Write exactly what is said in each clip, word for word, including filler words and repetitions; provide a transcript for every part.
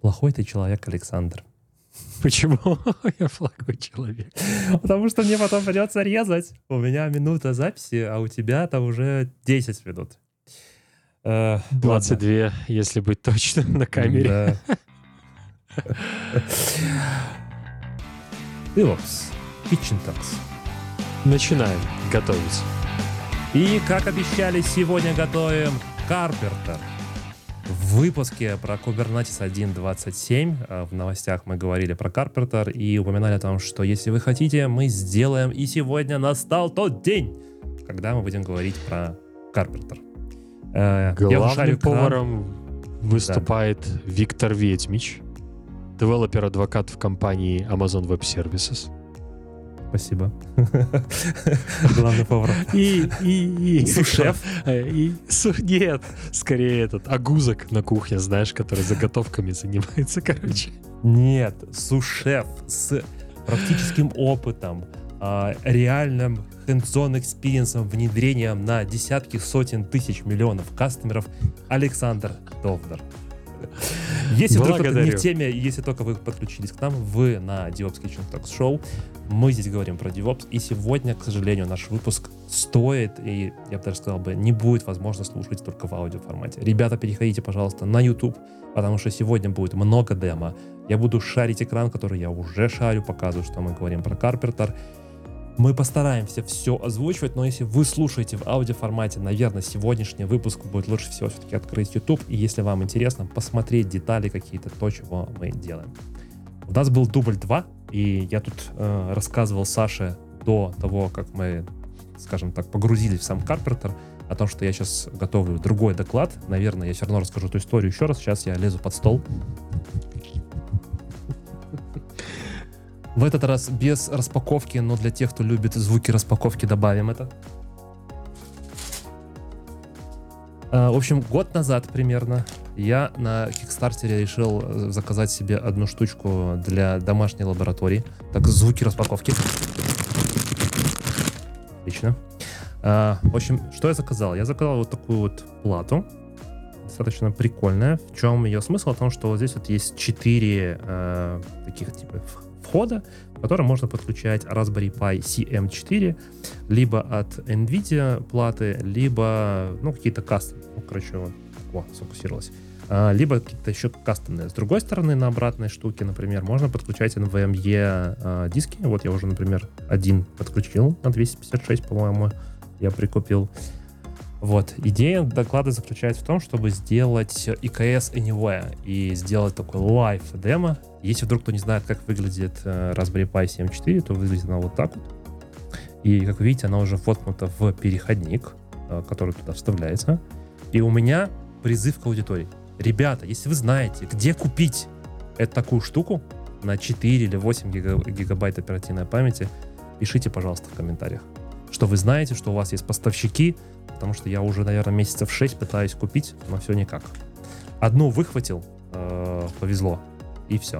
Плохой ты человек, Александр. Почему я плохой человек? Потому что мне потом придется резать. У меня минута записи, а у тебя там уже десять минут. Э, двадцать две, ладно. если быть точным, на камере. Да. DevOps. Kitchen Talks. Начинаем готовить. И, как обещали, сегодня готовим Carpentar. В выпуске про Kubernetes один точка двадцать семь в новостях мы говорили про Carpentar и упоминали о том, что если вы хотите, мы сделаем. И сегодня настал тот день, когда мы будем говорить про Carpentar. Э, Главным поваром выступает да. Виктор Ведьмич, девелопер-адвокат в компании Amazon Web Services. Спасибо. Главный повар. И, и, и... Сушеф. И, су... Нет, скорее этот агузок на кухне, знаешь, который заготовками занимается, короче. Нет, сушеф с практическим опытом, реальным hands-on экспириенсом, внедрением на десятки, сотен тысяч миллионов кастомеров Александр Довдер. Если вдруг это не в теме, если только вы подключились к нам, вы на DevOps Kitchen Talks Show. Мы здесь говорим про DevOps, и сегодня, к сожалению, наш выпуск стоит, и я бы даже сказал бы, не будет возможно слушать только в аудиоформате. Ребята, переходите, пожалуйста, на YouTube, потому что сегодня будет много демо. Я буду шарить экран, который я уже шарю, показываю, что мы говорим про Carpentar. Мы постараемся все озвучивать, но если вы слушаете в аудиоформате, наверное, сегодняшний выпуск будет лучше всего все-таки открыть YouTube, и если вам интересно, посмотреть детали какие-то, то, чего мы делаем. У нас был дубль два, и я тут э, рассказывал Саше до того, как мы, скажем так, погрузились в сам Carpentar, о том, что я сейчас готовлю другой доклад. Наверное, я все равно расскажу эту историю еще раз. Сейчас я лезу под стол. В этот раз без распаковки, но для тех, кто любит звуки распаковки, добавим это. А, в общем, год назад примерно я на Кикстартере решил заказать себе одну штучку для домашней лаборатории. Так, звуки распаковки. Отлично. А, в общем, что я заказал? Я заказал вот такую вот плату. Достаточно прикольная. В чем ее смысл? В том, что вот здесь вот есть четыре э, таких типа входа, в которые можно подключать Raspberry Pi си эм четыре, либо от NVIDIA платы, либо, ну, какие-то кастомы. Ну, короче, вот, о, сфокусировалось. А, либо какие-то еще кастомные. С другой стороны, на обратной штуке, например, можно подключать эн ви эм и а, диски. Вот я уже, например, один подключил на двести пятьдесят шесть, по-моему, я прикупил. Вот. Идея доклада заключается в том, чтобы сделать и кей эс Anywhere и сделать такой лайв-демо. Если вдруг кто не знает, как выглядит Raspberry Pi си эм четыре, то выглядит она вот так вот. И, как вы видите, она уже воткнута в переходник, который туда вставляется. И у меня призыв к аудитории. Ребята, если вы знаете, где купить эту такую штуку на четыре или восемь гигабайт оперативной памяти, пишите, пожалуйста, в комментариях, что вы знаете, что у вас есть поставщики, потому что я уже, наверное, месяцев шесть пытаюсь купить, но все никак. Одну выхватил, э, повезло, и все.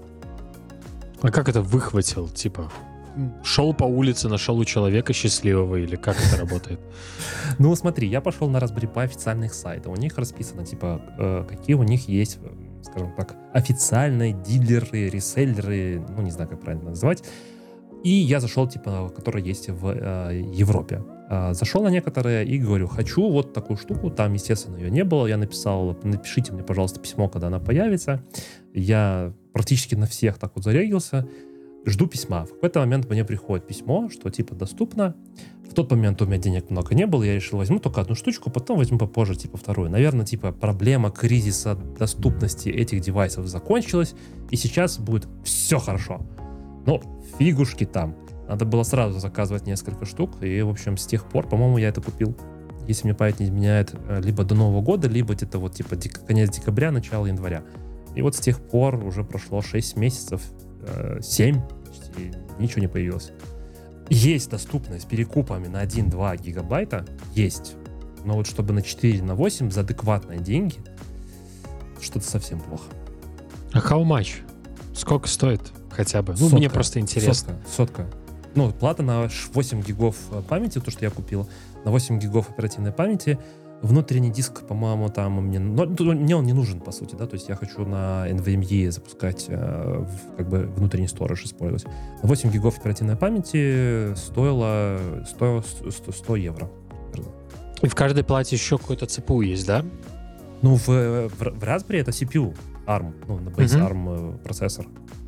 А как это выхватил? Типа, шел по улице, нашел у человека счастливого, или как это работает? Ну, смотри, я пошел на Raspberry Pi официальных сайтов. У них расписано, типа, э, какие у них есть, скажем так, официальные дилеры, реселлеры, ну, не знаю, как правильно называть. И я зашел, типа, который есть в э, Европе. Э, зашел на некоторые и говорю, хочу вот такую штуку. Там, естественно, ее не было. Я написал, напишите мне, пожалуйста, письмо, когда она появится. Я практически на всех так вот зарегился. Жду письма. В какой-то момент мне приходит письмо, что, типа, доступно. В тот момент у меня денег много не было. Я решил, возьму только одну штучку, потом возьму попозже, типа, вторую. Наверное, типа, проблема кризиса доступности этих девайсов закончилась. И сейчас будет все хорошо. Но фигушки там. Надо было сразу заказывать несколько штук. И, в общем, с тех пор, по-моему, я это купил, если мне память не изменяет, либо до Нового года, либо где-то вот типа дек- конец декабря, начало января. И вот с тех пор уже прошло шесть месяцев, семь, почти ничего не появилось. Есть доступность с перекупами на один-два гигабайта, есть. Но вот чтобы на четыре, на восемь за адекватные деньги, что-то совсем плохо. А how much? Сколько стоит хотя бы? Ну, сотка, мне просто интересно. Сотка, сотка. Ну, плата на восемь гигов памяти, то, что я купил, на восемь гигов оперативной памяти Внутренний диск, по-моему, там мне, ну, мне он не нужен, по сути, да, то есть я хочу на эн ви эм и запускать, э, в, как бы внутренний сторож использовать. восемь гигов оперативной памяти стоило сто, сто, сто евро. И в каждой плате еще какой-то си пи ю есть, да? Ну, в, в, в Raspberry это си пи ю, арм, ну, на base Мгм. арм процессор.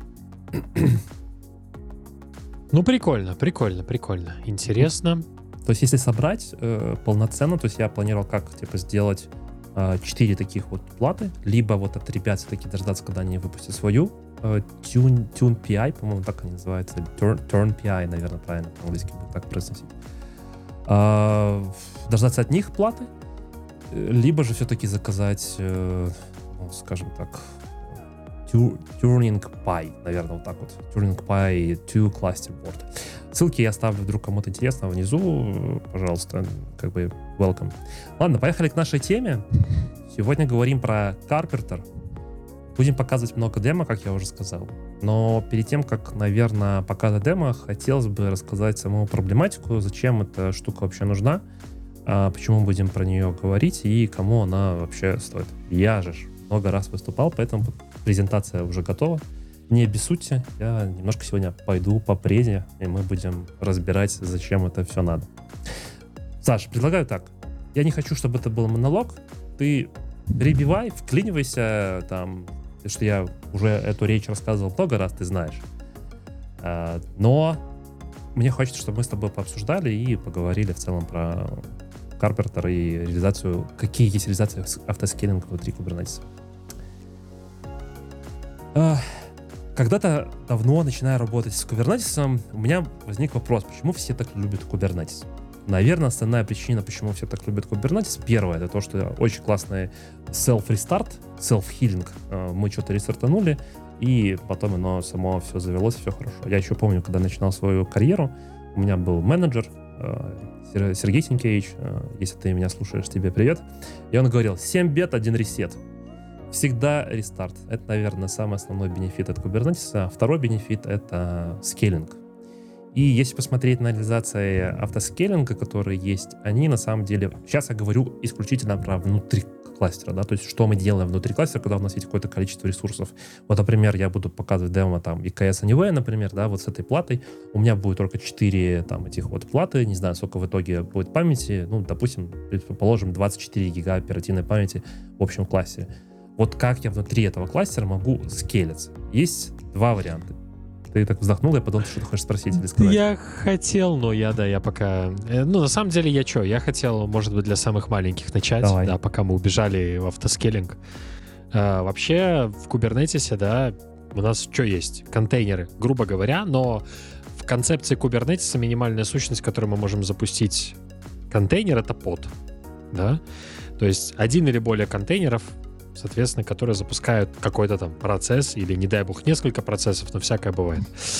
Ну, прикольно, прикольно, прикольно. Интересно. То есть, если собрать э, полноценно, то есть я планировал как, типа, сделать э, четыре таких вот платы, либо вот от ребят все-таки дождаться, когда они выпустят свою, э, Tune, Tune пи ай, по-моему, так они называются, Turn, Turn пи ай, наверное, правильно по-английски будет так произносить. Э, дождаться от них платы, э, либо же все-таки заказать, э, ну, скажем так, Turing Pi, наверное, вот так вот. Turing Pi два Cluster Board. Ссылки я оставлю, вдруг кому-то интересно, внизу. Пожалуйста, как бы welcome. Ладно, поехали к нашей теме. Сегодня говорим про Carpenter. Будем показывать много демо, как я уже сказал. Но перед тем, как, наверное, показать демо, хотелось бы рассказать саму проблематику, зачем эта штука вообще нужна, почему будем про нее говорить и кому она вообще стоит. Я же много раз выступал, поэтому презентация уже готова. Не обессудьте, я немножко сегодня пойду по презе, и мы будем разбирать, зачем это все надо. Саш, предлагаю так. Я не хочу, чтобы это был монолог. Ты перебивай, вклинивайся, там, что я уже эту речь рассказывал много раз, ты знаешь. Но мне хочется, чтобы мы с тобой пообсуждали и поговорили в целом про Carpenter и реализацию, какие есть реализации автоскейлинга внутри Kubernetes. Когда-то давно, начиная работать с Kubernetes, у меня возник вопрос, почему все так любят Kubernetes? Наверное, основная причина, почему все так любят Kubernetes, первое, это то, что очень классный self-restart, self-healing. Мы что-то рестартанули, и потом оно само все завелось, все хорошо. Я еще помню, когда начинал свою карьеру, у меня был менеджер, Сергей Синкевич, если ты меня слушаешь, тебе привет. И он говорил, семь бед, один ресет. Всегда рестарт. Это, наверное, самый основной бенефит от Kubernetes. Второй бенефит — это скейлинг. И если посмотреть на реализации автоскейлинга, которые есть, они на самом деле... Сейчас я говорю исключительно про внутри кластера, да, то есть что мы делаем внутри кластера, когда у нас есть какое-то количество ресурсов. Вот, например, я буду показывать демо там и кей эс Anyway, например, да, вот с этой платой. У меня будет только четыре там этих вот платы, не знаю, сколько в итоге будет памяти, ну, допустим, предположим, двадцать четыре гига оперативной памяти в общем кластере. Вот как я внутри этого кластера могу скейлиться? Есть два варианта. Ты так вздохнул, я подумал, что ты хочешь спросить или сказать. Я хотел, но я, да, я пока... Ну, на самом деле, я что? Я хотел, может быть, для самых маленьких начать, Давай. Да, пока мы убежали в автоскейлинг. А, вообще, в Kubernetes, да, у нас что есть? Контейнеры, грубо говоря, но в концепции Kubernetes минимальная сущность, которую мы можем запустить контейнер, это под, да? То есть один или более контейнеров, соответственно, которые запускают какой-то там процесс или, не дай бог, несколько процессов, но всякое бывает.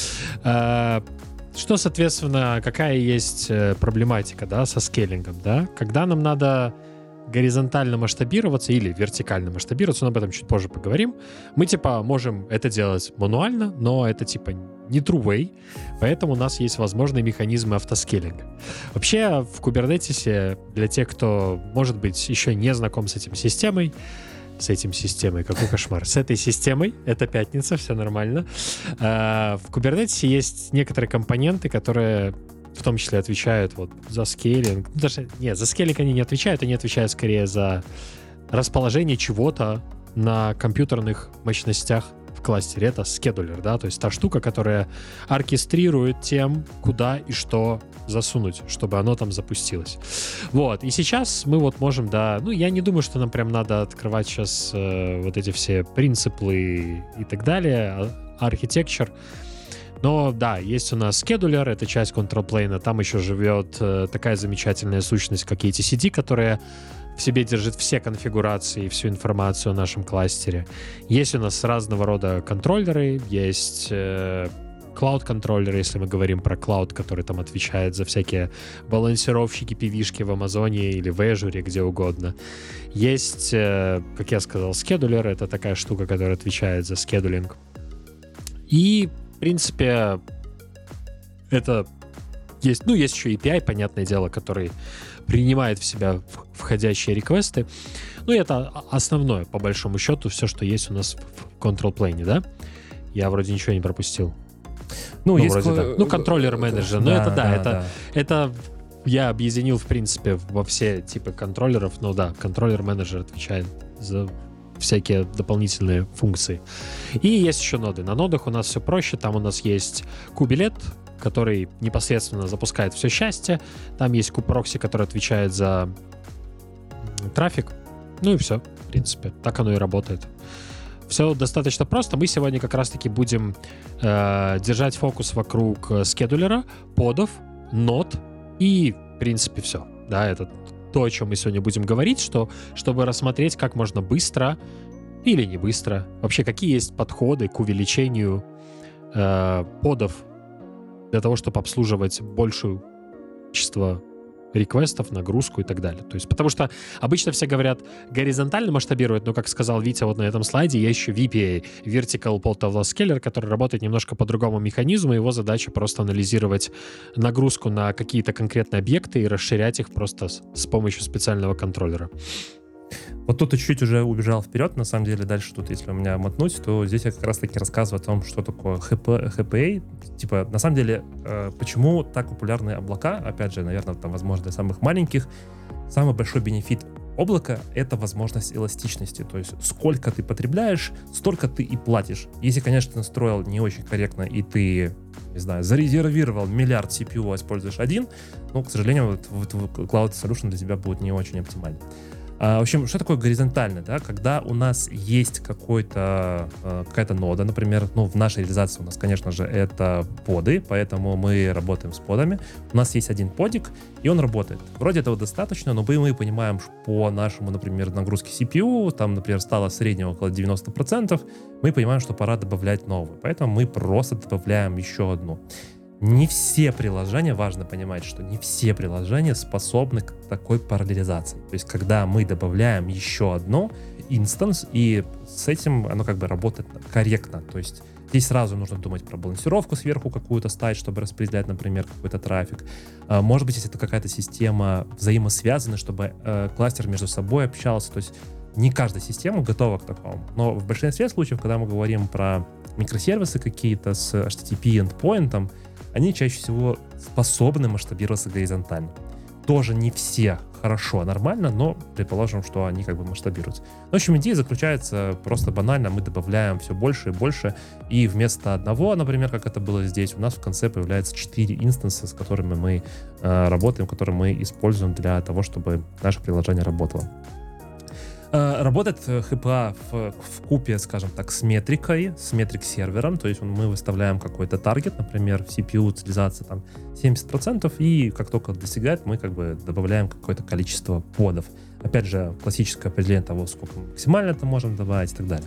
Что, соответственно, какая есть проблематика, да, со скейлингом, да? Когда нам надо горизонтально масштабироваться или вертикально масштабироваться, но об этом чуть позже поговорим, мы, типа, можем это делать мануально, но это, типа, не true way, поэтому у нас есть возможные механизмы автоскейлинга. Вообще, в Kubernetes, для тех, кто, может быть, еще не знаком с этим системой, с этим системой, какой кошмар. С этой системой, это пятница, все нормально. В Kubernetes есть некоторые компоненты, которые в том числе отвечают вот за скейлинг. Даже, нет, за скейлинг они не отвечают, они отвечают скорее за расположение чего-то на компьютерных мощностях в кластере. Это скедулер, да, то есть та штука, которая оркестрирует тем, куда и что засунуть, чтобы оно там запустилось. Вот, и сейчас мы вот можем, да, ну, я не думаю, что нам прям надо открывать сейчас э, вот эти все принципы и так далее, архитектур. Но да, есть у нас schedulер, это часть control plane, там еще живет э, такая замечательная сущность, как и ти си ди, которая в себе держит все конфигурации, всю информацию о нашем кластере. Есть у нас разного рода контроллеры, есть э, cloud-контроллеры, если мы говорим про cloud, который там отвечает за всякие балансировщики, пи ви-шки в Амазоне или в Azure, где угодно. Есть, э, как я сказал, schedulер, это такая штука, которая отвечает за скедулинг. И в принципе, это есть, ну, есть еще эй пи ай, понятное дело, который принимает в себя входящие реквесты. Ну, и это основное, по большому счету, все, что есть у нас в Control Plane, да? Я вроде ничего не пропустил. Ну, ну есть вроде ко... да. Ну, контроллер-менеджер. Да, ну, это да, да, это, да. это я объединил, в принципе, во все типы контроллеров. Ну да, контроллер-менеджер отвечает за всякие дополнительные функции. И есть еще ноды. На нодах у нас все проще. Там у нас есть кубилет, который непосредственно запускает все счастье. Там есть куб-прокси, который отвечает за трафик. Ну и все, в принципе. Так оно и работает. Все достаточно просто. Мы сегодня как раз-таки будем э, держать фокус вокруг скедулера, подов, нод и, в принципе, все. Да, это то, о чем мы сегодня будем говорить, что, чтобы рассмотреть, как можно быстро или не быстро, вообще какие есть подходы к увеличению э, подов для того, чтобы обслуживать большее количество реквестов, нагрузку и так далее. То есть, потому что обычно все говорят горизонтально масштабировать, но, как сказал Витя вот на этом слайде, есть еще ви пи эй, Vertical Pod Task Scaler, который работает немножко по другому механизму. Его задача просто анализировать нагрузку на какие-то конкретные объекты и расширять их просто с, с помощью специального контроллера. Вот тут ты чуть-чуть уже убежал вперед, на самом деле, дальше тут, если у меня мотнуть, то здесь я как раз-таки рассказываю о том, что такое эйч пи эй. Типа, на самом деле, э, почему так популярны облака, опять же, наверное, там, возможно, для самых маленьких, самый большой бенефит облака — это возможность эластичности, то есть сколько ты потребляешь, столько ты и платишь. Если, конечно, ты настроил не очень корректно, и ты, не знаю, зарезервировал миллиард си пи ю, а используешь один, ну, к сожалению, вот, вот, Cloud Solution для тебя будет не очень оптимальный. А, в общем, что такое горизонтально, да? Когда у нас есть какой-то, э, какая-то нода, например, ну, в нашей реализации у нас, конечно же, это поды, поэтому мы работаем с подами. У нас есть один подик, и он работает. Вроде этого достаточно, но мы понимаем, что по нашему, например, нагрузке си пи ю, там, например, стало среднего около девяносто процентов, мы понимаем, что пора добавлять новую. Поэтому мы просто добавляем еще одну. Не все приложения, важно понимать, что не все приложения способны к такой параллелизации. То есть, когда мы добавляем еще одно инстанс, и с этим оно как бы работает корректно. То есть, здесь сразу нужно думать про балансировку сверху какую-то ставить, чтобы распределять, например, какой-то трафик. Может быть, если это какая-то система взаимосвязана, чтобы э, кластер между собой общался. То есть, не каждая система готова к такому. Но в большинстве случаев, когда мы говорим про микросервисы какие-то с эйч ти ти пи endpoint, они чаще всего способны масштабироваться горизонтально. Тоже не все хорошо, нормально, но предположим, что они как бы масштабируются. В общем, идея заключается просто банально, мы добавляем все больше и больше, и вместо одного, например, как это было здесь, у нас в конце появляется четыре инстанса, с которыми мы э, работаем, которые мы используем для того, чтобы наше приложение работало. Работает эйч пи эй в, в купе, скажем так, с метрикой, с метрик-сервером, то есть мы выставляем какой-то таргет, например, в си пи ю утилизация там семьдесят процентов, и как только достигает, мы как бы добавляем какое-то количество подов. Опять же, классическое определение того, сколько мы максимально это можем добавить и так далее.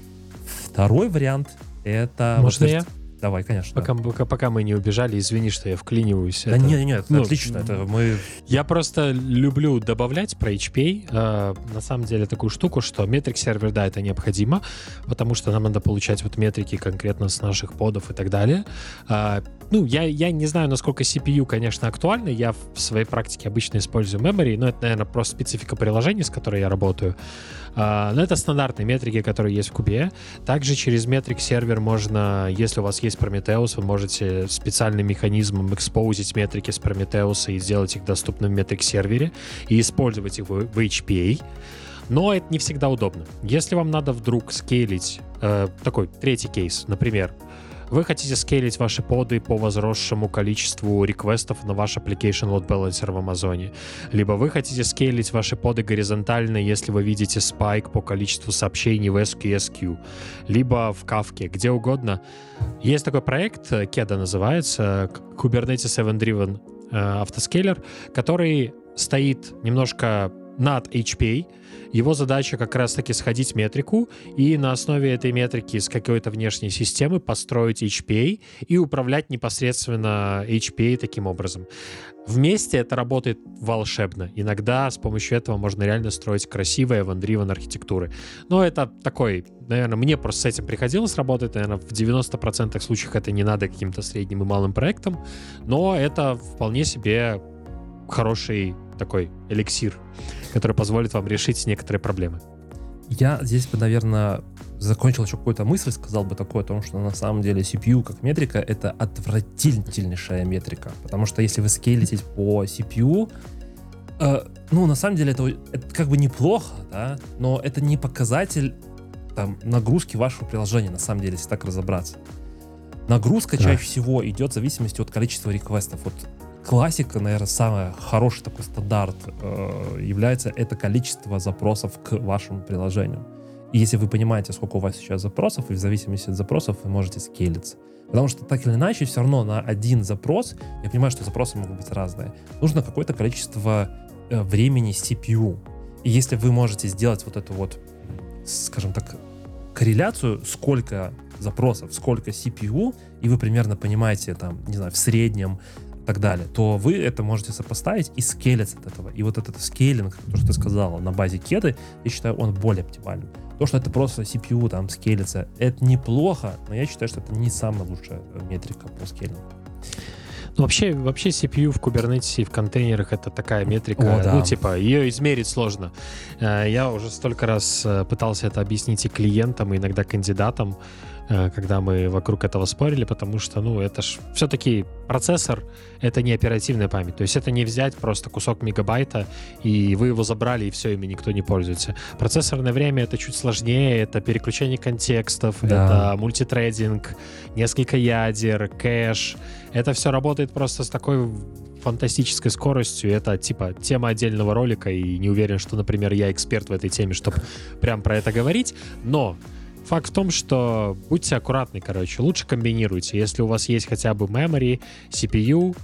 Второй вариант — это... Можно я? Давай, конечно. Пока, пока, пока мы не убежали, извини, что я вклиниваюсь. Да это, нет, нет, ну, отлично. Это мы... Я просто люблю добавлять про эйч пи эй, э, на самом деле, такую штуку, что метрик-сервер, да, это необходимо, потому что нам надо получать вот метрики конкретно с наших подов и так далее. Э, ну, я, я не знаю, насколько си пи ю, конечно, актуально. Я в своей практике обычно использую memory, но это, наверное, просто специфика приложения, с которой я работаю. Uh, но это стандартные метрики, которые есть в кубе. Также через метрик-сервер можно, если у вас есть Prometheus, вы можете специальным механизмом экспозить метрики с Prometheus и сделать их доступными в метрик-сервере и использовать их в, в эйч пи эй. Но это не всегда удобно. Если вам надо вдруг скейлить, э, такой третий кейс, например, вы хотите скейлить ваши поды по возросшему количеству реквестов на ваш application load balancer в Амазоне. Либо вы хотите скейлить ваши поды горизонтально, если вы видите спайк по количеству сообщений в эс кью эс Q. Либо в Kafka, где угодно. Есть такой проект, Keda называется, Kubernetes Event Driven Autoscaler, который стоит немножко над эйч пи эй. Его задача как раз-таки сходить в метрику и на основе этой метрики с какой-то внешней системы построить эйч пи эй и управлять непосредственно эйч пи эй таким образом. Вместе это работает волшебно. Иногда с помощью этого можно реально строить красивые event-driven архитектуры. Но это такой, наверное, мне просто с этим приходилось работать. Наверное, в девяноста процентах случаев это не надо каким-то средним и малым проектам, но это вполне себе хороший такой эликсир, который позволит вам решить некоторые проблемы. Я здесь бы, наверное, закончил еще какую-то мысль, сказал бы такое о том, что на самом деле си пи ю как метрика — это отвратительнейшая метрика, потому что если вы скейлитесь по си пи ю, э, ну, на самом деле это, это как бы неплохо, да, но это не показатель там нагрузки вашего приложения, на самом деле, если так разобраться. Нагрузка да. чаще всего идет в зависимости от количества реквестов. Вот классика, наверное, самый хороший такой стандарт э, является это количество запросов к вашему приложению. И если вы понимаете, сколько у вас сейчас запросов, и в зависимости от запросов вы можете скейлиться. Потому что так или иначе, все равно на один запрос, я понимаю, что запросы могут быть разные, нужно какое-то количество э, времени си пи ю. И если вы можете сделать вот эту вот, скажем так, корреляцию, сколько запросов, сколько си пи ю, и вы примерно понимаете, там, не знаю, в среднем, и так далее, то вы это можете сопоставить и скейлиться от этого. И вот этот скейлинг, то, что ты сказала, на базе кеды, я считаю, он более оптимальным. То, что это просто си пи ю там скейлится, это неплохо, но я считаю, что это не самая лучшая метрика по скейлингу. Ну, вообще, вообще си пи ю в Kubernetes и в контейнерах — это такая метрика, О, да. ну, типа, ее измерить сложно. Я уже столько раз пытался это объяснить и клиентам, и иногда кандидатам, когда мы вокруг этого спорили, потому что, ну, это ж все-таки процессор — это не оперативная память. То есть это не взять просто кусок мегабайта, и вы его забрали, и все, ими никто не пользуется. Процессорное время — это чуть сложнее, это переключение контекстов, да. это мультитрейдинг, несколько ядер, кэш. Это все работает просто с такой фантастической скоростью. Это типа тема отдельного ролика, и не уверен, что, например, я эксперт в этой теме, чтобы прям про это говорить, но факт в том, что будьте аккуратны, короче, лучше комбинируйте. Если у вас есть хотя бы memory, си пи ю,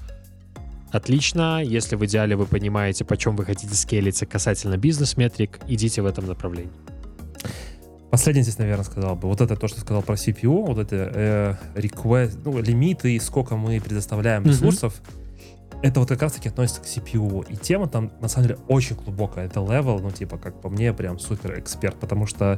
отлично. Если в идеале вы понимаете, почем вы хотите скейлиться касательно бизнес-метрик, идите в этом направлении. Последнее здесь, наверное, сказал бы. Вот это то, что сказал про си пи ю, вот это э, request, ну, лимиты, сколько мы предоставляем ресурсов, mm-hmm. это вот как раз-таки относится к си пи ю. И тема там, на самом деле, очень глубокая. Это level, ну, типа, как по мне, прям супер эксперт, потому что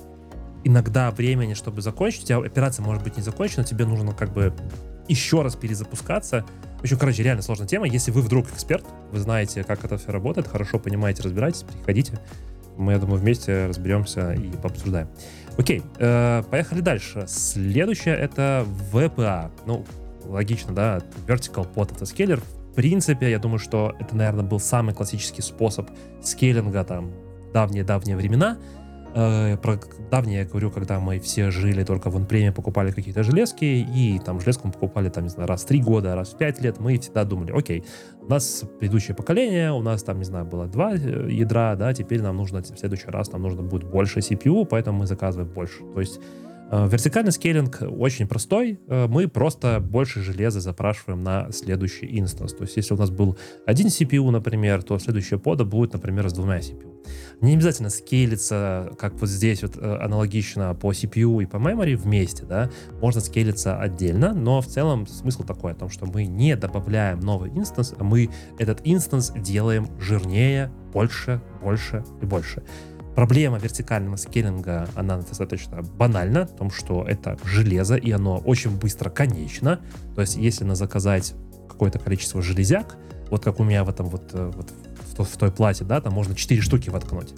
иногда времени, чтобы закончить, у тебя операция может быть не закончена, тебе нужно как бы еще раз перезапускаться. В общем, короче, реально сложная тема. Если вы вдруг эксперт, вы знаете, как это все работает, хорошо понимаете, разбираетесь, приходите. Мы, я думаю, вместе разберемся и пообсуждаем. Окей, э, поехали дальше. Следующее — это ви пи эй. Ну, логично, да, Vertical Pod — это скейлер. В принципе, я думаю, что это, наверное, был самый классический способ скейлинга там в давние-давние времена. Э, про давние я говорю, когда мы все жили только в он-преме, покупали какие-то железки, и там железку мы покупали, там, не знаю, раз в три года, раз в пять лет, мы всегда думали, окей, у нас предыдущее поколение, у нас там, не знаю, было два ядра, да, теперь нам нужно, в следующий раз нам нужно будет больше си пи ю, поэтому мы заказываем больше. То есть э, вертикальный скейлинг очень простой, э, мы просто больше железа запрашиваем на следующий инстанс. То есть если у нас был один си пи ю, например, то следующая пода будет, например, с двумя си пи ю. Не обязательно скейлиться, как вот здесь вот аналогично по си пи ю и по memory вместе, да, можно скейлиться отдельно, но в целом смысл такой, о том, что мы не добавляем новый инстанс, а мы этот инстанс делаем жирнее, больше, больше и больше. Проблема вертикального скейлинга, она достаточно банальна, в том, что это железо, и оно очень быстро конечно, то есть если на заказать какое-то количество железяк, вот как у меня в этом вот, вот в той плате, да, там можно четыре штуки воткнуть.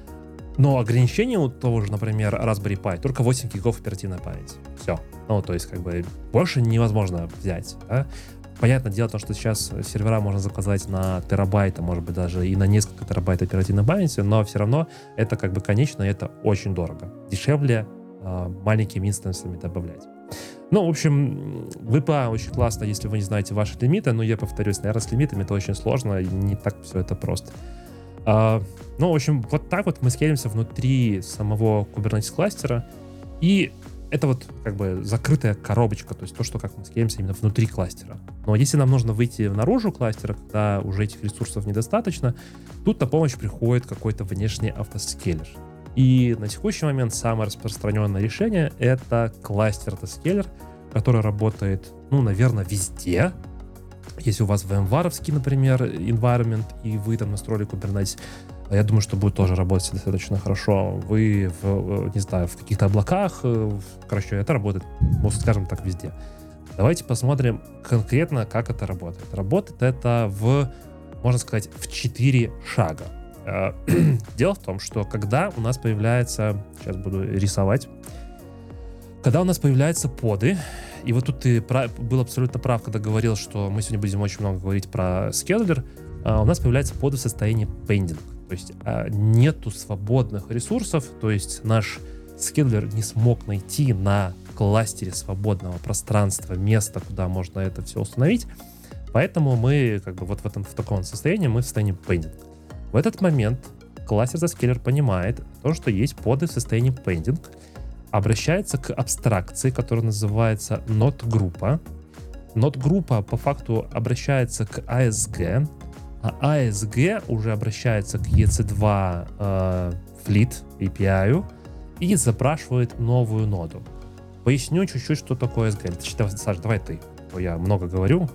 Но ограничение у того же, например, Raspberry Pi только восемь гигов оперативной памяти. Все. Ну, то есть, как бы, больше невозможно взять. Да? Понятное дело, то, что сейчас сервера можно заказать на терабайт, а может быть даже и на несколько терабайт оперативной памяти, но все равно это как бы конечно, и это очень дорого. Дешевле э, маленькими инстансами добавлять. Ну, в общем, ви пи эй очень классно, если вы не знаете ваши лимиты, но я повторюсь, наверное, с лимитами это очень сложно, и не так все это просто. А, ну, в общем, вот так вот мы скейлимся внутри самого Kubernetes кластера, и это вот как бы закрытая коробочка, то есть то, что как мы скейлимся именно внутри кластера. Но если нам нужно выйти наружу кластера, когда уже этих ресурсов недостаточно, тут на помощь приходит какой-то внешний автоскейлер. И на текущий момент самое распространенное решение — это кластер автоскейлер, который работает, ну, наверное, везде. Если у вас VMware-овский, например, environment, и вы там настроили Kubernetes, я думаю, что будет тоже работать достаточно хорошо. Вы, в, не знаю, в каких-то облаках, короче, это работает, скажем так, везде. Давайте посмотрим конкретно, как это работает. Работает это в, можно сказать, в четыре шага. Дело в том, что когда у нас появляется, сейчас буду рисовать, когда у нас появляются поды, и вот тут ты прав, был абсолютно прав, когда говорил, что мы сегодня будем очень много говорить про скейлер, у нас появляются поды в состоянии pending. То есть нету свободных ресурсов, то есть наш скейлер не смог найти на кластере свободного пространства место, куда можно это все установить. Поэтому мы как бы вот в, этом, в таком состоянии, мы в состоянии pending. В этот момент кластер Zscaler понимает то, что есть поды в состоянии pending, обращается к абстракции, которая называется node-группа. Node-группа по факту обращается к эй эс джи, а эй эс джи уже обращается к и си два э, Fleet эй пи ай и запрашивает новую ноду. Поясню чуть-чуть, что такое эй эс джи. Саш, давай ты. Я много говорю.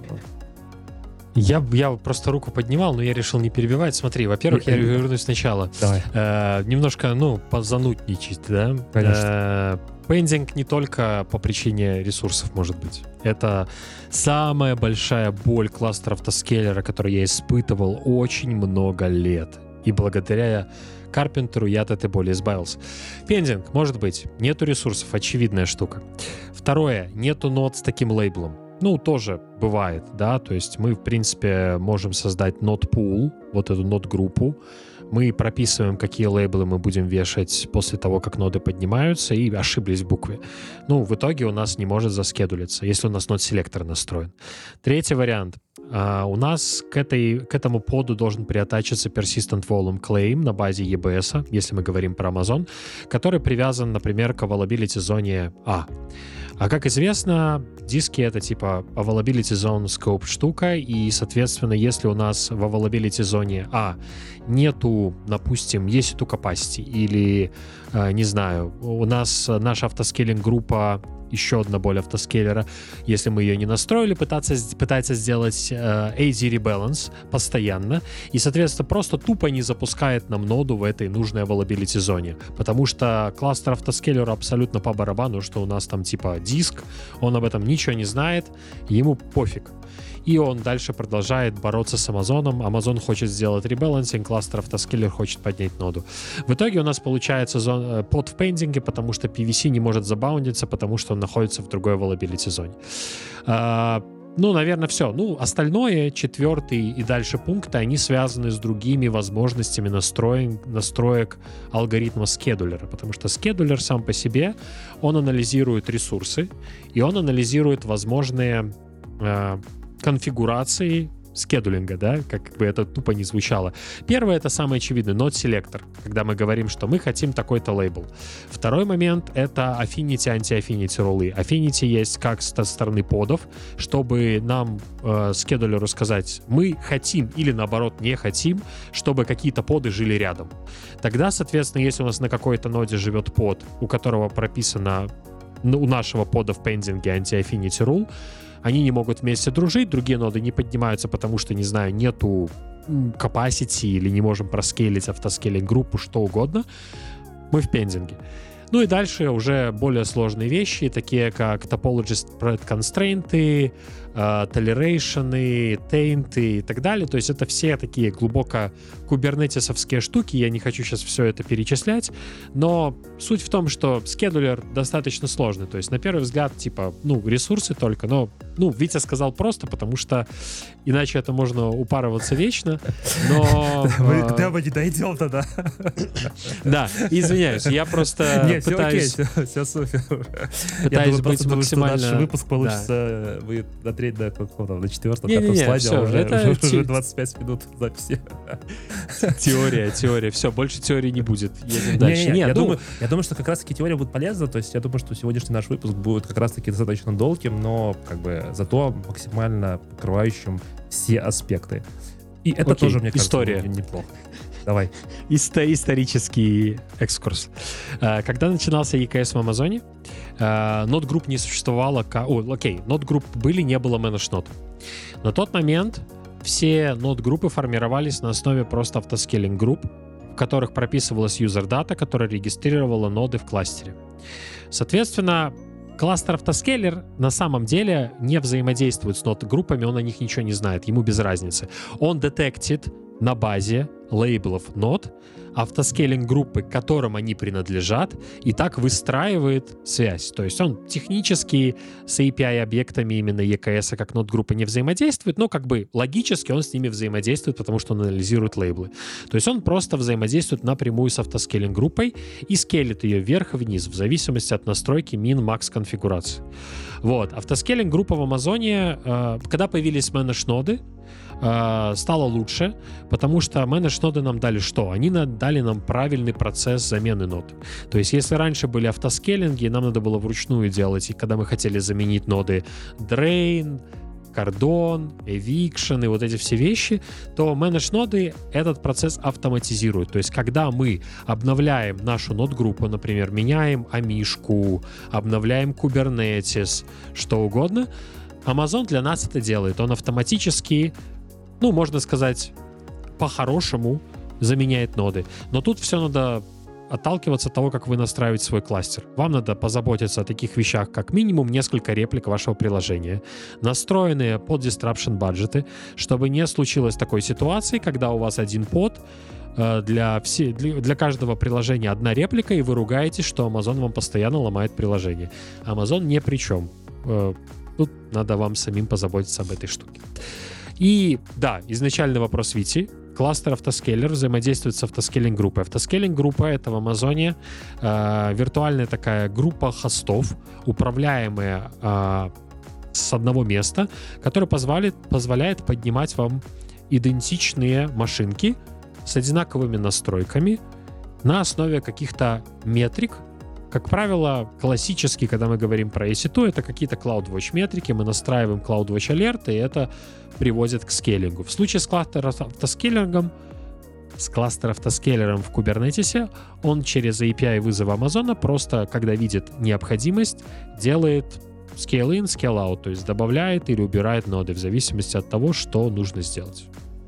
Я, я просто руку поднимал, но я решил не перебивать. Смотри, во-первых, я вернусь сначала. Давай. Э, немножко, ну, позанудничать, да? Конечно. Пендинг не только по причине ресурсов может быть. Это самая большая боль кластера автоскейлера, которую я испытывал очень много лет. И благодаря Карпентеру я от этой боли избавился. Пендинг, может быть, нету ресурсов, очевидная штука. Второе, нету нод с таким лейблом. Ну, тоже бывает, да, то есть мы, в принципе, можем создать нод-пул, вот эту нод-группу, мы прописываем, какие лейблы мы будем вешать после того, как ноды поднимаются, и ошиблись в букве. Ну, в итоге у нас не может заскедулиться, если у нас нод-селектор настроен. Третий вариант. Uh, у нас к, этой, к этому поду должен приатачиться Persistent Volume Claim на базе и би эс, если мы говорим про Amazon, который привязан, например, к availability зоне А. А как известно, диски — это типа availability zone scope штука, и, соответственно, если у нас в availability зоне А нету, допустим, есть эту capacity, или, не знаю, у нас наша автоскейлинг-группа, еще одна боль автоскейлера, если мы ее не настроили, пытаться, пытается сделать э, эй ди rebalance постоянно, и, соответственно, просто тупо не запускает нам ноду в этой нужной availability зоне, потому что кластер автоскейлера абсолютно по барабану, что у нас там типа диск, он об этом ничего не знает, ему пофиг. И он дальше продолжает бороться с Амазоном. Amazon хочет сделать ребалансинг, кластер автоскейлер хочет поднять ноду. В итоге у нас получается зон, под в пендинге, потому что пи ви си не может забаундиться, потому что он находится в другой availability зоне. А, ну, наверное, все. Ну, остальное, четвертый и дальше пункты, они связаны с другими возможностями настроек, настроек алгоритма скедулера, потому что скедулер сам по себе, он анализирует ресурсы, и он анализирует возможные конфигурации скедулинга, да, как бы это тупо не звучало. Первое — это самый очевидный нод-селектор, когда мы говорим, что мы хотим такой-то лейбл. Второй момент — это affinity, anti-affinity роллы. Affinity есть как со стороны подов, чтобы нам, э, скедулеру, сказать, мы хотим или, наоборот, не хотим, чтобы какие-то поды жили рядом. Тогда, соответственно, если у нас на какой-то ноде живет под, у которого прописано у нашего пода в пендинге anti-affinity rule, они не могут вместе дружить, другие ноды не поднимаются, потому что, не знаю, нету capacity или не можем проскейлить автоскейлинг-группу, что угодно, мы в пендинге. Ну и дальше уже более сложные вещи, такие как topology spread constraints, toleration, taint и так далее. То есть это все такие глубоко кубернетисовские штуки. Я не хочу сейчас все это перечислять, но суть в том, что скедулер достаточно сложный. То есть на первый взгляд, типа, ну, ресурсы только, но, ну, Витя сказал просто, потому что иначе это можно упарываться вечно, но... Ты бы не дойдем тогда. Да, извиняюсь, я просто Нет, пытаюсь... все окей, все супер. Пытаюсь быть максимально... наш выпуск получится... Вы на смотреть на каком-то, на четвертом, Не-не-не, пятом слайде, всё, а уже, это уже, те- уже двадцать пять минут записи. Теория, теория. Все, больше теории не будет. Едем дальше. Не-не-не, Нет, я, ну, думаю, я думаю, что как раз-таки теория будет полезна. То есть я думаю, что сегодняшний наш выпуск будет как раз-таки достаточно долгим, но как бы зато максимально покрывающим все аспекты. И это Окей, тоже, мне кажется, история. не- неплохо. Давай. Исто- исторический экскурс. Э, Когда начинался и кей эс в Амазоне, э, Node Group не существовало... ка- О, окей, Node Group были, не было Managed Node. На тот момент все Node-группы формировались на основе просто автоскейлинг групп, в которых прописывалась юзер-дата, которая регистрировала ноды в кластере. Соответственно, кластер автоскейлер на самом деле не взаимодействует с нод-группами, он о них ничего не знает, ему без разницы. Он детектит на базе лейблов нод автоскейлинг группы, к которым они принадлежат, и так выстраивает связь. То есть он технически с эй пи ай-объектами именно и кей эс, как нод-группы, не взаимодействует, но как бы логически он с ними взаимодействует, потому что он анализирует лейблы. То есть он просто взаимодействует напрямую с автоскейлинг группой и скейлит ее вверх и вниз в зависимости от настройки min-max конфигурации. Вот. Автоскейлинг группа в Амазоне, э, когда появились managed ноды, стало лучше, потому что managed-ноды нам дали что? Они дали нам правильный процесс замены нод. То есть если раньше были автоскейлинги, нам надо было вручную делать, и когда мы хотели заменить ноды drain, кордон, eviction и вот эти все вещи, то managed-ноды этот процесс автоматизируют. То есть когда мы обновляем нашу нод-группу, например, меняем амишку, обновляем Kubernetes, что угодно, Amazon для нас это делает. Он автоматически, ну, можно сказать, по-хорошему заменяет ноды. Но тут все надо отталкиваться от того, как вы настраиваете свой кластер. Вам надо позаботиться о таких вещах, как минимум несколько реплик вашего приложения, настроенные под disruption баджеты, чтобы не случилось такой ситуации, когда у вас один под, для, все, для, для каждого приложения одна реплика, и вы ругаетесь, что Amazon вам постоянно ломает приложение. Amazon ни при чем. Тут надо вам самим позаботиться об этой штуке. И да, изначальный вопрос Вити. Кластер автоскейлер взаимодействует с автоскейлинг-группой. Автоскейлинг-группа — это в Амазоне э, виртуальная такая группа хостов, управляемая э, с одного места, которая позволяет, позволяет поднимать вам идентичные машинки с одинаковыми настройками на основе каких-то метрик. Как правило, классически, когда мы говорим про и си два, это какие-то CloudWatch метрики, мы настраиваем CloudWatch алерты, и это приводит к скейлингу. В случае с кластер автоскейлингом, с кластер автоскейлером в Kubernetes, он через эй пи ай вызова Амазона просто, когда видит необходимость, делает scale-in, scale-out, то есть добавляет или убирает ноды в зависимости от того, что нужно сделать.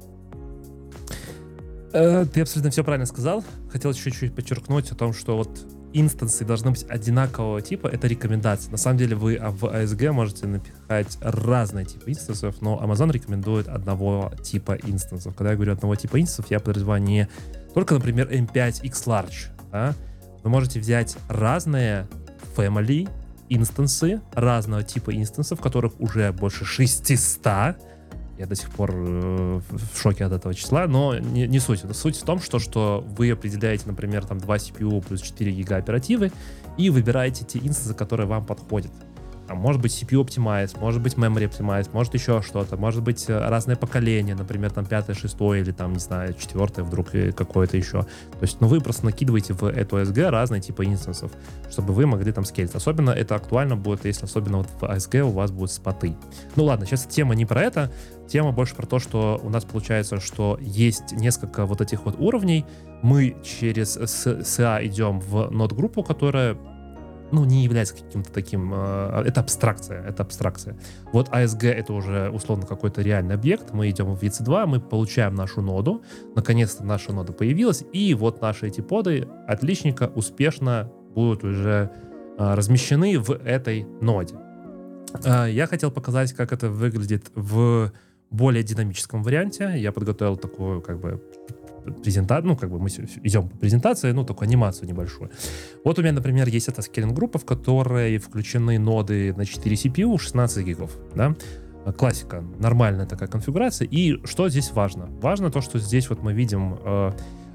Ты абсолютно все правильно сказал. Хотел чуть-чуть подчеркнуть о том, что вот инстансы должны быть одинакового типа. Это рекомендация. На самом деле вы в эй эс джи можете напихать разные типы инстансов, но Amazon рекомендует одного типа инстансов. Когда я говорю одного типа инстансов, я подразумеваю не только, например, эм пять икс Large. Да? Вы можете взять разные family инстансы, разного типа инстансов, которых уже больше шестисот. Я до сих пор э, в шоке от этого числа, но не, не суть. Суть в том, что, что вы определяете, например, там два си пи ю плюс четыре гига оперативы и выбираете те инстансы, которые вам подходят. Там может быть си пи ю Optimize, может быть Memory Optimize, может еще что-то, может быть разное поколение, например, там пятое, шестое или там, не знаю, четвертое вдруг какое-то еще. То есть, ну, вы просто накидываете в эту эй эс джи разные типы инстансов, чтобы вы могли там скейлить. Особенно это актуально будет, если особенно вот в эй эс джи у вас будут споты. Ну ладно, сейчас тема не про это, тема больше про то, что у нас получается, что есть несколько вот этих вот уровней. Мы через эс и эй идем в нод-группу, которая ну, не является каким-то таким... Э, это абстракция, это абстракция. Вот эй эс джи — это уже, условно, какой-то реальный объект. Мы идем в ви си два, мы получаем нашу ноду. Наконец-то наша нода появилась. И вот наши эти поды отличненько, успешно будут уже э, размещены в этой ноде. Э, я хотел показать, как это выглядит в более динамическом варианте. Я подготовил такую, как бы, презентацию, ну, как бы мы идем по презентации, ну, такую анимацию небольшую. Вот у меня, например, есть эта скейлинг-группа, в которой включены ноды на четыре си пи ю, шестнадцать гигов, да, классика, нормальная такая конфигурация. И что здесь важно? Важно то, что здесь вот мы видим э,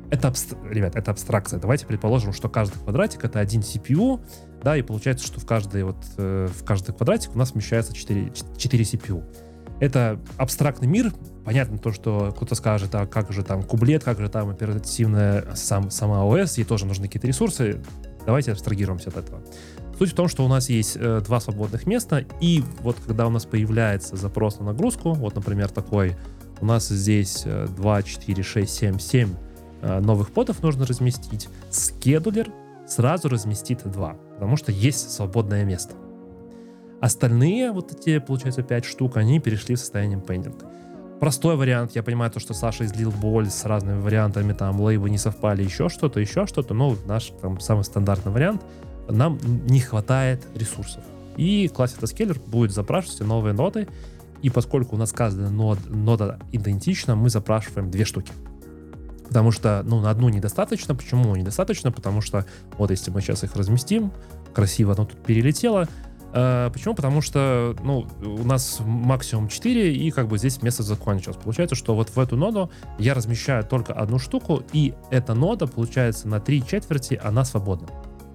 это, ребят, это абстракция. Давайте предположим, что каждый квадратик — это один си пи ю, да, и получается, что в каждый, вот, э, в каждый квадратик у нас вмещается четыре, четыре си пи ю. Это абстрактный мир. Понятно то, что кто-то скажет, а как же там кублет, как же там оперативная сам, сама ОС, ей тоже нужны какие-то ресурсы. Давайте абстрагируемся от этого. Суть в том, что у нас есть э, два свободных места, и вот когда у нас появляется запрос на нагрузку, вот, например, такой, у нас здесь э, два, четыре, шесть, семь, семь э, новых подов нужно разместить, скедулер сразу разместит два, потому что есть свободное место. Остальные, вот эти, получается, пять штук, они перешли в состояние пендинг. Простой вариант, я понимаю, то, что Саша излил боль с разными вариантами, там, лейбы не совпали, еще что-то, еще что-то, но наш там самый стандартный вариант, нам не хватает ресурсов. И класс Autoscaler будет запрашивать новые ноды, и поскольку у нас каждая нод, нода идентична, мы запрашиваем две штуки. Потому что, ну, на одну недостаточно. Почему недостаточно? Потому что, вот если мы сейчас их разместим, красиво оно тут перелетело. Uh, почему? Потому что, ну, у нас максимум четыре, и как бы здесь место закончилось. Получается, что вот в эту ноду я размещаю только одну штуку, и эта нода, получается, на три четверти она свободна.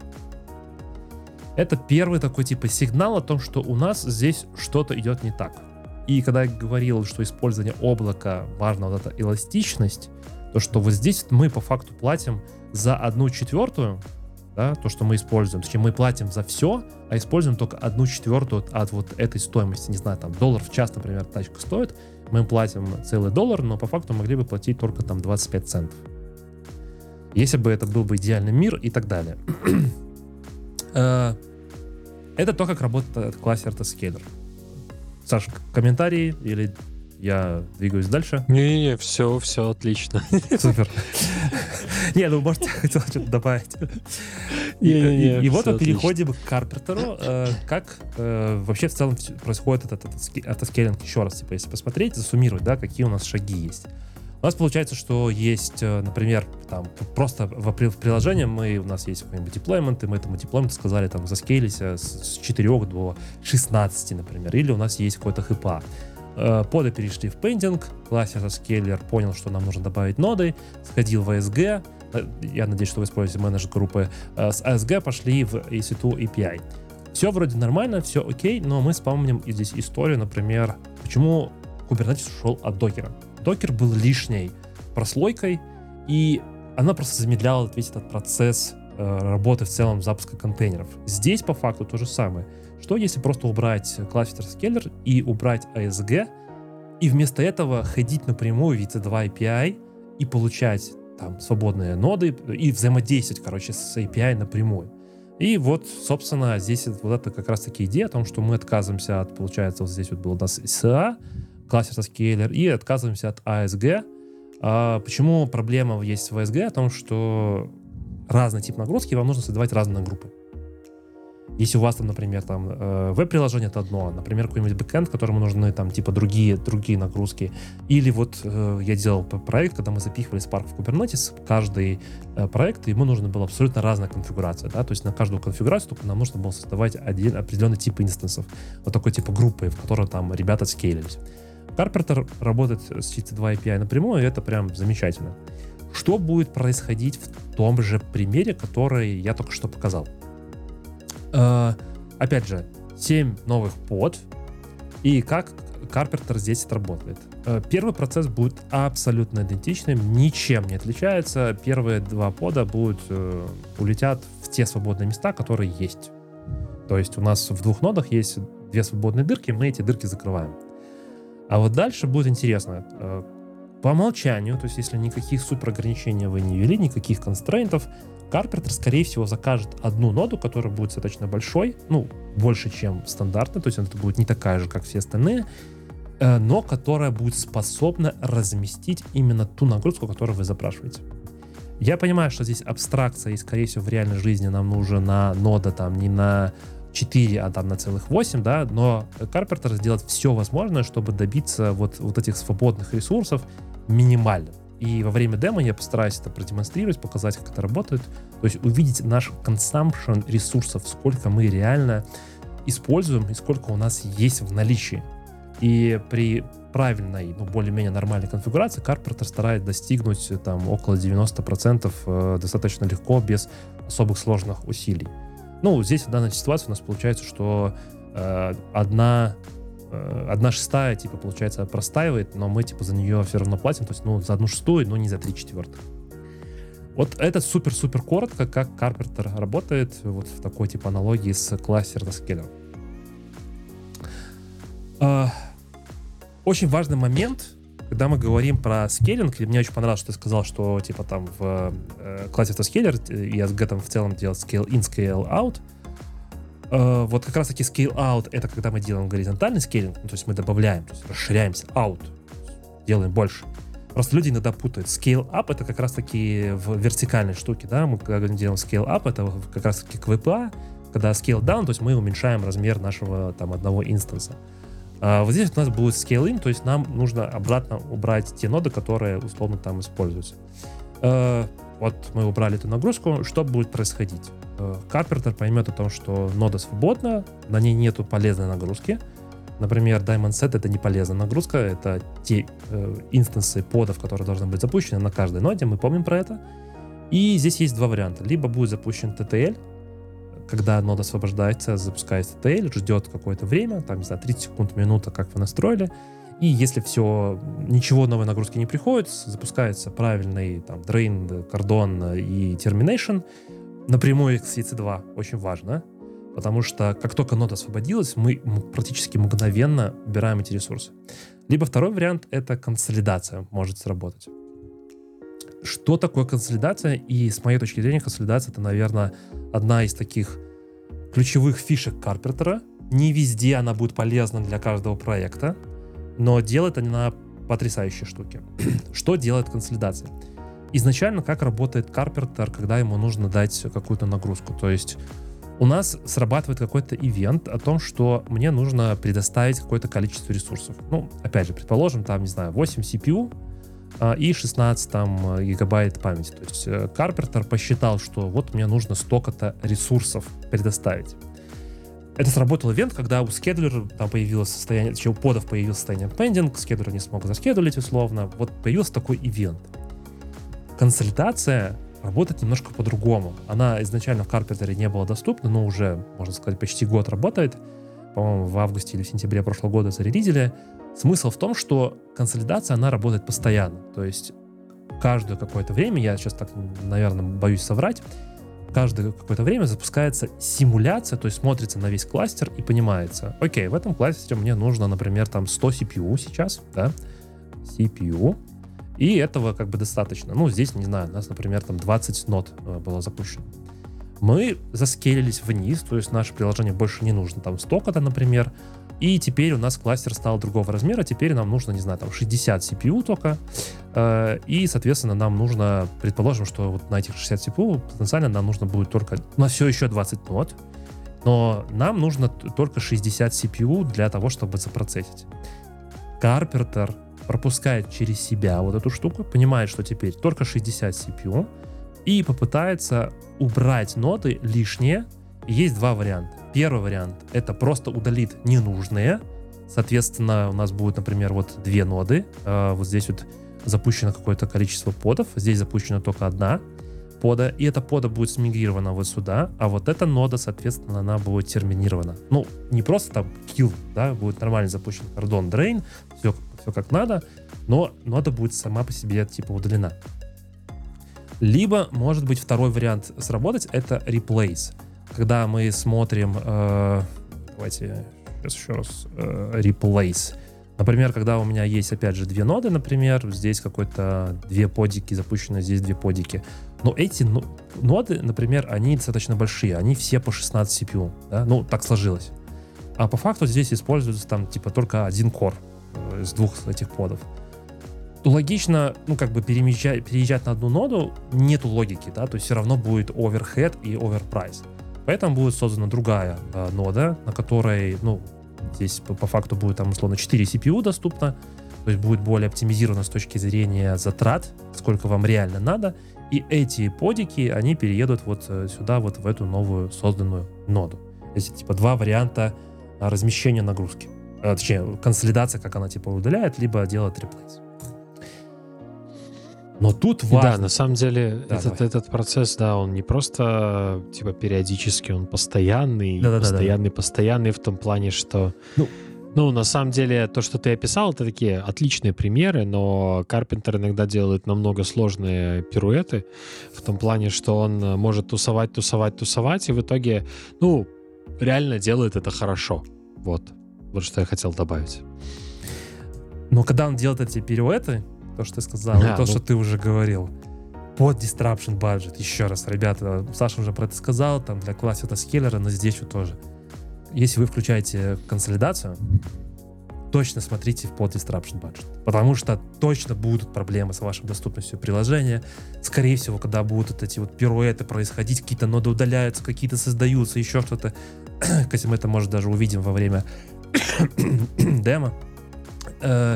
Это первый такой типа сигнал о том, что у нас здесь что-то идет не так. И когда я говорил, что использование облака важна вот эта эластичность, то что вот здесь мы по факту платим за одну четвертую, да, то, что мы используем. Точнее, мы платим за все, а используем только одну четвертую от вот этой стоимости. Не знаю, там доллар в час, например, тачка стоит. Мы платим целый доллар, но по факту могли бы платить только там двадцать пять центов. Если бы это был бы идеальный мир и так далее. Это то, как работает классер Autoscaler. Саш, комментарии или я двигаюсь дальше? Не-не-не, все, все отлично. Супер. Не, ну, может, я хотел что-то добавить. И вот мы переходим к Карпентеру. Как вообще в целом происходит этот автоскейлинг? Еще раз, типа, если посмотреть, засуммировать, да, какие у нас шаги есть. У нас получается, что есть, например, там просто в приложении мы, у нас есть какой-нибудь деплоймент, и мы этому деплойменту сказали, там, заскейлись с четырёх до шестнадцати, например, или у нас есть какой-то хэпа. Поды перешли в пендинг, класс Autoscaler понял, что нам нужно добавить ноды, сходил в эй эс джи, я надеюсь, что вы используете менеджер группы, с эй эс джи пошли в и си два эй пи ай. Все вроде нормально, все окей, но мы вспомним здесь историю, например, почему Kubernetes ушел от докера. Докер был лишней прослойкой, и она просто замедляла весь этот процесс э, работы в целом запуска контейнеров. Здесь по факту то же самое. Что если просто убрать кластер Autoscaler и убрать эй эс джи, и вместо этого ходить напрямую в и си два эй пи ай и получать там свободные ноды и взаимодействовать, короче, с эй пи ай напрямую. И вот, собственно, здесь вот это как раз-таки идея о том, что мы отказываемся от, получается, вот здесь вот был у нас эс эй эй, кластер Autoscaler, и отказываемся от эй эс джи. А почему проблема есть в эй эс джи? О том, что разный тип нагрузки, вам нужно создавать разные группы. Если у вас там, например, там веб-приложение — это одно, например, какой-нибудь бэкэнд, которому нужны там типа другие, другие нагрузки. Или вот э, я делал проект, когда мы запихивали Spark в Kubernetes, каждый э, проект, ему нужна была абсолютно разная конфигурация, да, то есть на каждую конфигурацию только нам нужно было создавать один определенный тип инстансов, вот такой типа группы, в которой там ребята скейлились. Карпентер работает с и си два эй пи ай напрямую, и это прям замечательно. Что будет происходить в том же примере, который я только что показал? Uh, опять же, семь новых под, и как Карпентер здесь отработает. Uh, первый процесс будет абсолютно идентичным, ничем не отличается. Первые два пода будут uh, улетят в те свободные места, которые есть. То есть у нас в двух нодах есть две свободные дырки, мы эти дырки закрываем. А вот дальше будет интересно. Uh, по умолчанию, то есть если никаких супер ограничений вы не ввели, никаких констрейнтов, Карпентер, скорее всего, закажет одну ноду, которая будет достаточно большой, ну, больше, чем стандартная, то есть она будет не такая же, как все остальные, но которая будет способна разместить именно ту нагрузку, которую вы запрашиваете. Я понимаю, что здесь абстракция, и, скорее всего, в реальной жизни нам нужна нода там не на четыре, а там на целых восемь, да, но Карпентер сделает все возможное, чтобы добиться вот, вот этих свободных ресурсов минимально. И во время демо я постараюсь это продемонстрировать, показать, как это работает. То есть увидеть наш consumption ресурсов, сколько мы реально используем и сколько у нас есть в наличии. И при правильной, ну, более-менее нормальной конфигурации Carpenter старается достигнуть там около девяносто процентов э, достаточно легко, без особых сложных усилий. Ну, здесь в данной ситуации у нас получается, что э, одна, э, одна шестая, типа, получается, простаивает, но мы, типа, за нее все равно платим, то есть, ну, за одну шестую, но не за три четвертых. Вот это супер-супер коротко, как Carpenter работает, вот в такой, типа, аналогии с кластер-скейлером. Э, Очень важный момент, когда мы говорим про скейлинг, и мне очень понравилось, что ты сказал, что типа там в э, классе автоскейлер я с Гэтом в целом делал scale-in, scale-out. Э, вот как раз-таки scale-out — это когда мы делаем горизонтальный скейлинг, ну, то есть мы добавляем, то есть расширяемся, out, делаем больше. Просто люди иногда путают. Scale-up — это как раз-таки в вертикальной штуке, да, мы когда делаем scale-up, это как раз-таки к ви пи эй, когда scale-down, то есть мы уменьшаем размер нашего там одного инстанса. Uh, вот здесь у нас будет scale-in, то есть нам нужно обратно убрать те ноды, которые условно там используются. Uh, вот мы убрали эту нагрузку. Что будет происходить? Uh, Carpenter поймет о том, что нода свободна, на ней нету полезной нагрузки. Например, Diamond Set — это не полезная нагрузка, это те uh, инстансы подов, которые должны быть запущены на каждой ноде, мы помним про это. И здесь есть два варианта. Либо будет запущен ти ти эл, когда нода освобождается, запускается ти ти эл, ждет какое-то время, там, не знаю, тридцать секунд, минута, как вы настроили, и если все, ничего новой нагрузки не приходит, запускается правильный там drain, кордон и termination напрямую к и си два, очень важно, потому что как только нода освободилась, мы практически мгновенно убираем эти ресурсы. Либо второй вариант — это консолидация может сработать. Что такое консолидация? И с моей точки зрения, консолидация — это, наверное, одна из таких ключевых фишек Carpenter. Не везде она будет полезна для каждого проекта, но делает она потрясающие штуки. Что делает консолидация? Изначально как работает Carpenter, когда ему нужно дать какую-то нагрузку? То есть у нас срабатывает какой-то ивент о том, что мне нужно предоставить какое-то количество ресурсов. Ну, опять же, предположим, там, не знаю, восемь си пи ю, и шестнадцать там гигабайт памяти. То есть Carpenter посчитал, что вот мне нужно столько-то ресурсов предоставить. Это сработал ивент, когда у скедлера там появилось состояние, у подов появилось состояние pending, скедлер не смог заскедулить условно. Вот появился такой ивент. Консолидация работает немножко по-другому. Она изначально в Carpenter не была доступна, но уже, можно сказать, почти год работает. По-моему, в августе или в сентябре прошлого года зарелизили. Смысл в том, что консолидация, она работает постоянно. То есть каждое какое-то время, я сейчас так, наверное, боюсь соврать, каждое какое-то время запускается симуляция, то есть смотрится на весь кластер и понимается, окей, в этом кластере мне нужно, например, там сто си пи ю сейчас, да, си пи ю, и этого как бы достаточно. Ну, здесь, не знаю, у нас, например, там двадцать нод было запущено. Мы заскейлились вниз, то есть наше приложение больше не нужно там столько-то, например, и теперь у нас кластер стал другого размера, теперь нам нужно, не знаю, там шестьдесят си пи ю только, э, и, соответственно, нам нужно, предположим, что вот на этих шестьдесят си пи ю потенциально нам нужно будет только, у нас все еще двадцать нод, но нам нужно только шестьдесят си пи ю для того, чтобы запроцессить. Carpenter пропускает через себя вот эту штуку, понимает, что теперь только шестьдесят си пи ю, и попытается убрать ноды лишние. Есть два варианта. Первый вариант — это просто удалит ненужные. Соответственно, у нас будет, например, вот две ноды. Э, вот здесь вот запущено какое-то количество подов. Здесь запущена только одна пода. И эта пода будет смигрирована вот сюда. А вот эта нода, соответственно, она будет терминирована. Ну, не просто там kill, да, будет нормально запущен кордон drain. Все, все как надо. Но нода будет сама по себе типа удалена. Либо, может быть, второй вариант сработать — это replace. Когда мы смотрим, э, давайте сейчас еще раз, э, replace. Например, когда у меня есть, опять же, две ноды, например, здесь какой-то две подики запущены, здесь две подики. Но эти ноды, например, они достаточно большие, они все по шестнадцать си пи ю, да? Ну, так сложилось. А по факту здесь используется там типа только один кор э, из двух этих подов. Логично, ну, как бы переезжать, переезжать на одну ноду нету логики, да, то есть все равно будет overhead и overprice. Поэтому будет создана другая э, нода, на которой, ну, здесь по, по факту будет там условно четыре си пи ю доступно, то есть будет более оптимизировано с точки зрения затрат, сколько вам реально надо, и эти подики, они переедут вот сюда, вот в эту новую созданную ноду. Здесь типа два варианта размещения нагрузки. А, точнее, консолидация, как она типа удаляет, либо делает реплейс. Но тут важно... Да, на самом деле да, этот, этот процесс, да, он не просто типа периодически, он постоянный, Да-да-да-да. постоянный, постоянный в том плане, что... Ну, Ну, на самом деле, то, что ты описал, это такие отличные примеры, но Карпентер иногда делает намного сложные пируэты в том плане, что он может тусовать, тусовать, тусовать, и в итоге, ну, реально делает это хорошо. Вот. Вот что я хотел добавить. но когда он делает эти пируэты, то, что ты сказал, Да, и то, ну- что ты уже говорил, под disruption budget, еще раз, ребята, Саша уже про это сказал, там для класса это скейлера, но здесь вот тоже. Если вы включаете консолидацию, точно смотрите в под disruption budget, потому что точно будут проблемы с вашей доступностью приложения. Скорее всего, когда будут вот эти вот пируэты происходить, какие-то ноды удаляются, какие-то создаются, еще что-то. Кстати, мы это, может, даже увидим во время демо. Э,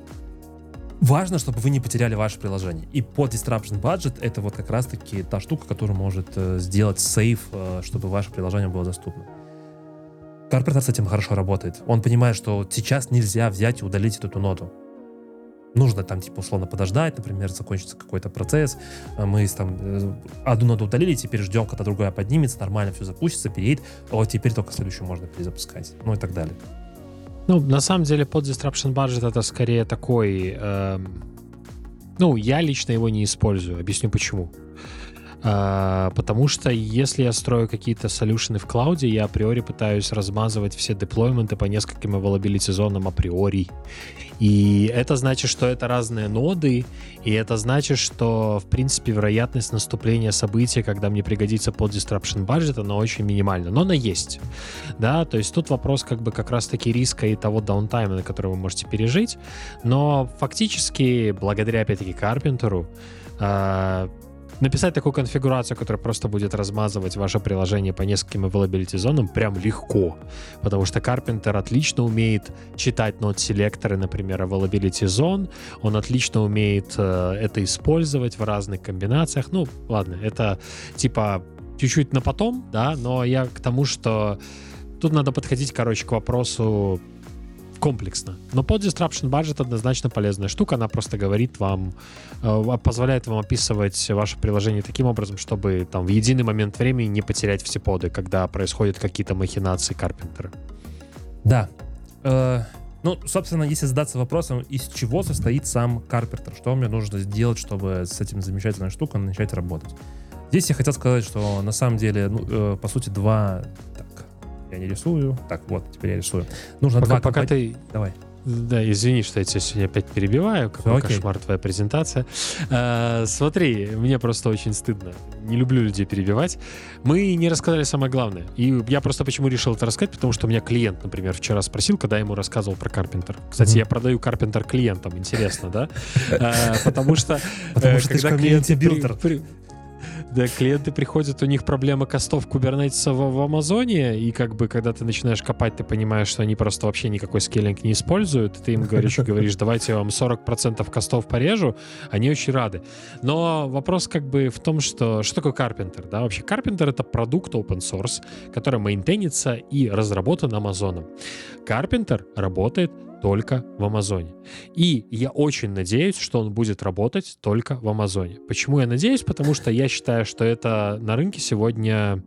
Важно, чтобы вы не потеряли ваше приложение. И под disruption budget это вот как раз-таки та штука, которая может э, сделать сейф, э, чтобы ваше приложение было доступно. Карпентер с этим хорошо работает. Он понимает, что сейчас нельзя взять и удалить эту ноду. Нужно там, типа, условно подождать, например, закончится какой-то процесс. Мы там э, одну ноду удалили, теперь ждем, когда другая поднимется, нормально все запустится, переедет, а вот теперь только следующую можно перезапускать. Ну и так далее. Ну, на самом деле, под disruption budget это скорее такой... эм, ну, я лично его не использую. Объясню почему. А, потому что если я строю какие-то солюшены в клауде, я априори пытаюсь размазывать все деплойменты по нескольким availability зонам априори. И это значит, что это разные ноды, и это значит, что, в принципе, вероятность наступления события, когда мне пригодится под disruption budget, она очень минимальна. Но она есть. Да, то есть тут вопрос как бы как раз-таки риска и того даунтайма, на который вы можете пережить. Но фактически, благодаря, опять-таки, Карпентеру, а, написать такую конфигурацию, которая просто будет размазывать ваше приложение по нескольким availability зонам, прям легко. Потому что Carpenter отлично умеет читать нод-селекторы, например, availability зон. Он отлично умеет э, это использовать в разных комбинациях. Ну, ладно, это типа чуть-чуть на потом, да, но я к тому, что тут надо подходить, короче, к вопросу комплексно. Но под disruption budget однозначно полезная штука. Она просто говорит вам, э, позволяет вам описывать ваше приложение таким образом, чтобы там в единый момент времени не потерять все поды, когда происходят какие-то махинации Карпентера. Да. Э, ну, собственно, если задаться вопросом, из чего состоит сам Карпентер, что мне нужно сделать, чтобы с этим замечательной штукой начать работать. Здесь я хотел сказать, что на самом деле, ну, э, по сути, два... Так, я не рисую. Так, вот, теперь я рисую. Нужно Пока, два... пока компо- ты... Давай. Да, извини, что я тебя сегодня опять перебиваю. Какой Окей. кошмар твоя презентация. А, смотри, мне просто очень стыдно. Не люблю людей перебивать. Мы не рассказали самое главное. И я просто почему решил это рассказать, потому что у меня клиент, например, вчера спросил, когда я ему рассказывал про Карпентер. Кстати, Мгм. я продаю Карпентер клиентам. Интересно, да? А, Потому что... Потому э, что ты когда же клиенты при- комьюнити-билдер. при- Да, клиенты приходят, у них проблема костов кубернетиса в, в Амазоне, и как бы, когда ты начинаешь копать, ты понимаешь, что они просто вообще никакой скейлинг не используют, и ты им говоришь, говоришь, давайте я вам сорок процентов костов порежу, они очень рады. Но вопрос как бы в том, что что такое Carpenter, да? Вообще Carpenter — это продукт open source, который мейнтейнится и разработан Амазоном. Carpenter работает только в Амазоне. И я очень надеюсь, что он будет работать только в Амазоне. Почему я надеюсь? Потому что я считаю, что это на рынке сегодня,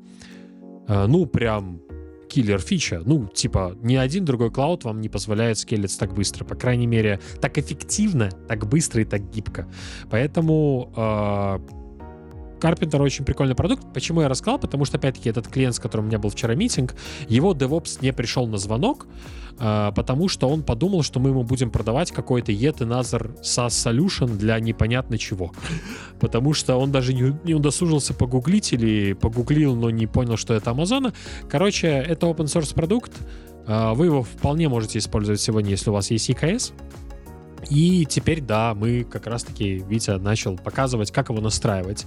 э, ну, прям киллер-фича. Ну, типа, ни один другой клауд вам не позволяет скейлиться так быстро. По крайней мере, так эффективно, так быстро и так гибко. Поэтому... Э, Carpenter очень прикольный продукт. Почему я рассказал? Потому что, опять-таки, этот клиент, с которым у меня был вчера митинг, его DevOps не пришел на звонок, э, потому что он подумал, что мы ему будем продавать какой-то yet another SaaS solution для непонятно чего. Потому что он даже не, не удосужился погуглить или погуглил, но не понял, что это Амазона. Короче, это open source продукт. Э, вы его вполне можете использовать сегодня, если у вас есть и кей эс. И теперь, да, мы как раз-таки, Витя начал показывать, как его настраивать.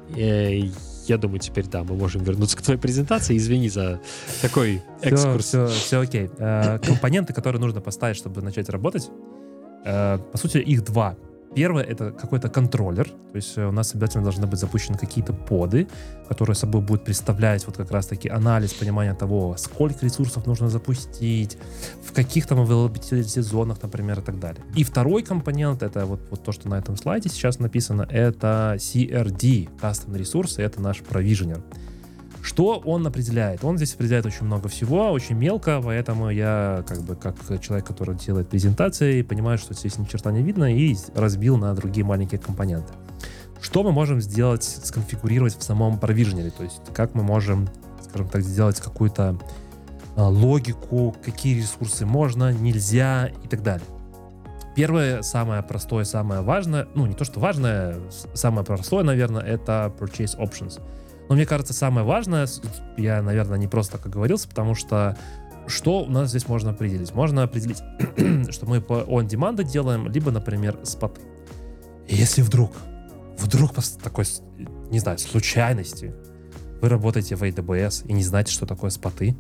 И я думаю, теперь, да, мы можем вернуться к твоей презентации. Извини за такой экскурс. Все, все, все окей. Э, компоненты, которые нужно поставить, чтобы начать работать, э, по сути, их два. Первое — это какой-то контроллер, то есть у нас обязательно должны быть запущены какие-то поды, которые собой будут представлять вот как раз-таки анализ, понимание того, сколько ресурсов нужно запустить, в в каких там availability зонах, например, и так далее. И второй компонент, это вот, вот то, что на этом слайде сейчас написано, это си эр ди, Custom Resource, это наш провиженер. Что он определяет? Он здесь определяет очень много всего, очень мелко, поэтому я, как бы, как человек, который делает презентации, понимаю, что здесь ни черта не видно, и разбил на другие маленькие компоненты. Что мы можем сделать, сконфигурировать в самом провиженере? То есть, как мы можем, скажем так, сделать какую-то а, логику, какие ресурсы можно, нельзя и так далее. Первое, самое простое, самое важное, ну, не то, что важное, самое простое, наверное, это Purchase Options. Но мне кажется, самое важное, я, наверное, не просто так оговорился, потому что что у нас здесь можно определить? Можно определить, что мы по on-demand делаем, либо, например, споты. И если вдруг, вдруг по такой, не знаю, случайности вы работаете в эй дабл ю эс и не знаете, что такое споты,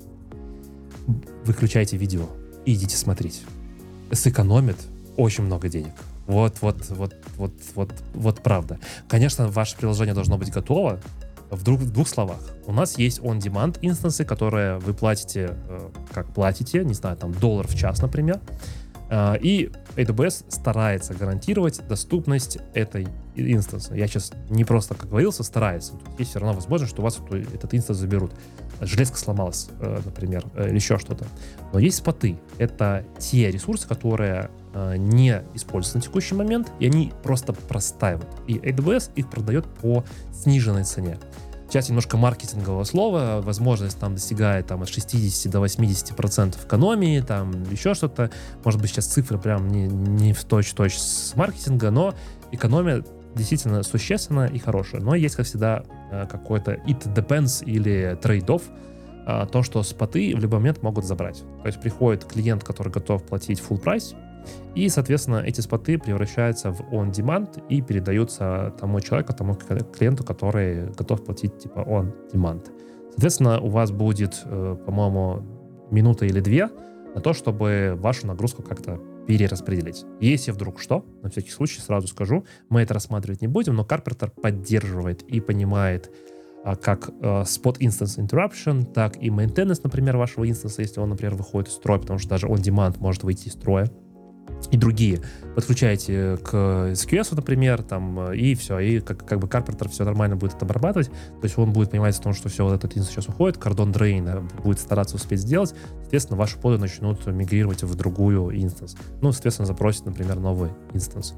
выключайте видео и идите смотреть. Сэкономит очень много денег. Вот, вот, вот, вот, вот, вот правда. Конечно, ваше приложение должно быть готово. В двух, в двух словах. У нас есть on-demand инстансы, которые вы платите, э, как платите, не знаю, там доллар в час, например. Э, и эй дабл ю эс старается гарантировать доступность этой инстансы. Я сейчас не просто, как говорился, старается. Есть все равно возможность, что у вас этот инстанс заберут. Железка сломалась, э, например, э, или еще что-то. Но есть споты. Это те ресурсы, которые э, не используются на текущий момент, и они просто простаивают. И эй дабл ю эс их продает по сниженной цене. Сейчас немножко маркетингового слова, возможность там достигает там, от шестьдесят до восемьдесят процентов экономии, там еще что-то. Может быть, сейчас цифры прям не, не в точь-в-точь с маркетинга, но экономия действительно существенная и хорошая. Но есть, как всегда, какой-то it depends или trade-off, то, что споты в любой момент могут забрать. То есть приходит клиент, который готов платить full прайс, и, соответственно, эти споты превращаются в on-demand и передаются тому человеку, тому клиенту, который готов платить типа on-demand. Соответственно, у вас будет, по-моему, минута или две на то, чтобы вашу нагрузку как-то перераспределить. Если вдруг что, на всякий случай сразу скажу, мы это рассматривать не будем, но Carpenter поддерживает и понимает как spot instance interruption, так и maintenance, например, вашего инстанса, если он, например, выходит из строя, потому что даже on-demand может выйти из строя. И другие. Подключаете к эс кью эс, например, там, и все, и как, как бы Carpenter все нормально будет это обрабатывать, то есть он будет понимать о том, что все, вот этот инстанс сейчас уходит, Cardone Drain будет стараться успеть сделать, соответственно, ваши поды начнут мигрировать в другую инстанс. Ну, соответственно, запросит, например, новый инстанс.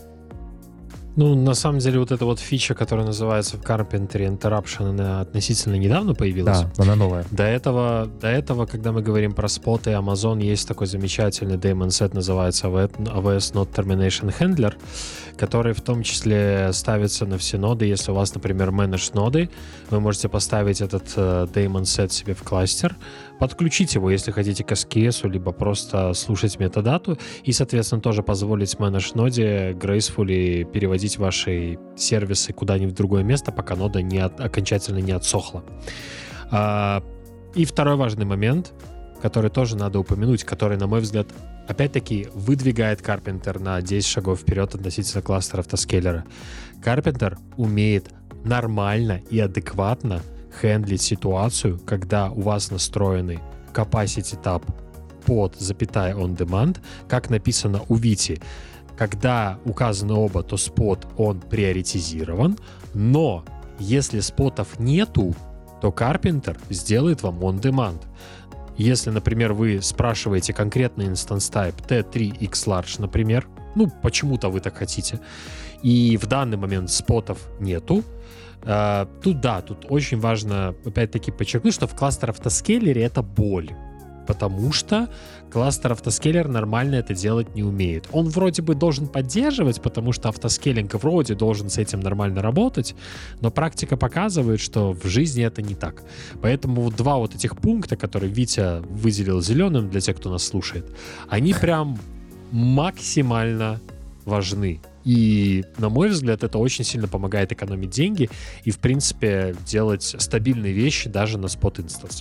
Ну, на самом деле, вот эта вот фича, которая называется в Carpenter Interruption, она относительно недавно появилась. Да, она новая. До этого, до этого, когда мы говорим про споты, Amazon есть такой замечательный daemon set, называется эй дабл ю эс Node Termination Handler, который в том числе ставится на все ноды. Если у вас, например, managed ноды, вы можете поставить этот uh, daemon set себе в кластер, подключить его, если хотите, к эс кью эс, либо просто слушать метадату, и, соответственно, тоже позволить managed ноде gracefully переводить ваши сервисы куда-нибудь в другое место, пока нода не от, окончательно не отсохла. А, и второй важный момент, который тоже надо упомянуть, который, на мой взгляд, опять-таки выдвигает Carpenter на десять шагов вперед относительно кластера автоскейлера. Carpenter умеет нормально и адекватно хендлить ситуацию, когда у вас настроенный capacity tab под запятая on demand, как написано у Вити. Когда указаны оба, то спот, он приоритизирован, но если спотов нету, то Carpenter сделает вам on demand. Если, например, вы спрашиваете конкретный instance type ти три икс large, например, ну, почему-то вы так хотите, и в данный момент спотов нету, Uh, тут да, тут очень важно опять-таки подчеркнуть, что в кластер автоскейлере это боль, потому что кластер автоскейлер нормально это делать не умеет. Он вроде бы должен поддерживать, потому что автоскейлинг вроде должен с этим нормально работать, но практика показывает, что в жизни это не так. Поэтому вот два вот этих пункта, которые Витя выделил зеленым для тех, кто нас слушает, они прям максимально важны. И, на мой взгляд, это очень сильно помогает экономить деньги и, в принципе, делать стабильные вещи даже на спот-инстансе.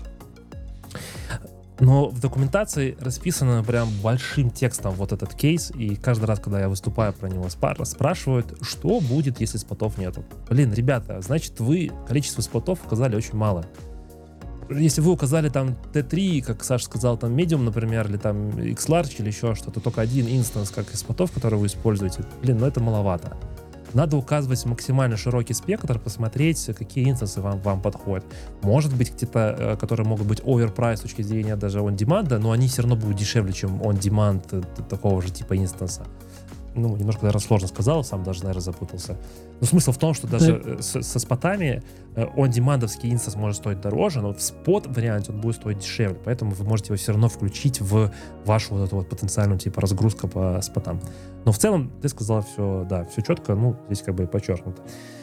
Но в документации расписано прям большим текстом вот этот кейс, и каждый раз, когда я выступаю про него, спрашивают, что будет, если спотов нету. Блин, ребята, значит, вы количество спотов указали очень мало. если вы указали там ти три, как Саша сказал, там Medium, например, или там X-Large, или еще что-то, только один инстанс, как из спотов, который вы используете, блин, ну это маловато. Надо указывать максимально широкий спектр, посмотреть, какие инстансы вам, вам подходят. Может быть, где-то, которые могут быть overpriced с точки зрения даже on-demand, но они все равно будут дешевле, чем on-demand такого же типа инстанса. Ну, немножко, наверное, сложно сказал, сам даже, наверное, запутался. Но смысл в том, что даже да. с, со спотами он-демандовский инстанс может стоить дороже, но в спот-варианте он будет стоить дешевле, поэтому вы можете его все равно включить в вашу вот эту вот потенциальную типа разгрузку по спотам. Но в целом ты сказал все, да, все четко, ну, здесь как бы подчеркнуто.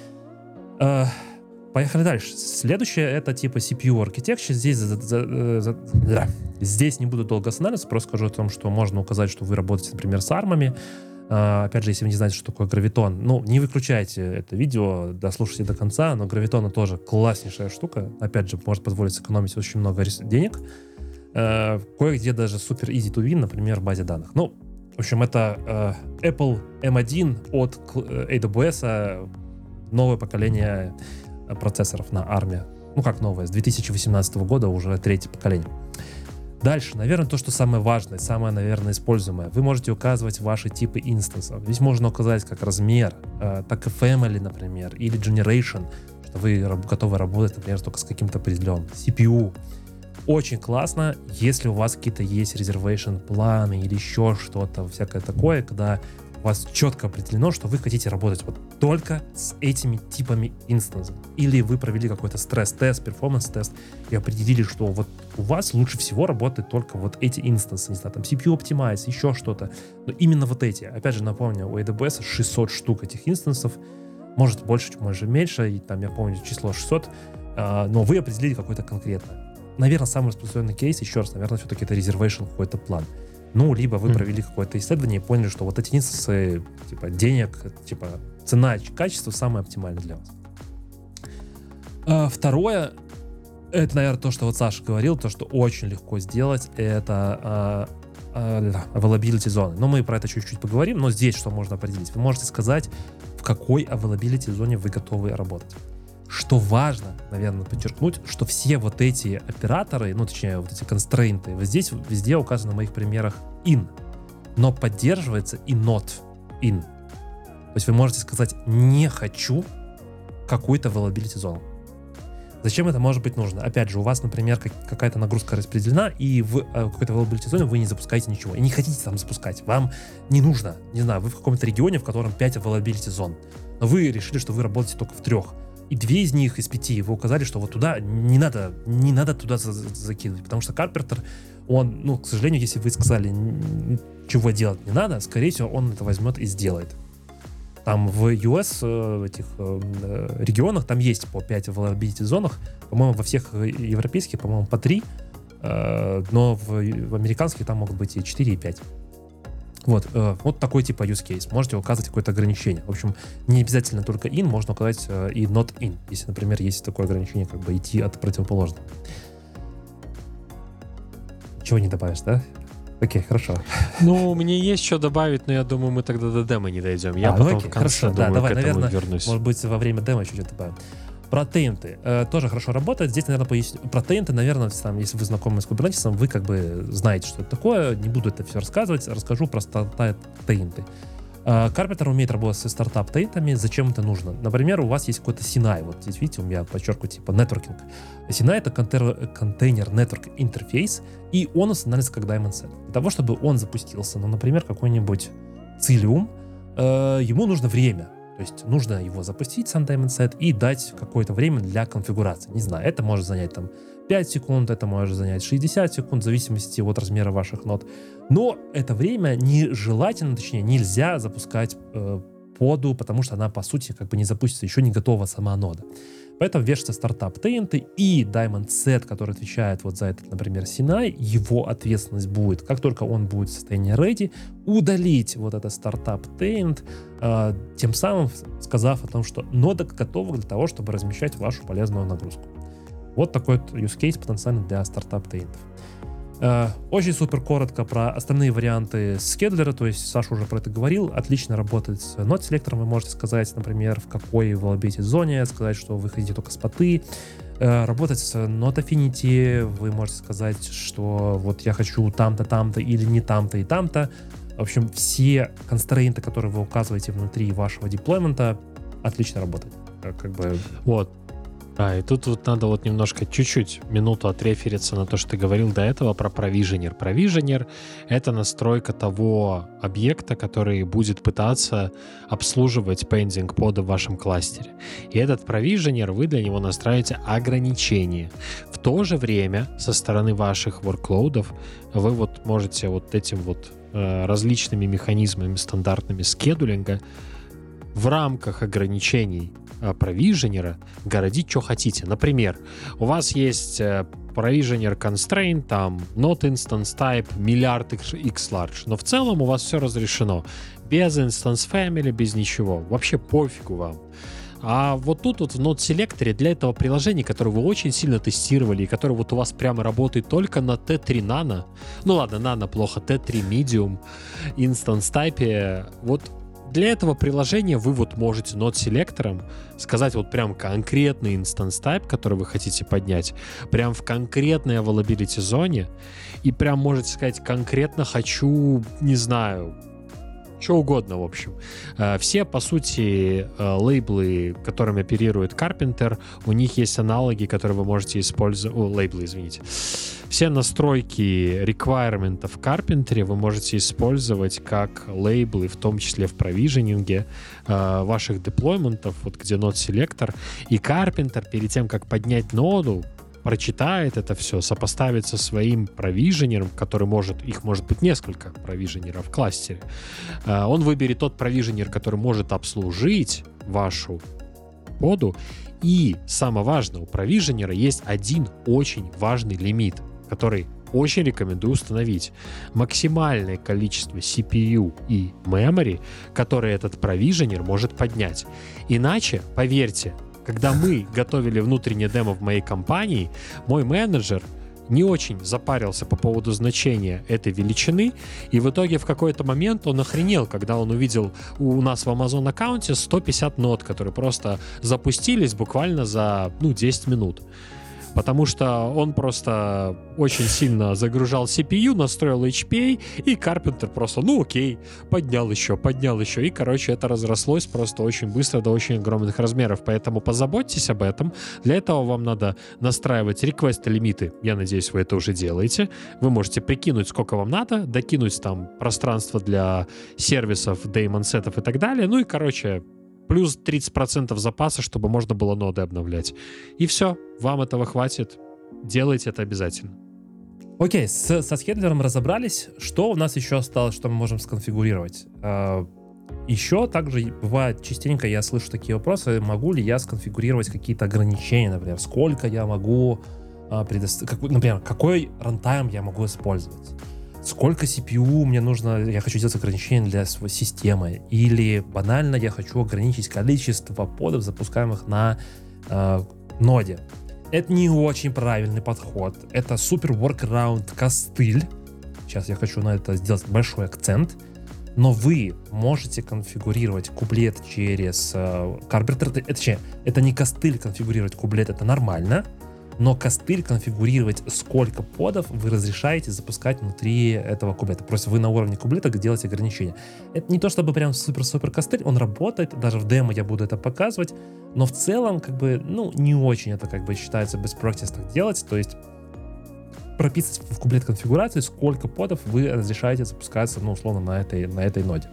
А, поехали дальше. Следующее это типа си пи ю Architecture. Здесь, за, за, за, да. Здесь не буду долго останавливаться, просто скажу о том, что можно указать, что вы работаете, например, с армами. Uh, опять же, если вы не знаете, что такое гравитон, ну, не выключайте это видео, дослушайте до конца, но гравитон тоже класснейшая штука, опять же, может позволить сэкономить очень много рес- денег. Uh, кое-где даже супер easy to win, например, в базе данных. Ну, в общем, это uh, Apple эм один от эй дабл ю эс, новое поколение процессоров на арме. Ну, как новое, с две тысячи восемнадцатого года уже третье поколение. Дальше, наверное, то, что самое важное, самое, наверное, используемое. Вы можете указывать ваши типы инстансов. Здесь можно указать как размер, э, так и family, например, или generation, что вы раб- готовы работать, например, только с каким-то определенным. си пи ю. Очень классно, если у вас какие-то есть reservation планы или еще что-то, всякое такое, когда у вас четко определено, что вы хотите работать вот только с этими типами инстансов. Или вы провели какой-то стресс-тест, перформанс-тест и определили, что вот у вас лучше всего работают только вот эти инстансы, не знаю, там си пи ю Optimize, еще что-то. Но именно вот эти. Опять же, напомню, у эй дабл ю эс шестьсот штук этих инстансов, может больше, может меньше, и там я помню число шестьсот, но вы определили какой-то конкретно. Наверное, самый распространенный кейс, еще раз, наверное, все-таки это reservation какой-то план. Ну, либо вы провели mm-hmm. какое-то исследование и поняли, что вот эти инстансы, типа, денег, типа, цена, качество самое оптимальное для вас. А, второе, это, наверное, то, что вот Саша говорил, то, что очень легко сделать, это а, а, availability зоны. Но мы про это чуть-чуть поговорим, но здесь что можно определить? Вы можете сказать, в какой availability зоне вы готовы работать. Что важно, наверное, подчеркнуть, что все вот эти операторы, ну, точнее, вот эти констрейнты, вот здесь везде указано на моих примерах in, но поддерживается и not in. То есть вы можете сказать «не хочу» какую-то availability зону. Зачем это может быть нужно? Опять же, у вас, например, какая-то нагрузка распределена, и в какой-то availability зоне вы не запускаете ничего, и не хотите там запускать. Вам не нужно, не знаю, вы в каком-то регионе, в котором пять availability зон, но вы решили, что вы работаете только в трех. И две из них, из пяти, вы указали, что вот туда не надо, не надо туда за- за- закидывать, потому что Карпентер, он, ну, к сожалению, если вы сказали, чего делать не надо, скорее всего, он это возьмет и сделает. Там в ю эс, в этих э, регионах, там есть по пять availability зонах, по-моему, во всех европейских, по-моему, по три, э, но в, в американских там могут быть и четыре, и пять. Вот, э, вот такой типа use case. Можете указывать какое-то ограничение. В общем, не обязательно только in, можно указать э, и not in, если, например, есть такое ограничение, как бы идти от противоположного. Чего не добавишь, да? Окей, хорошо. Ну, мне есть что добавить, но я думаю, мы тогда до демо не дойдем. Я а, потом ну, окей, в конце, хорошо, думаю, да, давай, к этому наверное, вернусь. Может быть, во время демо чуть-чуть добавим. Про тейнты э, тоже хорошо работает. Здесь, наверное, поясню. Про тейнты, наверное, там, если вы знакомы с Kubernetes, вы как бы знаете, что это такое. Не буду это все рассказывать. Расскажу про стартап-тейнты. Карпентер умеет работать со стартап-тейнтами. Зачем это нужно? Например, у вас есть какой-то Sinai. Вот здесь, видите, у меня подчеркиваю, типа, нетворкинг. Sinai — это контейнер network интерфейс, и он устанавливается как Daemon Set. Для того, чтобы он запустился, ну, например, какой-нибудь Cilium, э, ему нужно время. То есть нужно его запустить, сам Daemon Set, и дать какое-то время для конфигурации. Не знаю, это может занять там пять секунд, это может занять шестьдесят секунд, в зависимости от размера ваших нод. Но это время нежелательно, точнее, нельзя запускать э, поду, потому что она, по сути, как бы не запустится, еще не готова сама нода. Поэтому вешаются стартап-тейнты, и Daemon Set, который отвечает вот за этот, например, Sinai, его ответственность будет, как только он будет в состоянии ready, удалить вот этот стартап-тейнт, э, тем самым сказав о том, что нода готова для того, чтобы размещать вашу полезную нагрузку. Вот такой вот use case потенциально для стартап-тейнтов. Uh, очень супер коротко про остальные варианты скедлера, то есть Саша уже про это говорил, отлично работает с нод-селектором, вы можете сказать, например, в какой availability зоне, сказать, что вы хотите только споты, э, работать с Node Affinity, вы можете сказать, что вот я хочу там-то, там-то или не там-то и там-то. В общем, все констрейнты, которые вы указываете внутри вашего деплоймента, отлично работают. Как бы... Вот. А, и тут вот надо вот немножко, чуть-чуть, минуту отрефериться на то, что ты говорил до этого про провиженер. Провиженер — это настройка того объекта, который будет пытаться обслуживать пендинг пода в вашем кластере. И этот провиженер, вы для него настраиваете ограничения. В то же время со стороны ваших workload'ов вы вот можете вот этим вот э, различными механизмами стандартными скедулинга в рамках ограничений провиженера городить, что хотите. Например, у вас есть провиженер constraint, там not instance type, миллиард x large, но в целом у вас все разрешено. Без instance family, без ничего. Вообще пофигу вам. А вот тут вот в Node Selector для этого приложения, которое вы очень сильно тестировали и которое вот у вас прямо работает только на ти три Nano, ну ладно, Nano плохо, ти три Medium, instance type, вот для этого приложения вы вот можете Node селектором сказать вот прям конкретный instance type, который вы хотите поднять, прям в конкретной availability зоне, и прям можете сказать конкретно хочу, не знаю, что угодно, в общем. Все, по сути, лейблы, которыми оперирует Carpenter, у них есть аналоги, которые вы можете использовать... О, лейблы, извините. Все настройки requirement в Carpenter вы можете использовать как лейблы, в том числе в провиженинге ваших деплойментов, вот где Node Selector. И Carpenter перед тем, как поднять ноду, прочитает это все, сопоставит со своим провиженером, который может, их может быть несколько провиженеров в кластере. Он выберет тот провиженер, который может обслужить вашу поду. И самое важное, у провиженера есть один очень важный лимит, который очень рекомендую установить. Максимальное количество си пи ю и memory, которое этот провиженер может поднять. Иначе, поверьте, когда мы готовили внутреннее демо в моей компании, мой менеджер не очень запарился по поводу значения этой величины, и в итоге в какой-то момент он охренел, когда он увидел у нас в Amazon аккаунте сто пятьдесят нод, которые просто запустились буквально за ну, десять минут. Потому что он просто очень сильно загружал си пи ю, настроил эйч пи эй, и Carpenter просто, ну окей, поднял еще, поднял еще. И, короче, это разрослось просто очень быстро до очень огромных размеров. Поэтому позаботьтесь об этом. Для этого вам надо настраивать реквест-лимиты. Я надеюсь, вы это уже делаете. Вы можете прикинуть, сколько вам надо, докинуть там пространство для сервисов, деймон-сетов и так далее. Ну и, короче, плюс тридцать процентов запаса, чтобы можно было ноды обновлять. И все, вам этого хватит. Делайте это обязательно. Окей, с, со скедлером разобрались. Что у нас еще осталось, что мы можем сконфигурировать? Uh, еще также бывает частенько, я слышу такие вопросы, могу ли я сконфигурировать какие-то ограничения, например, сколько я могу, uh, предоставить, как, например, какой рантайм я могу использовать. Сколько си пи ю мне нужно, я хочу сделать ограничение для своей системы, или банально я хочу ограничить количество подов, запускаемых на э, ноде. Это не очень правильный подход, это супер workaround костыль. Сейчас я хочу на это сделать большой акцент, но вы можете конфигурировать куплет через э, Carpenter, это, это не костыль конфигурировать куплет, это нормально. Но костыль конфигурировать, сколько подов вы разрешаете запускать внутри этого куплета. Просто вы на уровне куплета делаете ограничения. Это не то чтобы прям супер-супер костыль, он работает, даже в демо я буду это показывать, но в целом, как бы, ну, не очень это, как бы, считается best practice так делать, то есть прописать в куплет конфигурации, сколько подов вы разрешаете запускаться, ну, условно, на этой, на этой ноде.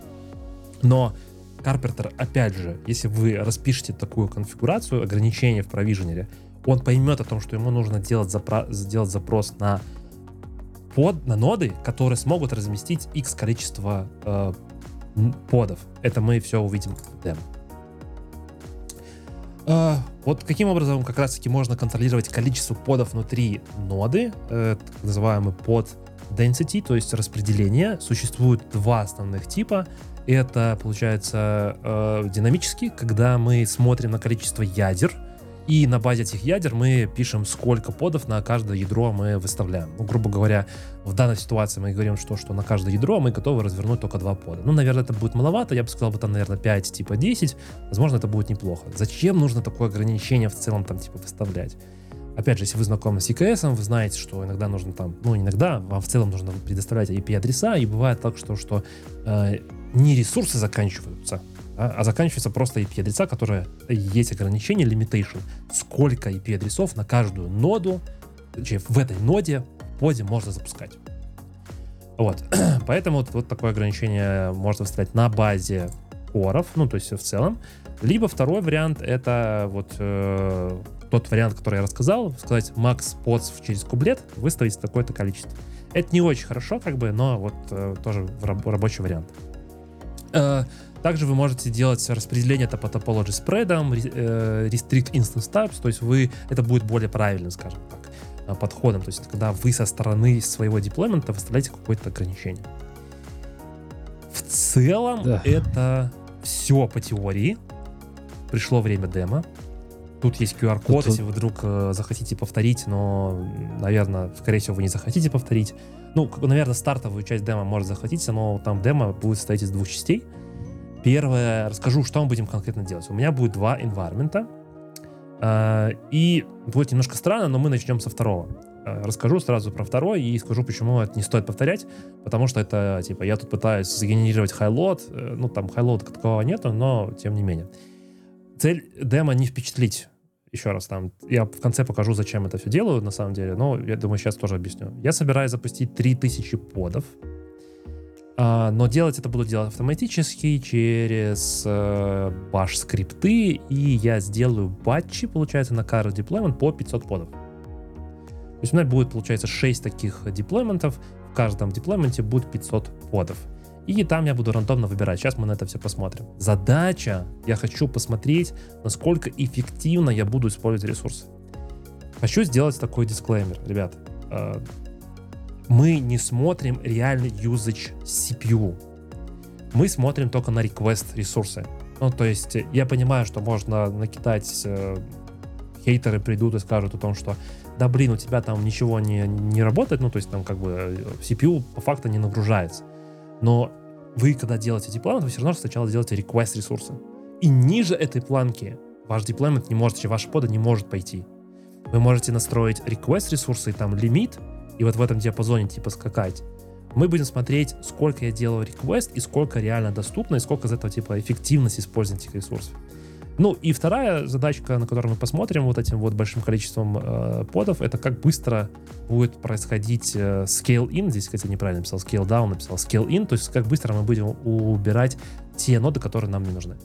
Но Carpenter, опять же, если вы распишете такую конфигурацию, ограничения в провиженере, он поймет о том, что ему нужно делать, запро- сделать запрос на, под, на ноды, которые смогут разместить X количество э, подов. Это мы все увидим в демо. Э, вот каким образом как раз-таки можно контролировать количество подов внутри ноды, э, так называемый под density, то есть распределение. Существует два основных типа. Это, получается, э, динамический, когда мы смотрим на количество ядер, и на базе этих ядер мы пишем, сколько подов на каждое ядро мы выставляем. Ну, грубо говоря, в данной ситуации мы говорим, что, что на каждое ядро мы готовы развернуть только два пода. Ну, наверное, это будет маловато, я бы сказал, бы там, наверное, пять, типа десять. Возможно, это будет неплохо. Зачем нужно такое ограничение в целом там, типа, выставлять? Опять же, если вы знакомы с и кей эс, вы знаете, что иногда нужно там, ну, иногда вам в целом нужно предоставлять ай пи-адреса, и бывает так, что, что э, не ресурсы заканчиваются, да, а заканчиваются просто ай пи-адреса, которые есть ограничение, limitation, сколько ай пи-адресов на каждую ноду, в этой ноде в поде можно запускать. Вот. Поэтому вот, вот такое ограничение можно выставлять на базе коров, ну, то есть в целом. Либо второй вариант — это вот э, тот вариант, который я рассказал, сказать max pods через кублет, выставить такое-то количество. Это не очень хорошо, как бы, но вот э, тоже раб- рабочий вариант. Э, также вы можете делать распределение это по topology spread, э, restrict instance types, то есть вы, это будет более правильным, скажем так, подходом, то есть когда вы со стороны своего деплоймента выставляете какое-то ограничение. В целом да. Это все по теории. Пришло время демо. Тут есть ку ар-код, Тут... если вы вдруг э, захотите повторить, но, наверное, скорее всего, вы не захотите повторить. Ну, наверное, стартовую часть демо может захватить, но там демо будет состоять из двух частей. Первое, расскажу, что мы будем конкретно делать. У меня будет два environment. Uh, и будет немножко странно, но мы начнем со второго. Uh, расскажу сразу про второй и скажу, почему это не стоит повторять, потому что это, типа, я тут пытаюсь сгенерировать хайлоад, uh, ну, там хайлоада как такового нету, но тем не менее. Цель демо не впечатлить. Еще раз, там, я в конце покажу, зачем это все делаю, на самом деле, но я думаю, сейчас тоже объясню. Я собираюсь запустить три тысячи подов, Uh, но делать это буду делать автоматически через uh, bash скрипты, и я сделаю батчи, получается, на каждый деплоймент по пятьсот подов. То есть у меня будет, получается, шесть таких деплойментов, в каждом деплойменте будет пятьсот подов. И там я буду рандомно выбирать. Сейчас мы на это все посмотрим. Задача, я хочу посмотреть, насколько эффективно я буду использовать ресурсы. Хочу сделать такой дисклеймер, ребят. Uh, Мы не смотрим реальный usage си пи ю. Мы смотрим только на request ресурсы. Ну, то есть я понимаю, что можно накидать, э, хейтеры придут и скажут о том, что да блин, у тебя там ничего не, не работает, ну, то есть там как бы си пи ю по факту не нагружается. Но вы, когда делаете деплоймент, вы все равно сначала делаете request ресурсы. И ниже этой планки ваш деплоймент не может, ваша пода не может пойти. Вы можете настроить request ресурсы и там лимит, и вот в этом диапазоне типа скакать. Мы будем смотреть, сколько я делаю request и сколько реально доступно, и сколько из этого типа эффективность использования этих ресурсов. Ну и вторая задачка, на которую мы посмотрим вот этим вот большим количеством э, подов, это как быстро будет происходить э, scale in. Здесь, кстати, неправильно написал scale down, написал scale in, то есть как быстро мы будем убирать те ноды, которые нам не нужны.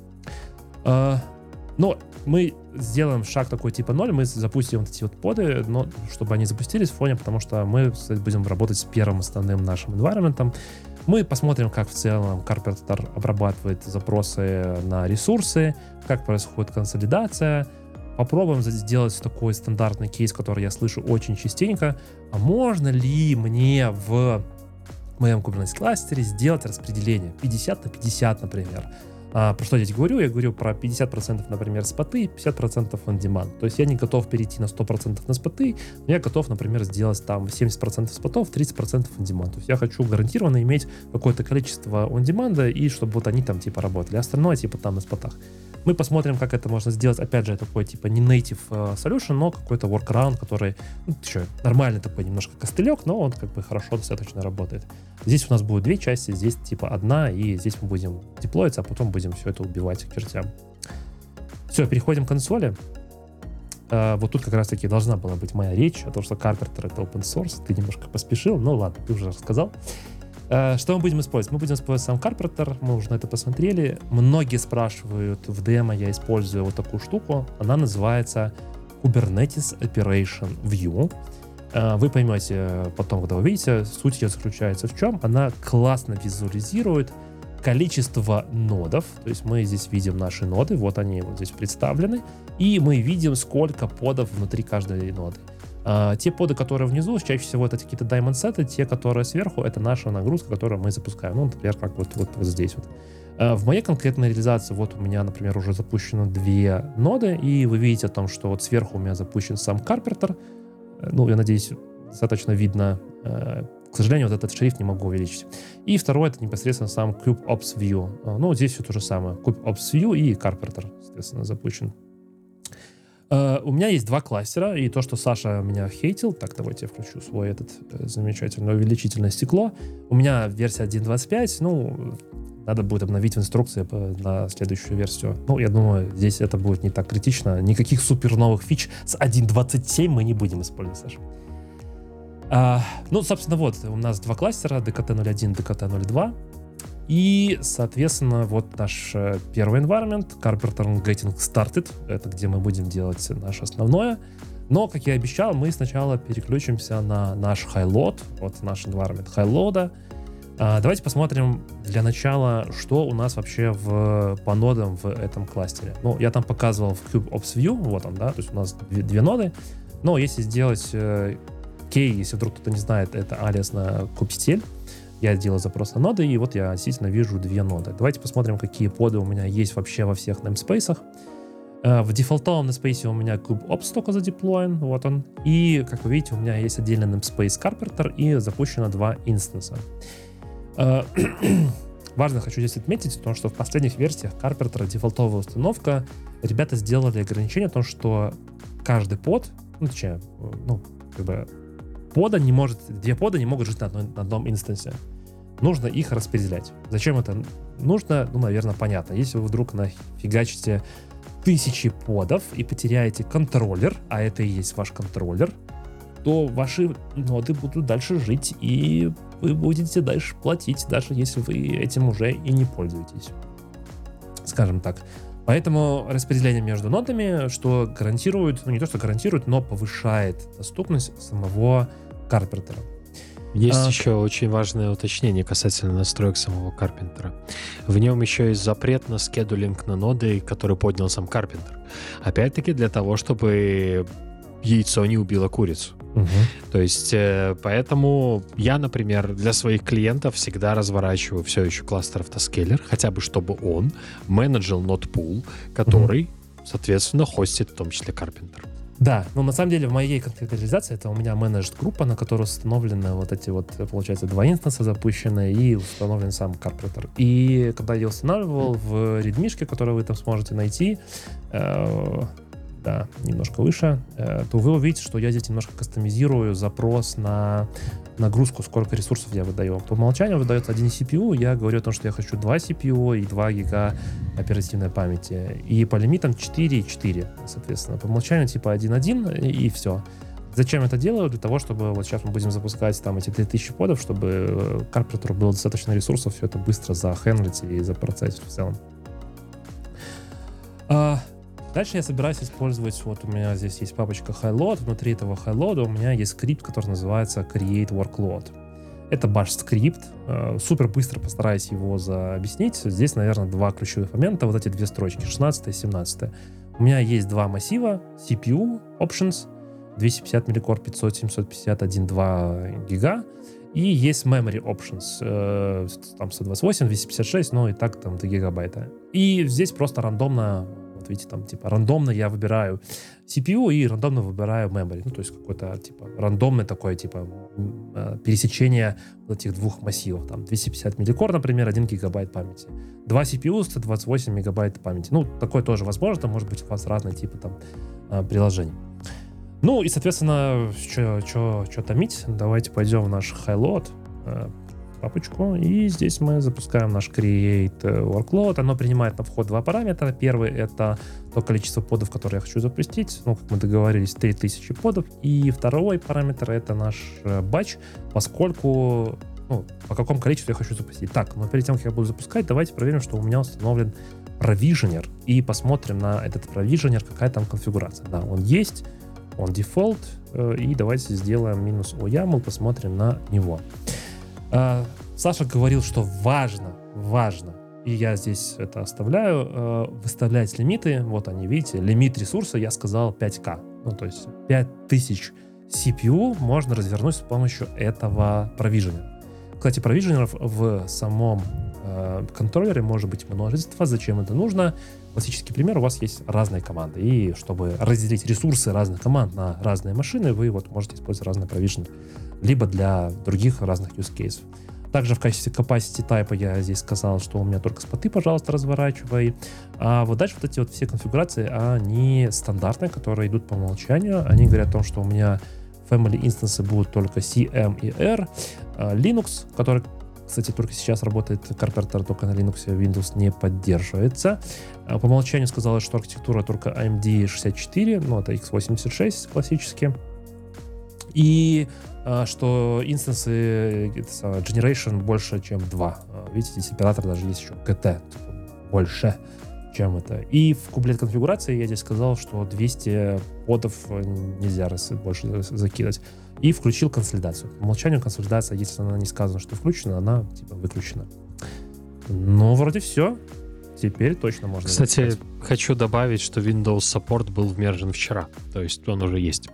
Э, но мы сделаем шаг такой типа ноль, мы запустим вот эти вот поды, но чтобы они запустились в фоне, потому что мы будем работать с первым основным нашим environment. Мы посмотрим, как в целом Carpenter обрабатывает запросы на ресурсы, как происходит консолидация. Попробуем сделать такой стандартный кейс, который я слышу очень частенько. А можно ли мне в моем Kubernetes кластере сделать распределение пятьдесят на пятьдесят, например? А, про что я здесь говорю? Я говорю про пятьдесят процентов, например, споты, пятьдесят процентов on demand. То есть я не готов перейти на сто процентов на споты, но я готов, например, сделать там семьдесят процентов спотов, тридцать процентов on demand. То есть я хочу гарантированно иметь какое-то количество on demand, и чтобы вот они там типа работали. Остальное типа там на спотах. Мы посмотрим, как это можно сделать. Опять же, такой типа не native uh, solution, но какой-то workaround, который ну, еще нормальный такой немножко костылек, но он как бы хорошо достаточно работает. Здесь у нас будет две части, здесь типа одна, и здесь мы будем деплоиться, а потом будем все это убивать к чертям. Все, переходим к консоли. Uh, вот тут как раз-таки должна была быть моя речь о том, что Carpenter — это open source. Ты немножко поспешил, ну ладно, ты уже рассказал. Uh, что мы будем использовать? Мы будем использовать сам Carpenter, мы уже на это посмотрели. Многие спрашивают, в демо я использую вот такую штуку. Она называется Kubernetes Operation View. Uh, вы поймете потом, когда увидите, суть ее заключается в чем. Она классно визуализирует количество нодов. То есть мы здесь видим наши ноды, вот они вот здесь представлены. И мы видим, сколько подов внутри каждой ноды. Uh, те поды, которые внизу, чаще всего это какие-то diamond сеты, те, которые сверху, это наша нагрузка, которую мы запускаем. Ну, например, как вот, вот, вот здесь вот. Uh, в моей конкретной реализации, вот у меня, например, уже запущено две ноды, и вы видите о том, что вот сверху у меня запущен сам Carpenter. Uh, ну, я надеюсь, достаточно видно. Uh, к сожалению, вот этот шрифт не могу увеличить. И второе, это непосредственно сам KubeOps View. Uh, ну, здесь все то же самое. KubeOps View и Carpenter, соответственно, запущен. Uh, у меня есть два кластера, и то, что Саша меня хейтил, так, давайте я включу свой этот э, замечательное увеличительное стекло. У меня версия один точка двадцать пять, ну, надо будет обновить в инструкции по, на следующую версию. Ну, я думаю, здесь это будет не так критично. Никаких супер новых фич с один точка двадцать семь мы не будем использовать, Саша. Uh, ну, собственно, вот, у нас два кластера, ди кей ти ноль один, ди кей ти ноль два. И, соответственно, вот наш первый environment, Carpenter Getting Started, это где мы будем делать наше основное. Но, как я и обещал, мы сначала переключимся на наш highload, вот наш environment highload. А, давайте посмотрим для начала, что у нас вообще в, по нодам в этом кластере. Ну, я там показывал в KubeOpsView, вот он, да, то есть у нас две, две ноды. Но если сделать э, key, если вдруг кто-то не знает, это алиас на kubectl. Я делаю запрос на ноды, и вот я действительно вижу две ноды. Давайте посмотрим, какие поды у меня есть вообще во всех namespace'ах. В дефолтовом namespace у меня KubeOps только задеплоен, вот он. И, как вы видите, у меня есть отдельный namespace Carpenter, и запущено два инстанса. Важно, хочу здесь отметить, то, что в последних версиях Carpenter дефолтовая установка, ребята сделали ограничение о том, что каждый под, ну, точнее, ну, как бы пода не может, две пода не могут жить на, одной, на одном инстансе. Нужно их распределять. Зачем это нужно? Ну, наверное, понятно. Если вы вдруг нафигачите тысячи подов и потеряете контроллер, а это и есть ваш контроллер, то ваши ноды будут дальше жить, и вы будете дальше платить, даже если вы этим уже и не пользуетесь. Скажем так. Поэтому распределение между нодами, что гарантирует, ну не то, что гарантирует, но повышает доступность самого Carpenter. Есть а, еще очень важное уточнение касательно настроек самого Carpenter. В нем еще есть запрет на скедулинг на ноды, который поднял сам Carpenter. Опять-таки для того, чтобы яйцо не убило курицу. Угу. То есть, э, поэтому я, например, для своих клиентов всегда разворачиваю все еще кластер автоскейлер, хотя бы чтобы он менеджил нод-пул, который, угу. соответственно, хостит в том числе Carpenter. Да, но на самом деле в моей конфигурации это у меня менеджд группа, на которую установлены вот эти вот, получается, два инстанса запущены и установлен сам Carpenter. И когда я устанавливал в редмишке, которую вы там сможете найти, э, да, немножко выше, э, то вы увидите, что я здесь немножко кастомизирую запрос на нагрузку, сколько ресурсов я выдаю. По умолчанию выдается один си пи ю, я говорю о том, что я хочу два си пи ю и два гига оперативной памяти. И по лимитам четыре и четыре, соответственно. По умолчанию типа один и один и, и все. Зачем это делаю? Для того, чтобы вот сейчас мы будем запускать там эти две тысячи подов, чтобы Carpenter было достаточно ресурсов все это быстро захендлить и запроцессить в целом. А, дальше я собираюсь использовать, вот у меня здесь есть папочка highload, внутри этого highload у меня есть скрипт, который называется create workload. Это bash скрипт, супер быстро постараюсь его за- объяснить. Здесь, наверное, два ключевых момента, вот эти две строчки, шестнадцатая и семнадцатая. У меня есть два массива, си пи ю options, двести пятьдесят милликор, пятьсот, семьсот пятьдесят, один и два гига, и есть memory options, э, там сто двадцать восемь, двести пятьдесят шесть, ну и так там до гигабайта. И здесь просто рандомно, вот видите, там типа рандомно я выбираю си пи ю и рандомно выбираю memory, ну то есть какое-то типа рандомное такое типа пересечение вот этих двух массивов, там двести пятьдесят милликор, например, один гигабайт памяти, два си пи ю, сто двадцать восемь мегабайт памяти, ну такое тоже возможно, может быть у вас разные типы там приложений. Ну и, соответственно, что томить, давайте пойдем в наш highload, папочку, и здесь мы запускаем наш create workload. Оно принимает на вход два параметра. Первый — это то количество подов, которые я хочу запустить, ну, как мы договорились, три тысячи подов. И второй параметр — это наш батч, поскольку, ну, по какому количеству я хочу запустить. Так, но перед тем, как я буду запускать, давайте проверим, что у меня установлен провиженер, и посмотрим на этот провиженер, какая там конфигурация. Да, он есть, он дефолт, и давайте сделаем минус о ямл, посмотрим на него. Саша говорил, что важно, важно, и я здесь это оставляю, выставлять лимиты. Вот они, видите, лимит ресурса я сказал пять тысяч. Ну, то есть пять тысяч си пи ю можно развернуть с помощью этого провиженера. Кстати, провиженеров в самом э, контроллере может быть множество. Зачем это нужно? Классический пример: у вас есть разные команды, и чтобы разделить ресурсы разных команд на разные машины, вы вот можете использовать разные провиженеры, либо для других разных use cases. Также в качестве capacity type я здесь сказал, что у меня только споты, пожалуйста, разворачивай. А вот дальше вот эти вот все конфигурации, они стандартные, которые идут по умолчанию. Они говорят о том, что у меня family инстансы будут только си эм и R. Linux, который, кстати, только сейчас работает, Carpenter только на Linux, Windows не поддерживается. По умолчанию сказала, что архитектура только эй эм ди шестьдесят четыре, ну это икс восемьдесят шесть классически. И что инстансы Generation больше, чем два. Видите, здесь оператор даже есть еще джи ти, больше, чем это. И в куплет конфигурации я здесь сказал, что двести подов нельзя раз больше закидывать. И включил консолидацию. По умолчанию консолидация, если она не сказана, что включена, она типа выключена. Ну, вроде все. Теперь точно можно. Кстати, запускать. Хочу добавить, что Windows Support был вмержен вчера. То есть он уже есть.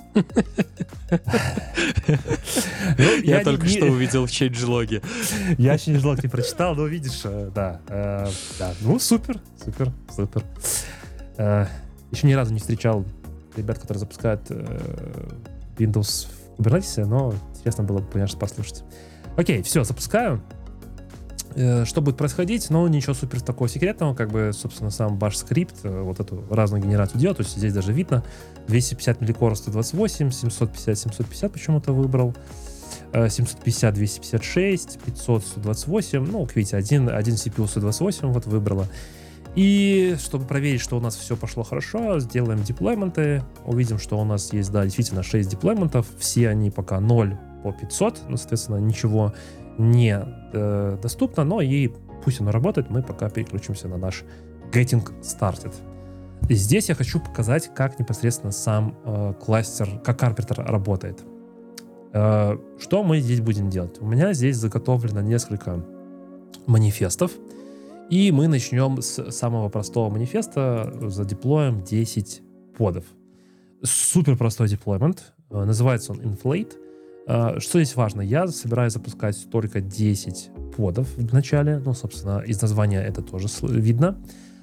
Я только что увидел в changelog. Я changelog не прочитал, но видишь, да. Ну, супер, супер, супер. Еще ни разу не встречал ребят, которые запускают Windows в Kubernetes, но интересно было бы, конечно, послушать. Окей, все, запускаю. Что будет происходить? Ну, ничего супер такого секретного, как бы, собственно, сам баш-скрипт вот эту разную генерацию делает, то есть здесь даже видно двести пятьдесят милликор сто двадцать восемь, семьсот пятьдесят семьсот пятьдесят почему-то выбрал, семьсот пятьдесят двести пятьдесят шесть, пятьсот сто двадцать восемь, ну, как видите, один, один си пи ю сто двадцать восемь вот выбрала. И чтобы проверить, что у нас все пошло хорошо, сделаем деплойменты, увидим, что у нас есть, да, действительно шесть деплойментов, все они пока ноль по пятьсот, ну, соответственно, ничего не э, доступно, но и пусть оно работает, мы пока переключимся на наш Getting Started. И здесь я хочу показать, как непосредственно сам э, кластер, как Carpenter работает. Э, что мы здесь будем делать? У меня здесь заготовлено несколько манифестов, и мы начнем с самого простого манифеста, задеплоим десять подов. Супер простой деплоймент, э, называется он Inflate. Что здесь важно? Я собираюсь запускать только десять подов в начале. Ну, собственно, из названия это тоже видно.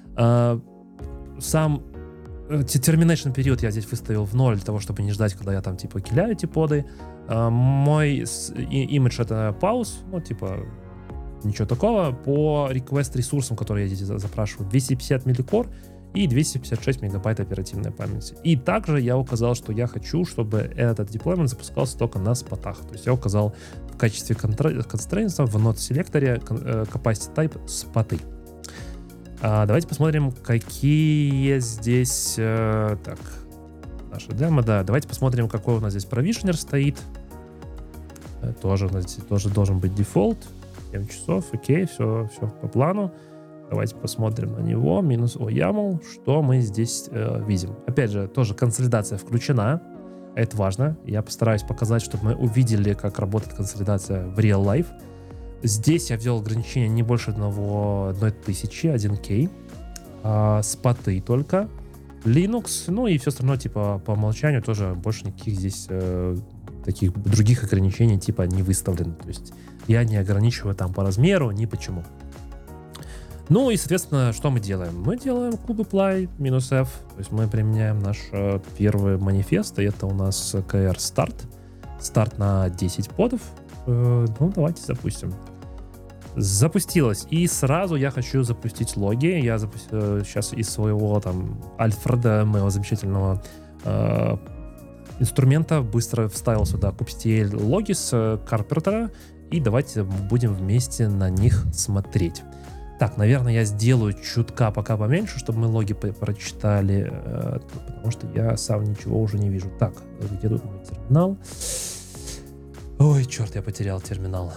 Сам termination период я здесь выставил в ноль для того, чтобы не ждать, когда я там типа киляю эти поды. Мой имидж это пауз, ну, типа ничего такого. По request ресурсам, которые я здесь запрашиваю, двести пятьдесят милликор и двести пятьдесят шесть мегабайт оперативной памяти. И также я указал, что я хочу, чтобы этот деплоймент запускался только на спотах. То есть я указал в качестве constraints в node-селекторе capacity type споты. А, давайте посмотрим, какие здесь... Э, так, наша демо, да. Давайте посмотрим, какой у нас здесь провишнер стоит. Э, тоже у нас здесь тоже должен быть дефолт. семь часов, окей, все, все по плану. Давайте посмотрим на него. Минус о YAML. Что мы здесь э, видим? Опять же, тоже консолидация включена. Это важно. Я постараюсь показать, чтобы мы увидели, как работает консолидация в real life. Здесь я ввел ограничение не больше одного, одной тысячи, один кей. А, споты только. Linux, ну и все остальное, типа, по умолчанию тоже больше никаких здесь э, таких других ограничений типа не выставлено. То есть я не ограничиваю там по размеру, ни почему. Ну и, соответственно, что мы делаем? Мы делаем kubeapply минус F, то есть мы применяем наш э, первый манифест, и это у нас kr start, старт на десять подов. Э, ну, давайте запустим. Запустилось, и сразу я хочу запустить логи. Я запустил сейчас из своего там Альфреда, моего замечательного э, инструмента, быстро вставил сюда kubectl логи с Carpenter, и давайте будем вместе на них смотреть. Так, наверное, я сделаю чутка пока поменьше, чтобы мы логи прочитали, э, потому что я сам ничего уже не вижу. Так, где тут мой терминал? Ой, черт, я потерял терминал.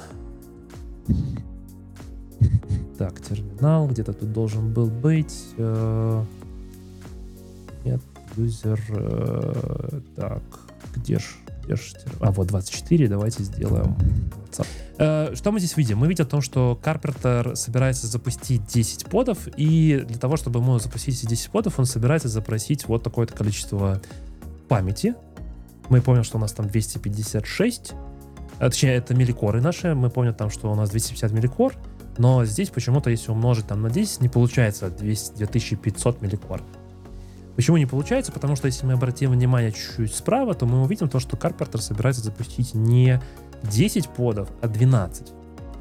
Так, терминал, где-то тут должен был быть. Э, нет, юзер. Э, так, где ж, где ж терминал? А, вот двадцать четыре, давайте сделаем WhatsApp. Что мы здесь видим? Мы видим о том, что Carpenter собирается запустить десять подов, и для того, чтобы ему запустить эти десять подов, он собирается запросить вот такое-то количество памяти. Мы помним, что у нас там двести пятьдесят шесть, точнее, это милликоры наши, мы помним там, что у нас двести пятьдесят милликор, но здесь почему-то, если умножить там на десять, не получается двести, две тысячи пятьсот милликор. Почему не получается? Потому что если мы обратим внимание чуть-чуть справа, то мы увидим то, что Carpenter собирается запустить не десять подов, а двенадцать.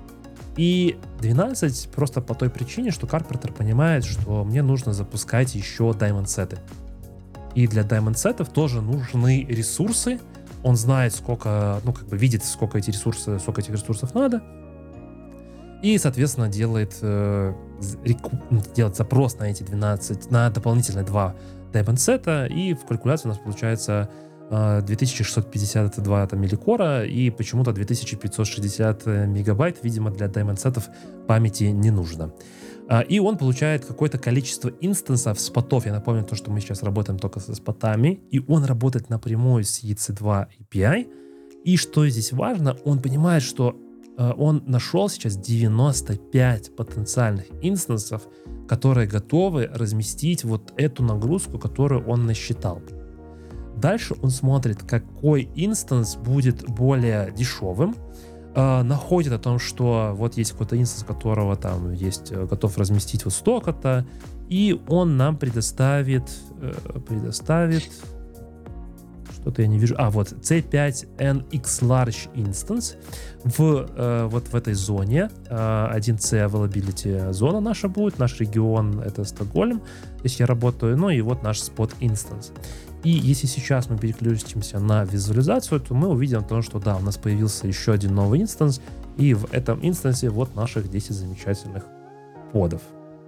И двенадцать просто по той причине, что Carpenter понимает, что мне нужно запускать еще Diamond сеты. И для Diamond сетов тоже нужны ресурсы. Он знает, сколько, ну, как бы видит, сколько эти ресурсы, сколько этих ресурсов надо. И, соответственно, делает, э, делает запрос на эти двенадцать, на дополнительные два Diamond сета. И в калькуляции у нас получается э, две тысячи шестьсот пятьдесят два там, милликора и почему-то две тысячи пятьсот шестьдесят мегабайт. Видимо, для Diamond сетов памяти не нужно. И он получает какое-то количество инстансов спотов. Я напомню то, что мы сейчас работаем только со спотами. И он работает напрямую с и си два эй пи ай. И что здесь важно, он понимает, что э, он нашел сейчас девяносто пять потенциальных инстансов, которые готовы разместить вот эту нагрузку, которую он насчитал. Дальше он смотрит, какой инстанс будет более дешевым. Находит о том, что вот есть какой-то инстанс, которого там есть, готов разместить вот столько-то, и он нам предоставит, предоставит, что-то я не вижу, а вот си пять эн икс Large Instance в, вот в этой зоне, один си Availability зона наша будет, наш регион это Стокгольм, здесь я работаю, ну и вот наш Spot Instance. И если сейчас мы переключимся на визуализацию, то мы увидим то, что да, у нас появился еще один новый инстанс, и в этом инстансе вот наших десять замечательных подов.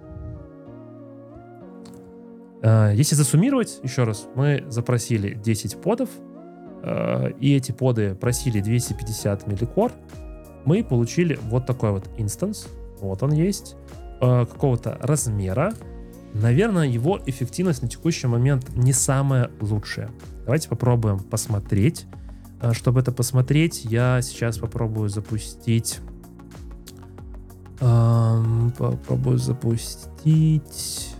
Если засуммировать, еще раз, мы запросили десять подов, и эти поды просили двести пятьдесят милликор, мы получили вот такой вот инстанс, вот он есть, какого-то размера. Наверное, его эффективность на текущий момент не самая лучшая. Давайте попробуем посмотреть. Чтобы это посмотреть, я сейчас попробую запустить... Эм, попробую запустить...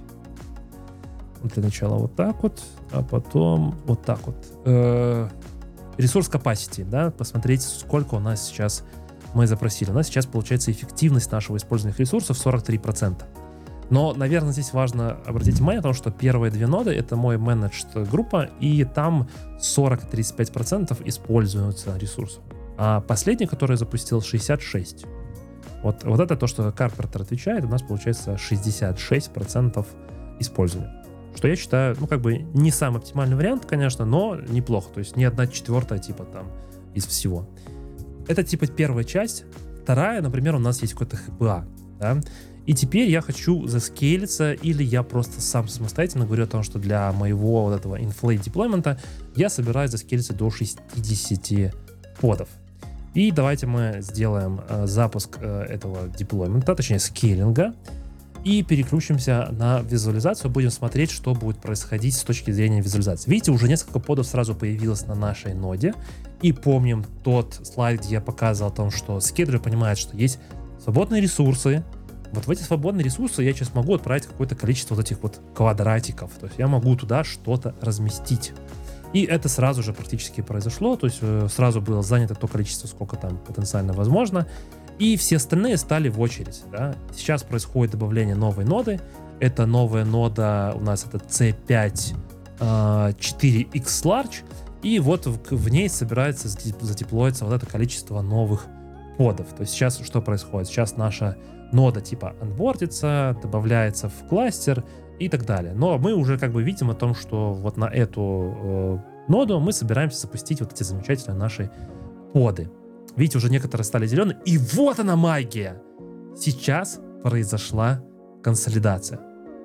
Для начала вот так вот, а потом вот так вот. Э, ресурс capacity, да, посмотреть, сколько у нас сейчас мы запросили. У нас сейчас получается эффективность нашего использованных ресурсов сорок три процента. Но, наверное, здесь важно обратить внимание на то, что первые две ноды — это мой managed группа, и там сорок-тридцать пять процентов используются ресурсов. А последний, который я запустил, шестьдесят шесть процентов. Вот, вот это то, что Carpenter отвечает, у нас получается шестьдесят шесть процентов использования. Что я считаю, ну, как бы не самый оптимальный вариант, конечно, но неплохо. То есть не одна четвертая типа там из всего. Это типа первая часть. Вторая, например, у нас есть какой-то эйч пи эй, да. И теперь я хочу заскейлиться, или я просто сам самостоятельно говорю о том, что для моего вот этого inflate деплоймента я собираюсь заскейлиться до шестидесяти подов. И давайте мы сделаем э, запуск э, этого деплоймента, точнее скейлинга, и переключимся на визуализацию, будем смотреть, что будет происходить с точки зрения визуализации. Видите, уже несколько подов сразу появилось на нашей ноде, и помним тот слайд, где я показывал о том, что скейлер понимает, что есть свободные ресурсы. Вот в эти свободные ресурсы я сейчас могу отправить какое-то количество вот этих вот квадратиков. То есть я могу туда что-то разместить. И это сразу же практически произошло. То есть э, сразу было занято то количество, сколько там потенциально возможно. И все остальные стали в очередь. Да? Сейчас происходит добавление новой ноды. Это новая нода у нас это си пять четыре икс Large. И вот в, в ней собирается задеплоиться вот это количество новых подов. То есть сейчас что происходит? Сейчас наша нода типа анбордится, добавляется в кластер и так далее. Но мы уже как бы видим о том, что вот на эту э, ноду мы собираемся запустить вот эти замечательные наши поды. Видите, уже некоторые стали зеленые. И вот она магия! Сейчас произошла консолидация.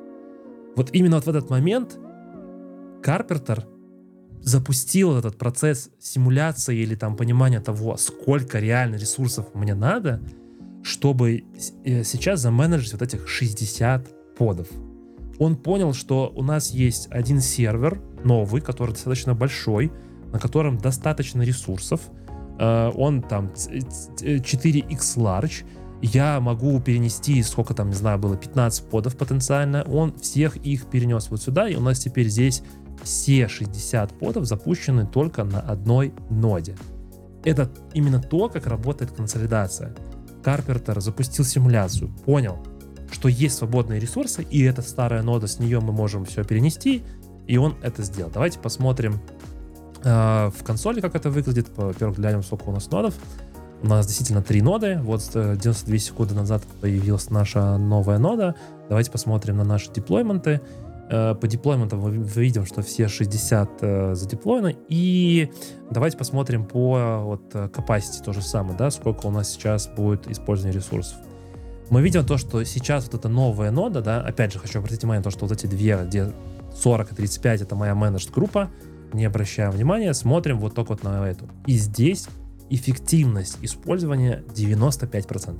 Вот именно вот в этот момент Carpenter запустил этот процесс симуляции или там понимания того, сколько реально ресурсов мне надо, чтобы сейчас заменеджить вот этих шестьдесят подов. Он понял, что у нас есть один сервер новый, который достаточно большой, на котором достаточно ресурсов. Он там четыре икс Large. Я могу перенести, сколько там, не знаю, было пятнадцать подов потенциально. Он всех их перенес вот сюда, и у нас теперь здесь все шестьдесят подов запущены только на одной ноде. Это именно то, как работает консолидация. Carpenter запустил симуляцию, понял, что есть свободные ресурсы, и эта старая нода, с нее мы можем все перенести, и он это сделал. Давайте посмотрим э, в консоли, как это выглядит. Во-первых, глянем, сколько у нас нодов. У нас действительно три ноды. Вот девяносто две секунды назад появилась наша новая нода. Давайте посмотрим на наши деплойменты. По деплойментам мы видим, что все шестьдесят задеплоены. И давайте посмотрим по вот, capacity то же самое, да, сколько у нас сейчас будет использования ресурсов. Мы видим то, что сейчас вот эта новая нода, да, опять же хочу обратить внимание на то, что вот эти две, где сорок и тридцать пять, это моя managed группа, не обращаем внимания, смотрим вот только вот на эту. И здесь эффективность использования девяносто пять процентов.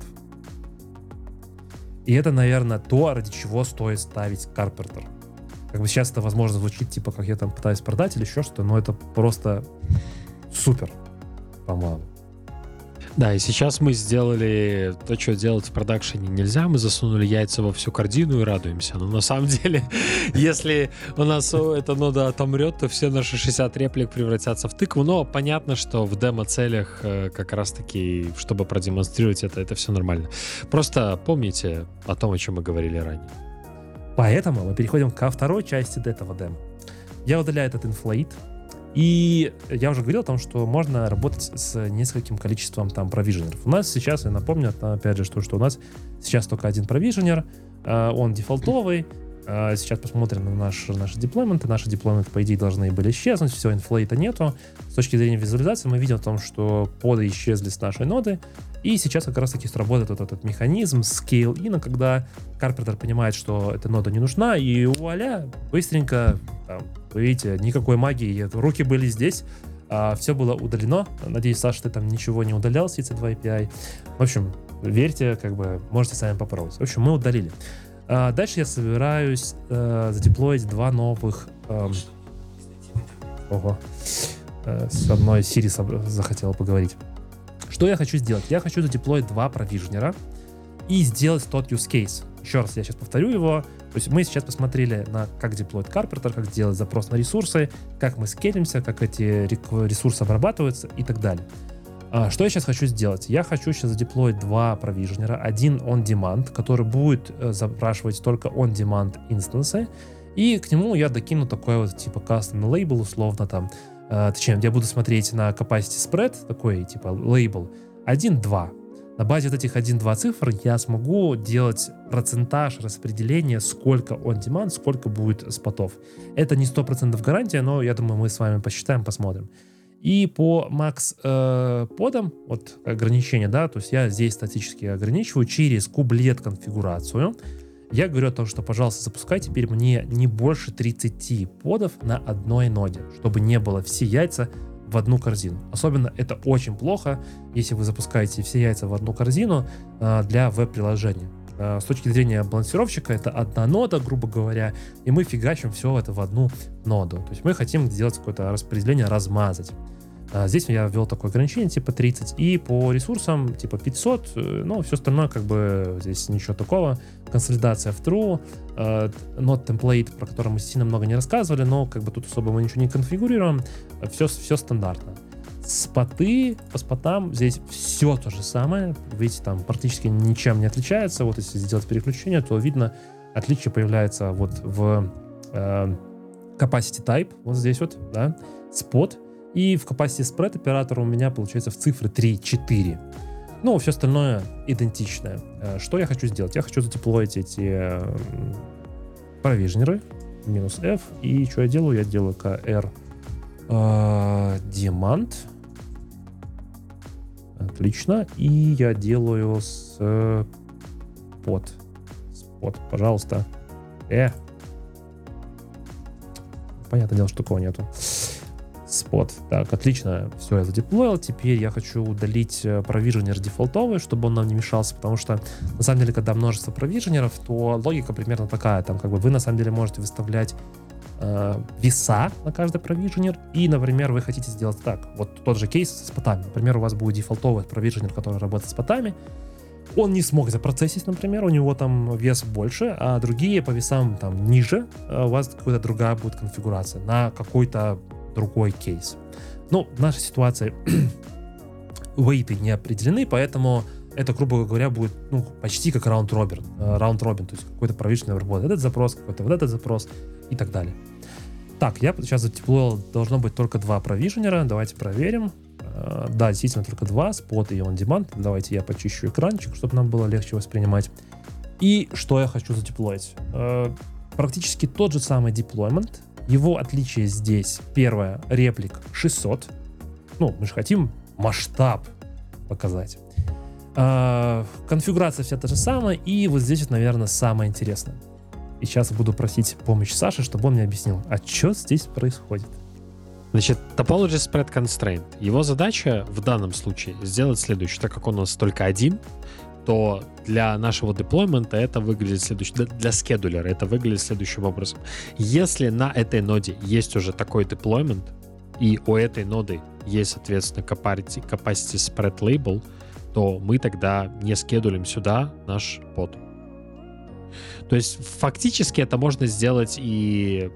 И это, наверное, то, ради чего стоит ставить Carpenter. Как бы сейчас это, возможно, звучит, типа, как я там пытаюсь продать или еще что-то, но это просто супер, по-моему. Да, и сейчас мы сделали то, что делать в продакшене нельзя. Мы засунули яйца во всю корзину и радуемся. Но на самом деле, если у нас эта нода отомрет, то все наши шестьдесят реплик превратятся в тыкву. Но понятно, что в демо-целях как раз-таки, чтобы продемонстрировать это, это все нормально. Просто помните о том, о чем мы говорили ранее. Поэтому мы переходим ко второй части этого демо. Я удаляю этот inflate. И я уже говорил о том, что можно работать с нескольким количеством там провиженеров. У нас сейчас, я напомню, опять же, что, что у нас сейчас только один провиженер, он дефолтовый. Сейчас посмотрим на наш, наши деплойменты. Наши деплойменты, по идее, должны были исчезнуть. Все, инфлейта нету. С точки зрения визуализации мы видим о том, что поды исчезли с нашей ноды. И сейчас как раз-таки сработает вот этот механизм scale-in, когда Carpenter понимает, что эта нода не нужна, и вуаля, быстренько, там, вы видите, никакой магии, руки были здесь, а все было удалено. Надеюсь, Саша, ты там ничего не удалял с и си два эй пи ай. В общем, верьте, как бы, можете сами попробовать. В общем, мы удалили. А дальше я собираюсь э, задеплоить два новых... Э, ого. Э, с одной Siri соб- захотела поговорить. Что я хочу сделать? Я хочу задеплоить два провижнера и сделать тот use case. Еще раз я сейчас повторю его. То есть мы сейчас посмотрели на как деплоить Carpenter, как делать запрос на ресурсы, как мы скейлимся, как эти ресурсы обрабатываются и так далее. А, что я сейчас хочу сделать? Я хочу сейчас задеплоить два провижнера. Один on-demand, который будет э, запрашивать только on-demand инстансы. И к нему я докину такой вот типа custom label, условно там. Uh, точнее, я буду смотреть на capacity spread, такой типа лейбл один-два. На базе вот этих один-два цифр я смогу делать процентаж распределения, сколько on-demand, сколько будет спотов. Это не сто процентов гарантия, но я думаю, мы с вами посчитаем, посмотрим. И по max э, подам, вот ограничение, да, то есть я здесь статически ограничиваю через кублет конфигурацию. Я говорю о том, что, пожалуйста, запускай теперь мне не больше тридцати подов на одной ноде, чтобы не было все яйца в одну корзину. Особенно это очень плохо, если вы запускаете все яйца в одну корзину а, для веб-приложения. А, с точки зрения балансировщика это одна нода, грубо говоря, и мы фигачим все это в одну ноду. То есть мы хотим сделать какое-то распределение, размазать. А здесь я ввел такое ограничение, типа тридцать, и по ресурсам, типа пятьсот, ну, все остальное, как бы, здесь ничего такого. Консолидация в true, uh, not template, про который мы сильно много не рассказывали, но, как бы, тут особо мы ничего не конфигурируем, все, все стандартно. Споты, по спотам здесь все то же самое, видите, там практически ничем не отличается. Вот если сделать переключение, то видно, отличие появляется вот в uh, capacity type, вот здесь вот, да, spot. И в capacity spread оператора у меня получается в цифры три-четыре. Ну, все остальное идентичное. Что я хочу сделать? Я хочу задеплоить эти провижнеры. Минус F. И что я делаю? Я делаю kr uh, demand. Отлично. И я делаю с под. Спот, пожалуйста. Э. Понятное дело, что такого нету. Спот. Так, отлично. Все, я задеплоил. Теперь я хочу удалить провиженер дефолтовый, чтобы он нам не мешался, потому что, на самом деле, когда множество провиженеров, то логика примерно такая. Там, как бы, вы, на самом деле, можете выставлять э, веса на каждый провиженер, и, например, вы хотите сделать так. Вот тот же кейс с спотами. Например, у вас будет дефолтовый провиженер, который работает с спотами. Он не смог запроцессить, например, у него там вес больше, а другие по весам там ниже. У вас какая-то другая будет конфигурация на какой-то другой кейс. Ну, в нашей ситуации вейты не определены, поэтому это, грубо говоря, будет ну, почти как раунд-робин, раунд-робин, то есть какой-то провиженный работает этот запрос, какой-то вот этот запрос и так далее. Так, я сейчас задеплоил, должно быть только два провиженера, давайте проверим. Э, да, действительно только два, спот и on demand. Давайте я почищу экранчик, чтобы нам было легче воспринимать. И что я хочу задеплоить? Э, практически тот же самый deployment. Его отличие здесь: первое, реплик шестьсот. Ну, мы же хотим масштаб показать. Э, конфигурация вся та же самая. И вот здесь, вот, наверное, самое интересное. И сейчас буду просить помощь Саши, чтобы он мне объяснил, а что здесь происходит. Значит, topology spread constraint. Его задача в данном случае сделать следующее. Так как он у нас только один, то для нашего деплоймента это выглядит следующим. Для скедулера это выглядит следующим образом. Если на этой ноде есть уже такой деплоймент, и у этой ноды есть, соответственно, capacity, capacity spread label, то мы тогда не скедулим сюда наш под. То есть фактически это можно сделать и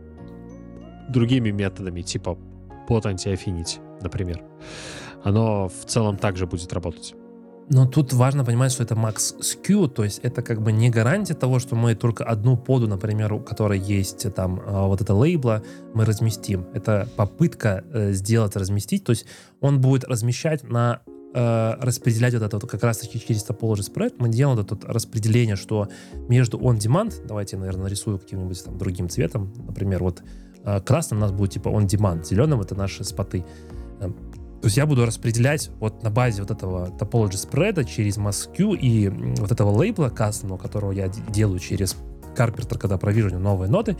другими методами, типа под anti-affinity, например. Оно в целом также будет работать. Но тут важно понимать, что это max skew, то есть это как бы не гарантия того, что мы только одну поду, например, у которой есть там вот это лейбла, мы разместим. Это попытка э, сделать, разместить, то есть он будет размещать на э, распределять вот это вот как раз-таки через topology spread. Мы делаем это вот распределение, что между on-demand, давайте я, наверное, нарисую каким-нибудь там другим цветом, например, вот э, красным у нас будет типа on-demand, зеленым это наши споты. То есть я буду распределять вот на базе вот этого topology spread через mask и вот этого лейбла кастомного, которого я делаю через Carpenter, когда провижу новые ноды,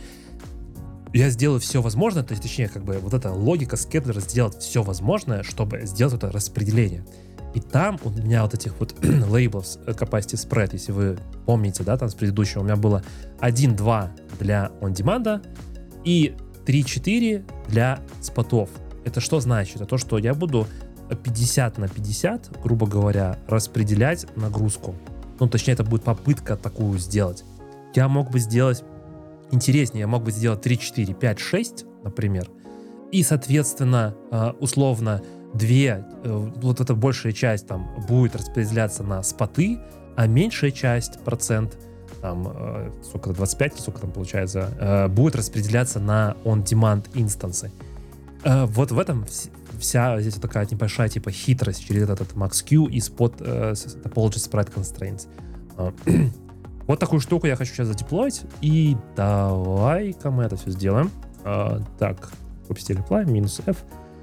я сделаю все возможное, то есть, точнее, как бы вот эта логика скедлера сделать все возможное, чтобы сделать это распределение. И там у меня вот этих вот лейблов capacity spread, если вы помните, да, там с предыдущего у меня было один-два для on-demand и три-четыре для спотов. Это что значит? Это то, что я буду пятьдесят на пятьдесят, грубо говоря, распределять нагрузку. Ну, точнее, это будет попытка такую сделать. Я мог бы сделать интереснее, я мог бы сделать три, четыре, пять, шесть, например. И, соответственно, условно, две, вот эта большая часть там будет распределяться на споты, а меньшая часть, процент, там, сколько, двадцать пять, сколько там получается, будет распределяться на on-demand инстансы. Вот в этом вся здесь вот такая небольшая типа хитрость через этот max skew и spot uh, topology spread constraints. Uh, вот такую штуку я хочу сейчас задеплоить. И давай-ка мы это все сделаем. Uh, так, copy apply, минус F.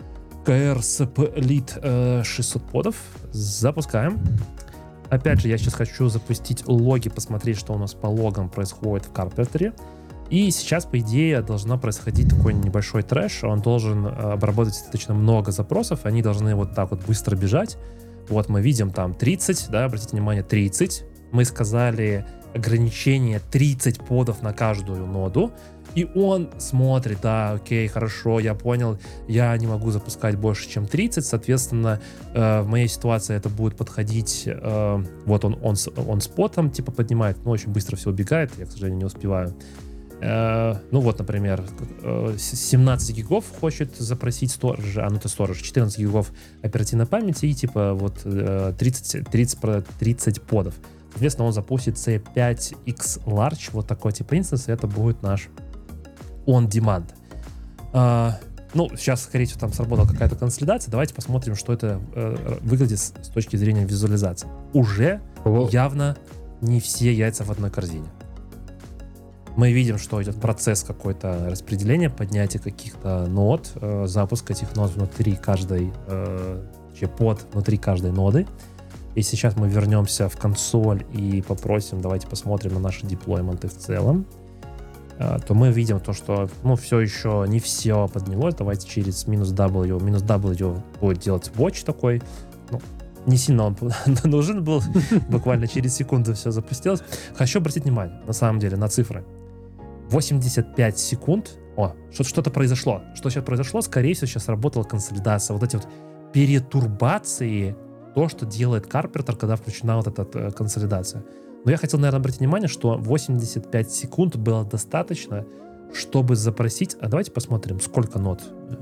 крsplit uh, шестьсот подов. Запускаем. Опять же, я сейчас хочу запустить логи, посмотреть, что у нас по логам происходит в Carpenter. И сейчас, по идее, должно происходить такой небольшой трэш. Он должен обработать достаточно много запросов. Они должны вот так вот быстро бежать. Вот мы видим там тридцать, да, обратите внимание, тридцать. Мы сказали ограничение тридцать подов на каждую ноду. И он смотрит, да, окей, хорошо, я понял, я не могу запускать больше, чем тридцать. Соответственно, э, в моей ситуации это будет подходить, э, вот он, он, он спотом типа поднимает, но очень быстро все убегает, я, к сожалению, не успеваю. Uh, ну вот, например, uh, семнадцать гигов хочет запросить сторож, а ну это сторож, четырнадцать гигов оперативной памяти и типа вот uh, тридцать, тридцать, тридцать подов. Соответственно, он запустит си пять икс Large, вот такой типа инстанс, и это будет наш on-demand. Uh, ну, сейчас, скорее всего, там сработала какая-то консолидация. Давайте посмотрим, что это uh, выглядит с, с точки зрения визуализации. Уже О. явно не все яйца в одной корзине. Мы видим, что идет процесс какой-то распределения, поднятия каких-то нод, э, запуск этих нод внутри каждой, э, под внутри каждой ноды. И сейчас мы вернемся в консоль и попросим, давайте посмотрим на наши деплойменты в целом. Э, то мы видим то, что ну, все еще не все поднялось. Давайте через минус W. Минус W будет делать watch такой. Ну, не сильно он нужен был. Буквально через секунду все запустилось. Хочу обратить внимание, на самом деле, на цифры. восемьдесят пять секунд. О, что-то произошло. Что сейчас произошло? Скорее всего, сейчас работала консолидация. Вот эти вот перетурбации, то, что делает Carpenter, когда включена вот эта э, консолидация. Но я хотел, наверное, обратить внимание, что восемьдесят пять секунд было достаточно, чтобы запросить... А давайте посмотрим, сколько нод.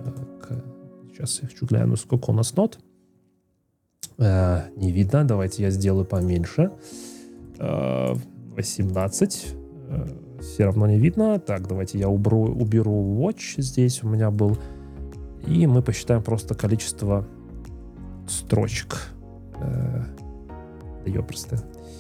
Сейчас я хочу гляну, сколько у нас нод. Э, не видно. Давайте я сделаю поменьше. Э, восемнадцать. Все равно не видно. Так, давайте я уберу, уберу watch здесь у меня был. И мы посчитаем просто количество строчек. Да ёпросто.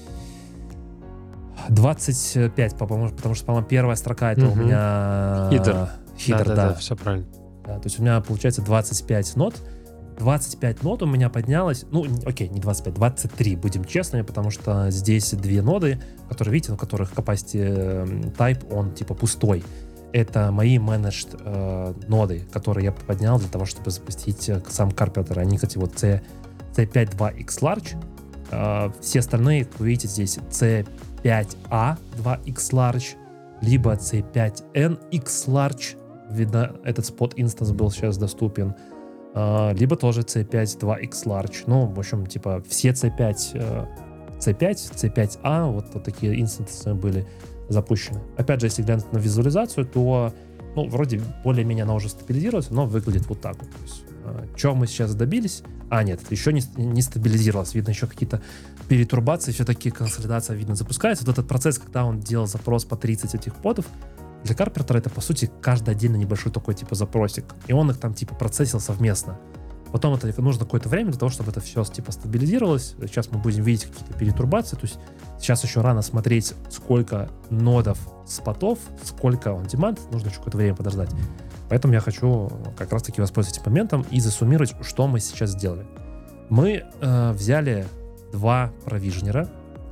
двадцать пять, по-моему, потому что, по-моему, первая строка это Угу. у меня... Хидер. Хидер, да. Да-да-да, все правильно. Да, то есть у меня получается двадцать пять нот. двадцать пять нот у меня поднялось. Ну, окей, не двадцать пять, двадцать три, будем честными, потому что здесь две ноды, которые, видите, у которых capacity type, он типа пустой. Это мои managed э, ноды, которые я поднял для того, чтобы запустить сам Carpenter. Они, кстати, вот C, си пять два икс Large. Э, все остальные, вы видите, здесь си пять а два икс Large, либо си пять эн икс Large. Видно, этот спот инстанс был сейчас доступен. Uh, либо тоже си пять два икс Large. Ну, в общем, типа, все си пять, uh, си пять, си пять а, вот, вот такие инстансы были запущены. Опять же, если глянуть на визуализацию, то, ну, вроде более-менее она уже стабилизируется, но выглядит вот так вот. То есть, uh, чего мы сейчас добились? А, нет, еще не, не стабилизировалось. Видно, еще какие-то перетурбации, все-таки консолидация, видно, запускается. Вот этот процесс, когда он делал запрос по тридцать этих подов, для Carpenter это, по сути, каждый отдельно небольшой такой, типа, запросик. И он их там, типа, процессил совместно. Потом это нужно какое-то время для того, чтобы это все, типа, стабилизировалось. Сейчас мы будем видеть какие-то перетурбации. То есть сейчас еще рано смотреть, сколько нодов спотов, сколько on demand. Нужно еще какое-то время подождать. Поэтому я хочу как раз-таки воспользоваться этим моментом и засуммировать, что мы сейчас сделали. Мы э, взяли два провиженера,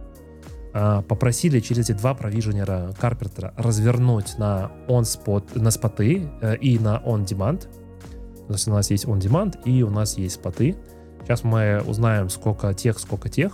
попросили через эти два провиженера Carpenter развернуть на on-spot, на споты э, и на on-demand. То есть у нас есть on-demand и у нас есть споты. Сейчас мы узнаем, сколько тех, сколько тех.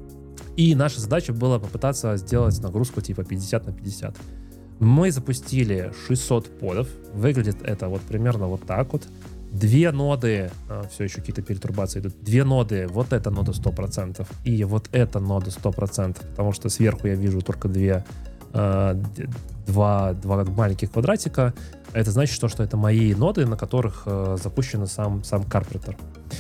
И наша задача была попытаться сделать нагрузку типа пятьдесят на пятьдесят. Мы запустили шестьсот подов. Выглядит это вот примерно вот так вот. Две ноды, а, все еще какие-то перетурбации идут, две ноды, вот эта нода сто процентов и вот эта нода сто процентов, потому что сверху я вижу только две, а, два, два маленьких квадратика. Это значит, что, что это мои ноды, на которых а, запущен сам, сам Carpenter.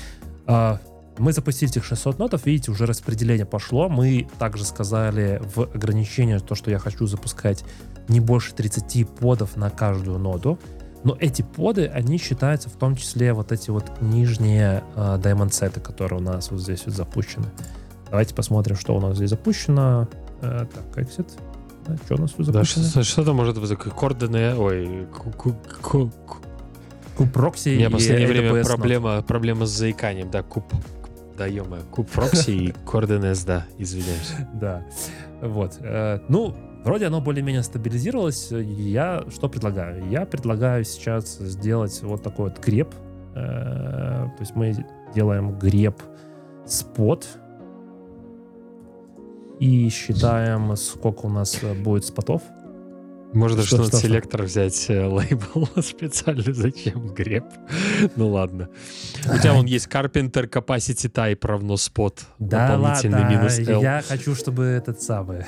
А, мы запустили этих шестьсот нодов, видите, уже распределение пошло. Мы также сказали в ограничении то, что я хочу запускать не больше тридцать подов на каждую ноду. Но эти поды, они считаются в том числе вот эти вот нижние э, даймонд-сеты, которые у нас вот здесь вот запущены. Давайте посмотрим, что у нас здесь запущено. Э, так, exit. Да, что у нас тут запущено? Да, что, что-то может быть координаты... Ой, куб-прокси и У меня в последнее и время проблема, проблема с заиканием. Да, куб... Да, ё-моё, куб-прокси и координес, да, извиняюсь. Да, вот. Э, ну... Вроде оно более-менее стабилизировалось. Я что предлагаю? Я предлагаю сейчас сделать вот такой вот греб. То есть мы делаем греб спот и считаем, сколько у нас будет спотов. Можно что, что-то что, селектор взять, лейбл специально. Зачем греб? Ну ладно. У тебя вон есть Carpenter Capacity Type равно spot. Да дополнительный ладно, минус L. Я хочу, чтобы этот самый...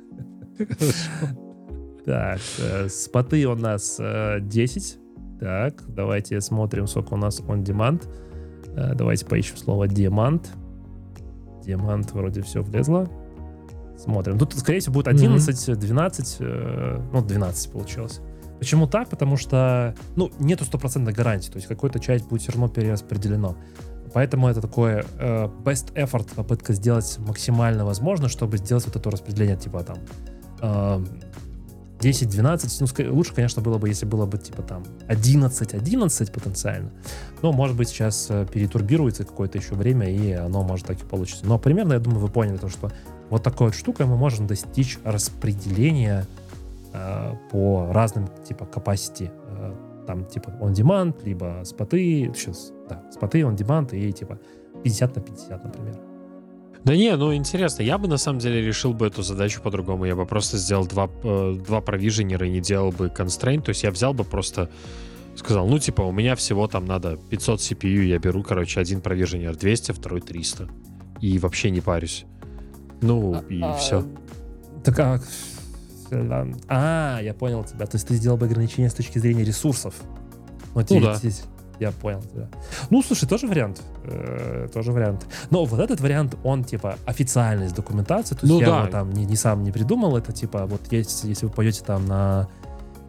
Так, э, споты у нас э, десять. Так, давайте смотрим, сколько у нас on demand. Э, давайте поищем слово demand. Demand вроде все влезло. Смотрим. Тут, скорее всего, будет одиннадцать, двенадцать. Э, ну, двенадцать получилось. Почему так? Потому что, ну, нету стопроцентной гарантии. То есть какая-то часть будет все равно перераспределена. Поэтому это такое э, best effort, попытка сделать максимально возможно, чтобы сделать вот это распределение, типа там десять-двенадцать, ну, лучше, конечно, было бы, если было бы, типа, там, одиннадцать-одиннадцать потенциально, но, может быть, сейчас перетурбируется какое-то еще время, и оно может так и получиться. Но примерно, я думаю, вы поняли то, что вот такой вот штукой мы можем достичь распределения э, по разным, типа, capacity, э, там, типа, on-demand, либо споты, сейчас, да, споты, on-demand, и, типа, пятьдесят на пятьдесят, например. Да не, ну интересно, я бы на самом деле решил бы эту задачу по-другому. Я бы просто сделал два, э, два провиженера и не делал бы constraint. То есть я взял бы просто, сказал, ну типа у меня всего там надо пятьсот си пи ю, я беру, короче, один провиженер двести, второй триста. И вообще не парюсь. Ну а, и а, все. Так как... А, я понял тебя. То есть ты сделал бы ограничение с точки зрения ресурсов. Вот ну здесь, да. Здесь... Я понял тебя. Ну, слушай, тоже вариант. Э, тоже вариант. Но вот этот вариант, он, типа, официальный из документации. То есть ну, я да. его там не, не сам не придумал. Это, типа, вот есть, если вы пойдете там на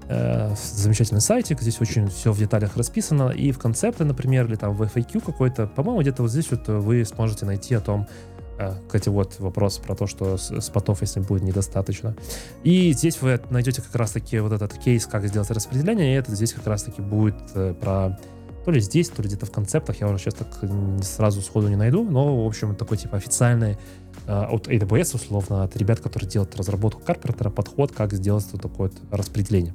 э, замечательный сайтик, здесь очень все в деталях расписано, и в концепте, например, или там в эф эй кью какой-то, по-моему, где-то вот здесь вот вы сможете найти о том, э, кстати, вот вопрос про то, что спотов, если будет недостаточно. И здесь вы найдете как раз-таки вот этот кейс, как сделать распределение, и это здесь как раз-таки будет э, про... То ли здесь, то ли где-то в концептах, я уже сейчас так сразу сходу не найду, но, в общем, такой типа официальный э, от эй дабл ю эс, условно, от ребят, которые делают разработку Карпентера, подход, как сделать вот такое вот распределение.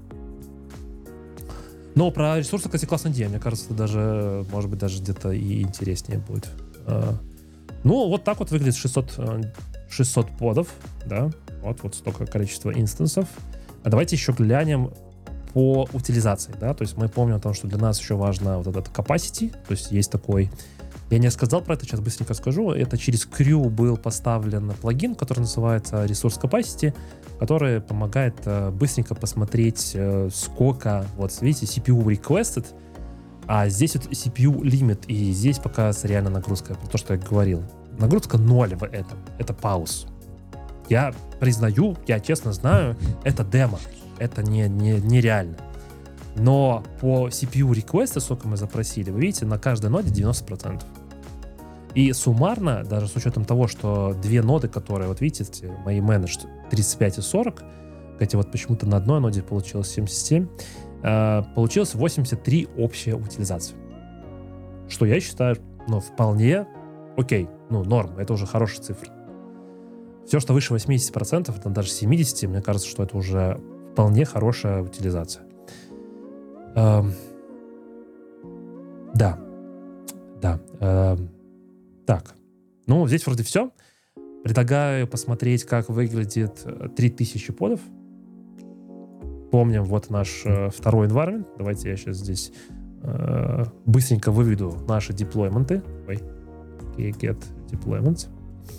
Но про ресурсы, кстати, классная идея, мне кажется, это даже, может быть, даже где-то и интереснее будет. Э, ну, вот так вот выглядит шестьсот, шестьсот подов, да, вот, вот столько количества инстансов. А давайте еще глянем по утилизации, да, то есть мы помним о том, что для нас еще важно вот этот capacity, то есть есть такой, я не сказал про это, сейчас быстренько скажу, это через Crew был поставлен плагин, который называется Resource Capacity, который помогает э, быстренько посмотреть, э, сколько, вот видите, си пи ю requested, а здесь вот си пи ю limit, и здесь показывается реально нагрузка, про то, что я говорил. Нагрузка ноль в этом, это пауз. Я признаю, я честно знаю, это демо. Это не, не, нереально. Но по си пи ю request, сколько мы запросили, вы видите, на каждой ноде девяносто процентов. И суммарно, даже с учетом того, что две ноды, которые, вот видите, мои менедж тридцать пять и сорок, кстати, вот почему-то на одной ноде получилось семьдесят семь, э, получилось восемьдесят три общая утилизация. Что я считаю, ну, вполне окей, ну, норм, это уже хорошая цифра. Все, что выше восемьдесят процентов, там даже семьдесят процентов, мне кажется, что это уже вполне хорошая утилизация. Эм, да. Да. Эм, так. Ну, здесь вроде все. Предлагаю посмотреть, как выглядит три тысячи подов. Помним, вот наш э, второй environment. Давайте я сейчас здесь э, быстренько выведу наши деплойменты. Ой. Get deployments.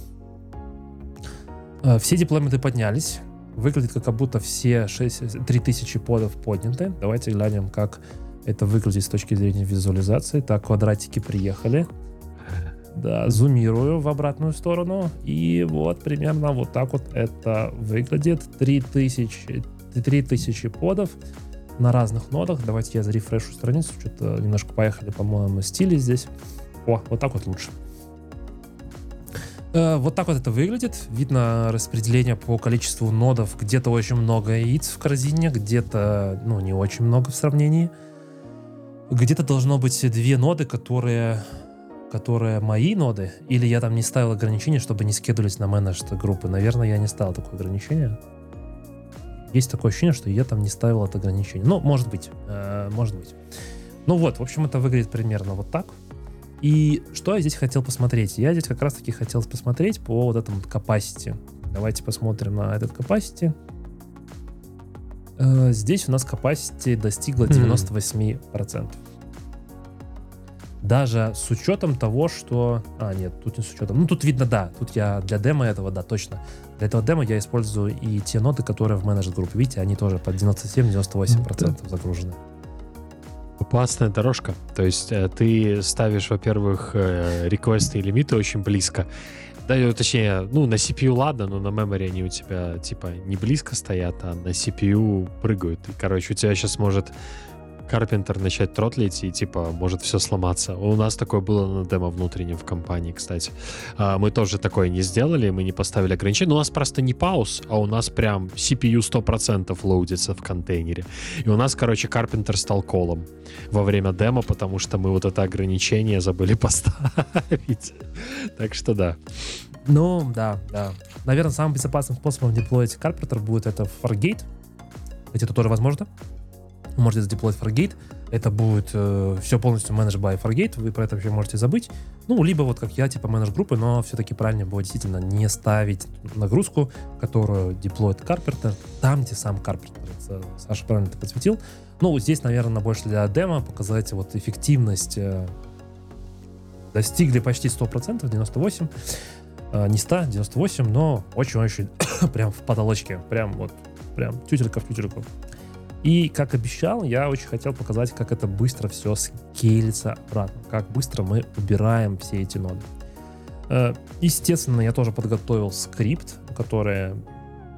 Э, все деплойменты поднялись. Выглядит, как будто все три тысячи подов подняты. Давайте глянем, как это выглядит с точки зрения визуализации. Так, квадратики приехали. Да, зумирую в обратную сторону. И вот примерно вот так вот это выглядит. три тысячи, три тысячи подов на разных нодах. Давайте я зарефрешу страницу. Что-то немножко поехали, по-моему, стили здесь. О, вот так вот лучше. Вот так вот это выглядит. Видно распределение по количеству нодов. Где-то очень много яиц в корзине, где-то, ну, не очень много в сравнении. Где-то должно быть две ноды, которые, которые мои ноды. Или я там не ставил ограничения, чтобы не скидывались на менеджер группы. Наверное, я не ставил такое ограничение. Есть такое ощущение, что я там не ставил это ограничение. Ну, может быть. Э, может быть. Ну вот, в общем, это выглядит примерно вот так. И что я здесь хотел посмотреть? Я здесь как раз-таки хотел посмотреть по вот этому capacity. Давайте посмотрим на этот capacity. Э, здесь у нас capacity достигло девяносто восемь процентов. Даже с учетом того, что... А, нет, тут не с учетом. Ну, тут видно, да. Тут я для демо этого, да, точно. Для этого демо я использую и те ноды, которые в менеджер-группе. Видите, они тоже под девяносто семь - девяносто восемь процентов загружены. Классная дорожка. То есть э, ты ставишь, во-первых, э, реквесты и лимиты очень близко. Да, точнее, ну, на си пи ю ладно, но на memory они у тебя, типа, не близко стоят, а на си пи ю прыгают. И, короче, у тебя сейчас может Карпентер начать тротлить и, типа, может все сломаться. У нас такое было на демо внутреннем в компании, кстати. А, мы тоже такое не сделали, мы не поставили ограничения. Но у нас просто не пауз, а у нас прям си пи ю сто процентов лоудится в контейнере. И у нас, короче, Карпентер стал колом во время демо, потому что мы вот это ограничение забыли поставить. Так что да. Ну, да, да. Наверное, самым безопасным способом деплоить Карпентер будет это Fargate. Ведь это тоже возможно. Вы можете задеплоить Fargate. Это будет э, все полностью managed by Fargate. Вы про это вообще можете забыть. Ну, либо вот как я, типа менедж группы, но все-таки правильнее будет действительно не ставить нагрузку, которую деплоит Carpenter, там, где сам Carpenter. Саша правильно это подсветил. Ну, здесь, наверное, больше для демо показать вот эффективность. Э, достигли почти сто процентов, девяносто восемь процентов. Э, не сто, девяносто восемь процентов, но очень-очень прям в потолочке. Прям вот, прям тютелька в тютельку. И, как обещал, я очень хотел показать, как это быстро все скейлится обратно, как быстро мы убираем все эти ноды. Естественно, я тоже подготовил скрипт, который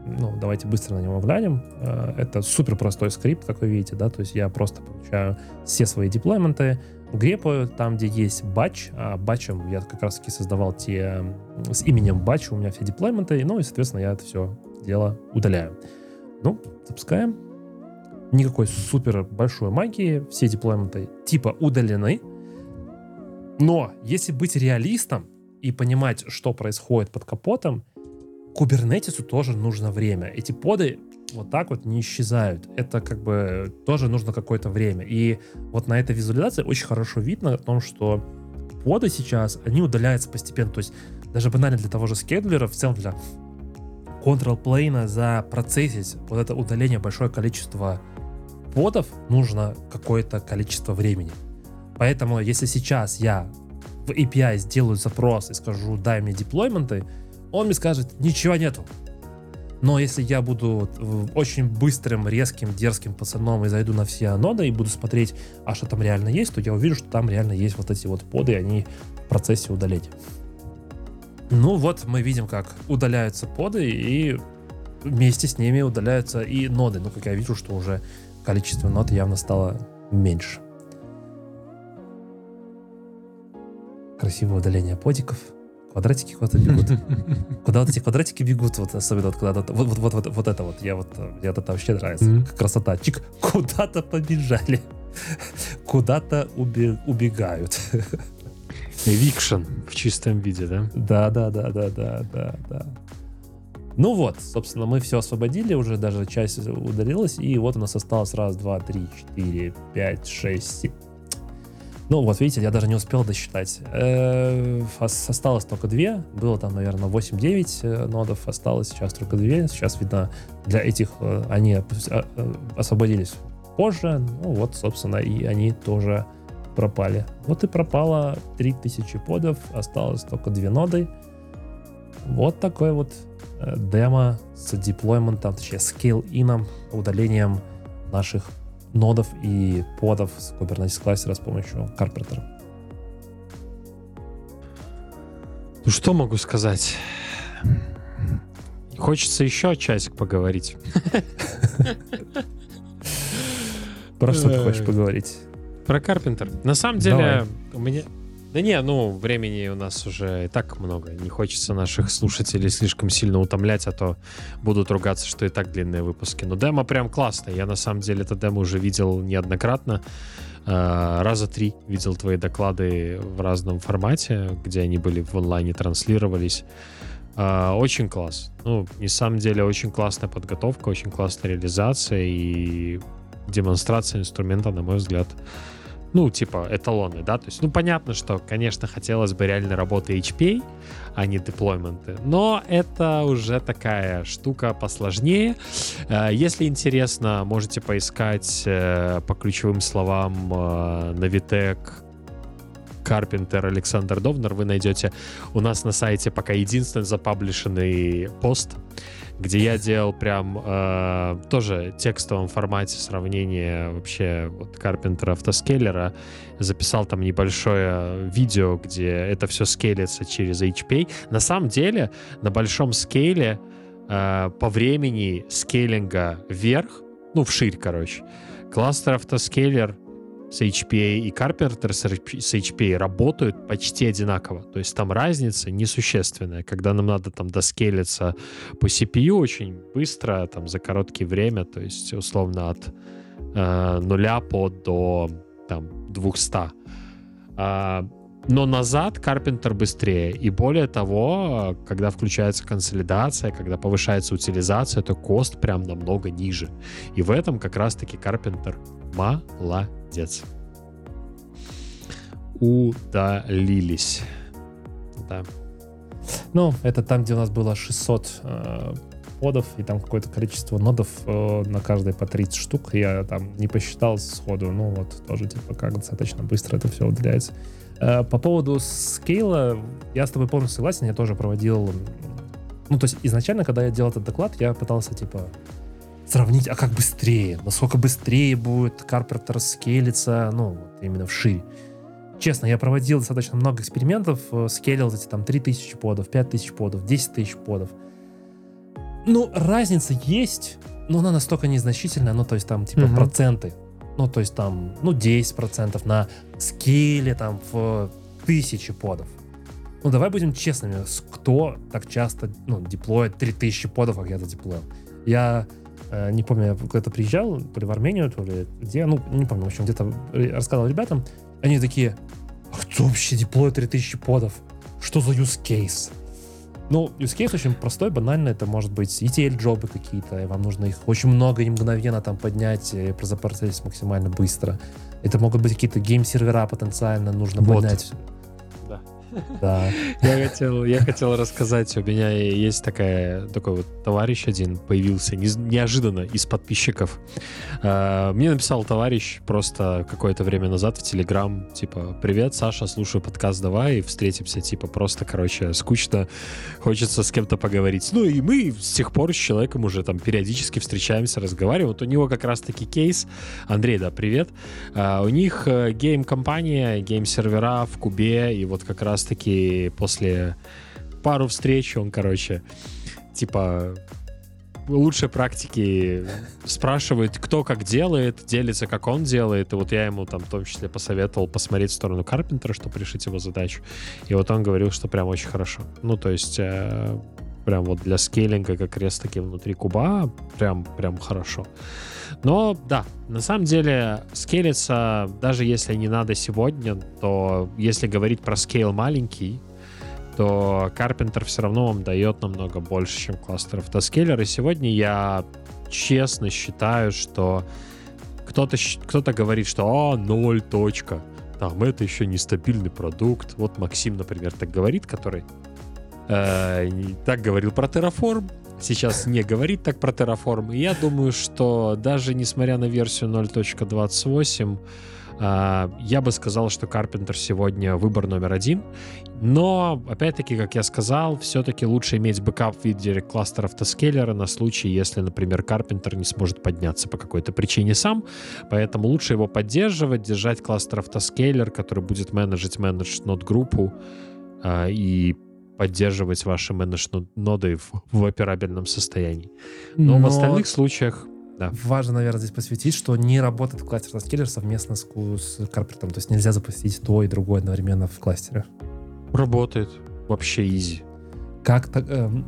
ну, давайте быстро на него глянем. Это супер простой скрипт, как вы видите, да, то есть я просто получаю все свои деплойменты, грепаю там, где есть батч, а батчем я как раз таки создавал те с именем батч, у меня все деплойменты, ну и, соответственно, я это все дело удаляю. Ну, запускаем. Никакой супер большой магии, все деплойменты типа удалены, но если быть реалистом и понимать, что происходит под капотом, кубернетису тоже нужно время. Эти поды вот так вот не исчезают. Это как бы тоже нужно какое-то время. И вот на этой визуализации очень хорошо видно о том, что поды сейчас, они удаляются постепенно. То есть даже банально для того же скедлера, в целом для control-плейна запроцессить вот это удаление большое количество подов нужно какое-то количество времени. Поэтому если сейчас я в эй пи ай сделаю запрос и скажу «дай мне деплойменты», он мне скажет «ничего нету». Но если я буду очень быстрым, резким, дерзким пацаном и зайду на все ноды и буду смотреть, а что там реально есть, то я увижу, что там реально есть вот эти вот поды, и они в процессе удаления. Ну вот мы видим, как удаляются поды, и вместе с ними удаляются и ноды. Ну, как я вижу, что уже количество нод явно стало меньше. Красивое удаление подиков. Квадратики куда-то бегут. Куда вот эти квадратики бегут, вот особенно вот куда-то. Вот, вот, вот, вот, вот это вот. Я вот, мне это вообще нравится. Mm-hmm. Красота. Чик, куда-то побежали. Куда-то уби- убегают. Eviction в чистом виде, да? Да, да, да, да, да, да, да. Ну вот, собственно, мы все освободили, уже даже часть удалилась, и вот у нас осталось раз, два, три, четыре, пять, шесть, семь. Ну вот, видите, я даже не успел досчитать. Э-э- осталось только две. Было там, наверное, восемь-девять нодов. Осталось сейчас только две. Сейчас, видно, для этих э- они освободились позже. Ну вот, собственно, и они тоже пропали. Вот и пропало три тысячи подов. Осталось только две ноды. Вот такой вот э- демо с деплойментом, точнее, scale-in, удалением наших нодов и подов с Kubernetes кластера с помощью Carpenter. Ну что могу сказать? Хочется еще часик поговорить. Про что ты хочешь поговорить? Про Carpenter. На самом деле, у меня... Да не, ну, времени у нас уже и так много. Не хочется наших слушателей слишком сильно утомлять, а то будут ругаться, что и так длинные выпуски. Но демо прям классное. Я, на самом деле, это демо уже видел неоднократно. Раза три видел твои доклады в разном формате, где они были в онлайне, транслировались. Очень класс. Ну, на самом деле, очень классная подготовка, очень классная реализация и демонстрация инструмента, на мой взгляд, ну, типа, эталоны, да, то есть, ну, понятно, что, конечно, хотелось бы реальной работы эйч пи эй, а не деплойменты, но это уже такая штука посложнее. Если интересно, можете поискать по ключевым словам Navitec Carpenter Александр Довнер, вы найдете у нас на сайте пока единственный запаблишенный пост, где я делал прям э, тоже в текстовом формате сравнение вообще вот Carpenter автоскейлера, записал там небольшое видео, где это все скейлится через эйч пи эй. На самом деле на большом скейле э, по времени скейлинга вверх, ну вширь, короче, кластер автоскейлер с эйч пи эй и Carpenter с эйч пи эй работают почти одинаково. То есть там разница несущественная. Когда нам надо там доскейлиться по си пи ю очень быстро, там за короткое время, то есть условно от э, нуля по до там двухсот. А, но назад Carpenter быстрее. И более того, когда включается консолидация, когда повышается утилизация, то кост прям намного ниже. И в этом как раз-таки Carpenter молодец. Удалились. Да. Ну, это там, где у нас было шестьсот э, подов, и там какое-то количество нодов э, на каждой по тридцать штук. Я там не посчитал сходу, ну вот тоже типа как достаточно быстро это все удаляется. Э, по поводу скейла, я с тобой полностью согласен, я тоже проводил... Ну, то есть изначально, когда я делал этот доклад, я пытался типа сравнить, а как быстрее, насколько быстрее будет Carpenter скейлиться, ну, вот именно вширь. Честно, я проводил достаточно много экспериментов, скейлил эти там три тысячи подов, пять тысяч подов, десять тысяч подов. Ну, разница есть, но она настолько незначительная, ну, то есть там, типа, угу. проценты. Ну, то есть там, ну, десять процентов на скейле, там, в тысячи подов. Ну, давай будем честными, кто так часто, ну, деплоит три тысячи подов, как я задеплоил. Я э, не помню, я когда-то приезжал, то ли в Армению, то ли где, ну, не помню, в общем, где-то рассказывал ребятам, они такие, а кто вообще деплоит три тысячи подов? Что за use case? Ну, use case очень простой, банальный, это может быть и ти эл-джобы какие-то, и вам нужно их очень много и мгновенно там поднять и запортить максимально быстро. Это могут быть какие-то гейм-сервера потенциально, нужно вот. поднять. Да. Да. Я хотел, я хотел рассказать, у меня есть такая, такой вот товарищ один появился не, неожиданно из подписчиков. Uh, мне написал товарищ просто какое-то время назад в Телеграм, типа, привет, Саша, слушаю подкаст, давай встретимся, типа, просто, короче, скучно, хочется с кем-то поговорить. Ну и мы с тех пор с человеком уже там периодически встречаемся, разговариваем. Вот у него как раз-таки кейс. Андрей, да, привет. Uh, у них uh, гейм-компания, гейм-сервера в Кубе, и вот как раз таки после пару встреч он, короче, типа лучшие практики спрашивает, кто как делает, делится, как он делает. И вот я ему там в том числе посоветовал посмотреть в сторону Карпентера, чтобы решить его задачу. И вот он говорил, что прям очень хорошо. Ну, то есть э, прям вот для скейлинга как раз таки внутри куба прям, прям хорошо. Но да, на самом деле скейлиться, даже если не надо сегодня, то если говорить про скейл маленький, то Carpenter все равно вам дает намного больше, чем кластер автоскейлер. И сегодня я честно считаю, что кто-то, кто-то говорит, что а, ноль, точка. Там это еще нестабильный продукт. Вот Максим, например, так говорит, который э, так говорил про Terraform. Сейчас не говорит так про Terraform. И я думаю, что даже несмотря на версию ноль точка двадцать восемь, uh, я бы сказал, что Carpenter сегодня выбор номер один. Но, опять-таки, как я сказал, все-таки лучше иметь бэкап в виде кластера автоскейлера на случай, если, например, Carpenter не сможет подняться по какой-то причине сам. Поэтому лучше его поддерживать, держать кластер автоскейлер, который будет менеджить менедж-нод-группу uh, и поддерживать ваши менедж-ноды в, в операбельном состоянии. Но, Но в остальных случаях... Да. Важно, наверное, здесь посвятить, что не работает кластер автоскейлер совместно с, с Carpenter. То есть нельзя запустить то и другое одновременно в кластере. Работает. Вообще изи. Как так... Эм,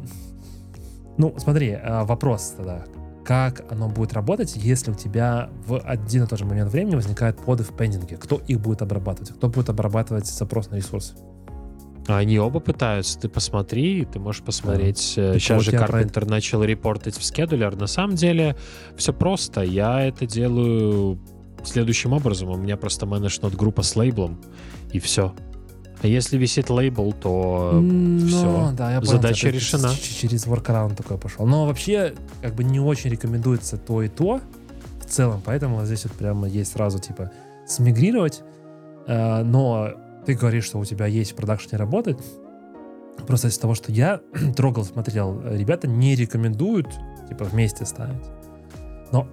ну, смотри, э, вопрос тогда. Как оно будет работать, если у тебя в один и тот же момент времени возникают поды в пендинге? Кто их будет обрабатывать? Кто будет обрабатывать запрос на ресурсы? Они оба пытаются. Ты посмотри, ты можешь посмотреть. Да. Сейчас же Carpenter про... начал репортить в скедулер. На самом деле все просто. Я это делаю следующим образом. У меня просто менедж-нод группа с лейблом, и все. А если висит лейбл, то Но, все. Да, я понял, задача решена. Через workaround такой пошел. Но вообще как бы не очень рекомендуется то и то в целом. Поэтому здесь вот прямо есть сразу типа смигрировать. Но ты говоришь, что у тебя есть в продакшене работает. Просто из того, что я трогал, смотрел, ребята не рекомендуют типа вместе ставить. Но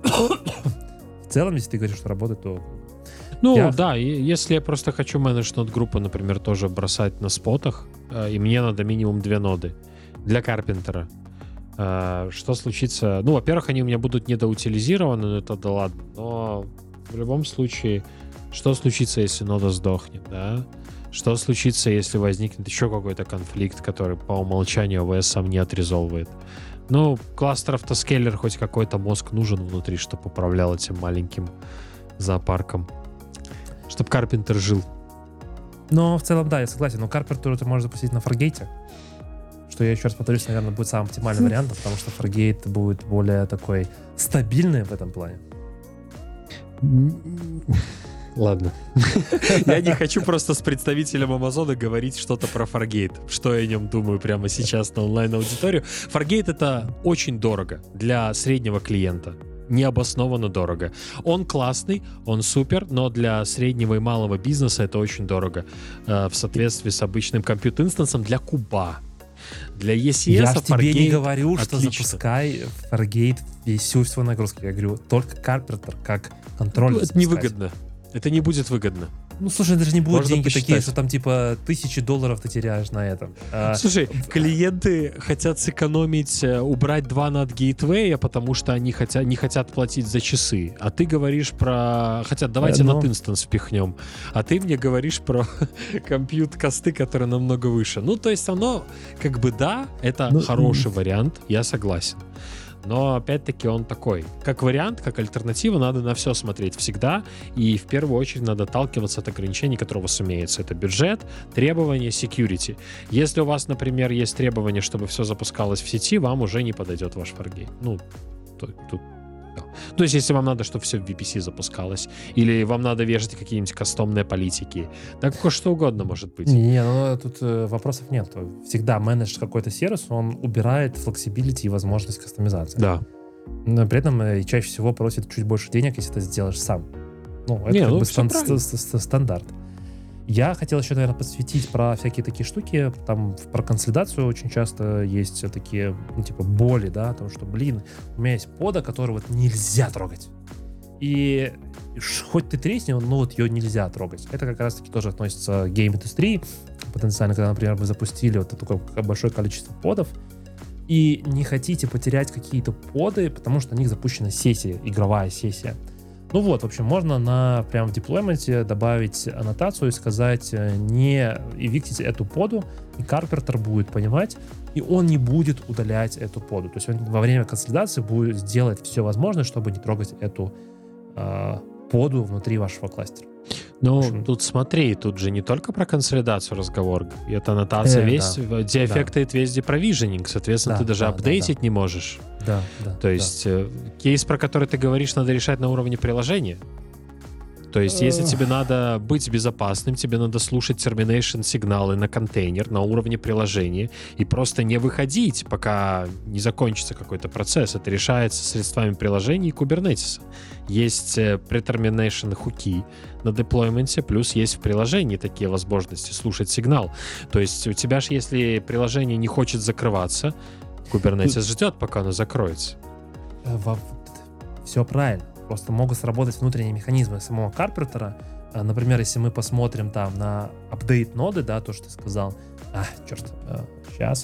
в целом, если ты говоришь, что работает, то... Ну я... да, если я просто хочу менедж-нод группу, например, тоже бросать на спотах, и мне надо минимум две ноды для Карпентера. Что случится? Ну, во-первых, они у меня будут недоутилизированы, но это да ладно. Но в любом случае, что случится, если нода сдохнет, да? Что случится, если возникнет еще какой-то конфликт, который по умолчанию эй ви эс сам не отрезовывает? Ну, кластер автоскейлер, хоть какой-то мозг нужен внутри, чтобы управлял этим маленьким зоопарком. Чтобы Carpenter жил. Ну, в целом, да, я согласен. Но Carpenter ты можешь запустить на Fargate. Что я еще раз повторюсь, наверное, будет самым оптимальным вариантом, потому что Fargate будет более такой стабильный в этом плане. Ладно. Я не хочу просто с представителем Амазона говорить что-то про Fargate. Что я о нем думаю прямо сейчас на онлайн-аудиторию. Fargate — это очень дорого для среднего клиента. Необоснованно дорого. Он классный, он супер, но для среднего и малого бизнеса это очень дорого. В соответствии с обычным компьютер-инстансом для куба. Для и эс эс я же тебе не говорю, отлично. Что запускай Fargate всю свою нагрузку. Я говорю, только Carpenter как контроль. Ну, это невыгодно. Это не будет выгодно. Ну, слушай, это же не будут Можно деньги посчитать. такие, что там типа тысячи долларов ты теряешь на этом. А, Слушай, клиенты хотят сэкономить, э, убрать два над гейтвея, потому что они хотят, не хотят платить за часы. А ты говоришь про... Хотя давайте Э, ну. над инстанс впихнем. А ты мне говоришь про компьют-косты, которые намного выше. Ну, то есть оно, как бы, да, это Ну, хороший вариант, я согласен. Но, опять-таки, он такой. Как вариант, как альтернатива, надо на все смотреть всегда. И в первую очередь надо отталкиваться от ограничений, которые у вас имеются. Это бюджет, требования, security. Если у вас, например, есть требование, чтобы все запускалось в сети, вам уже не подойдет ваш Fargate. Ну, тут... тут да. То есть, если вам надо, чтобы все в ви пи си запускалось, или вам надо вешать какие-нибудь кастомные политики, так что угодно может быть. Не, ну тут э, вопросов нет. Всегда менедж какой-то сервис, он убирает флексибилити и возможность кастомизации. Да. Но при этом э, чаще всего просит чуть больше денег, если ты сделаешь сам. Ну, это Не, как ну, бы всё стан- правильно. ст- ст- стандарт. Я хотел еще, наверное, подсветить про всякие такие штуки. Там в- про консолидацию очень часто есть такие, ну, типа, боли, да, о том, что, блин, у меня есть пода, который вот нельзя трогать. И ш- хоть ты тресни, но вот ее нельзя трогать. Это как раз-таки тоже относится к гейм-индустрии. Потенциально, когда, например, вы запустили вот такое большое количество подов, и не хотите потерять какие-то поды, потому что на них запущена сессия, игровая сессия. Ну вот, в общем, можно на прям в деплойменте добавить аннотацию и сказать э, не эвиктить эту поду, и карпентер будет понимать, и он не будет удалять эту поду. То есть он во время консолидации будет сделать все возможное, чтобы не трогать эту э, поду внутри вашего кластера. Ну, В общем, тут смотри, тут же не только про консолидацию разговор. И эта аннотация Э, весь, да. деэффектает весь депровиженинг. Соответственно, Да, ты даже да, апдейтить да, не можешь. Да, да. То есть э, кейс, про который ты говоришь, надо решать на уровне приложения. То есть, если Эх. тебе надо быть безопасным, тебе надо слушать termination сигналы на контейнер на уровне приложения и просто не выходить, пока не закончится какой-то процесс. Это решается средствами приложения и кубернетиса. Есть э, pre-termination хуки на деплойменте, плюс есть в приложении такие возможности слушать сигнал. То есть у тебя же, если приложение не хочет закрываться, Kubernetes ждет, пока оно закроется. Все правильно. Просто могут сработать внутренние механизмы самого карпентера. А, Например, если мы посмотрим там на апдейт ноды, да, то, что ты сказал. А, черт, сейчас.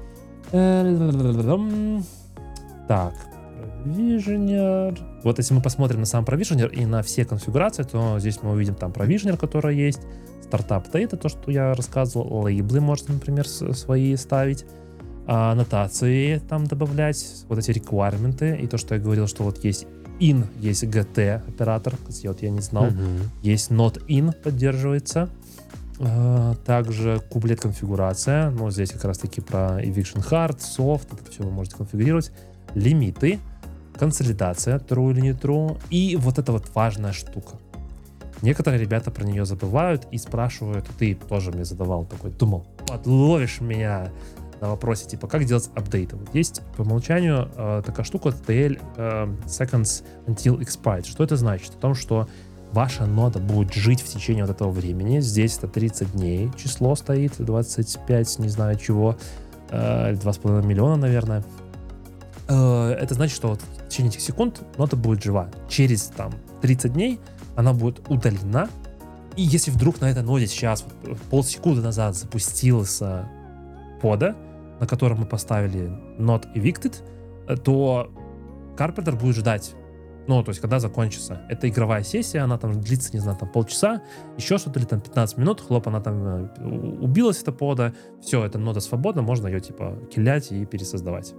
Так, провиженер. Вот если мы посмотрим на сам провиженер и на все конфигурации, то здесь мы увидим там провиженер, который есть, стартап дейта, то, что я рассказывал, лейблы можно, например, с- свои ставить, а, аннотации там добавлять, вот эти реквайрменты, и то, что я говорил, что вот есть in, есть gt оператор, кстати, вот я не знал, Мгм. есть not in поддерживается. А, Также кублет конфигурация. Ну, здесь как раз таки про eviction hard, soft. Это все вы можете конфигурировать. Лимиты, консолидация, true или не true. И вот эта вот важная штука. Некоторые ребята про нее забывают и спрашивают. Ты тоже мне задавал такой, думал, подловишь меня на вопросе, типа, как делать апдейты. Вот есть по умолчанию э, такая штука ти эл э, seconds until expired. Что это значит? О том, что ваша нода будет жить в течение вот этого времени. Здесь это тридцать дней. Число стоит, двадцать пять, не знаю чего, э, два с половиной миллиона, наверное. Э, это значит, что вот в течение этих секунд нода будет жива. Через там тридцать дней она будет удалена. И если вдруг на этой ноде сейчас, вот, полсекунды назад запустился пода, на котором мы поставили not evicted, э, то карпентер будет ждать. Ну, то есть, когда закончится. Это игровая сессия, она там длится, не знаю, там полчаса, еще что-то, или там пятнадцать минут, хлоп, она там э, у- убилась, эта пода, все, эта нода свободна, можно ее, типа, киллять и пересоздавать.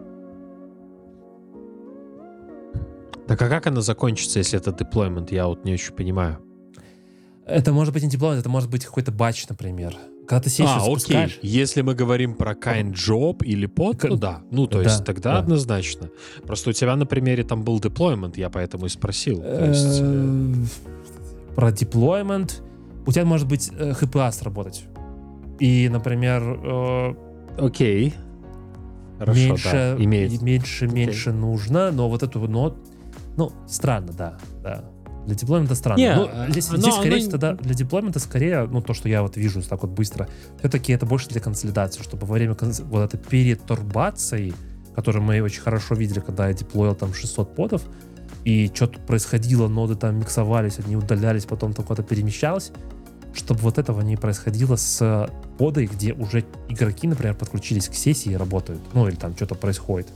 Так а как она закончится, если это деплоймент? Я вот не очень понимаю. Это может быть не деплоймент, это может быть какой-то батч, например. Когда ты сессию А, окей. запускаешь, Если мы говорим про kind job или под, К- то да. Ну, то Да, есть тогда да. однозначно. Просто у тебя на примере там был деплоймент, я поэтому и спросил. То есть, э, э, про деплоймент, у тебя может быть э, эйч пи эй сработать. И, например, э, окей. Хорошо, меньше, да, имеет. и меньше, Окей. меньше нужно, но вот эту нот, ну, странно, да, да. Для деплоймента странно. Не, Ну, а- здесь, оно- здесь, скорее оно- всего, да, для деплоймента скорее, ну, то, что я вот вижу так вот быстро, все-таки это больше для консолидации, чтобы во время конс- вот этой перетурбации, которую мы очень хорошо видели, когда я деплоил там шестьсот подов, и что-то происходило, ноды там миксовались, они удалялись, потом то куда-то перемещалось, чтобы вот этого не происходило с подой, где уже игроки, например, подключились к сессии и работают. Ну, или там что-то происходит.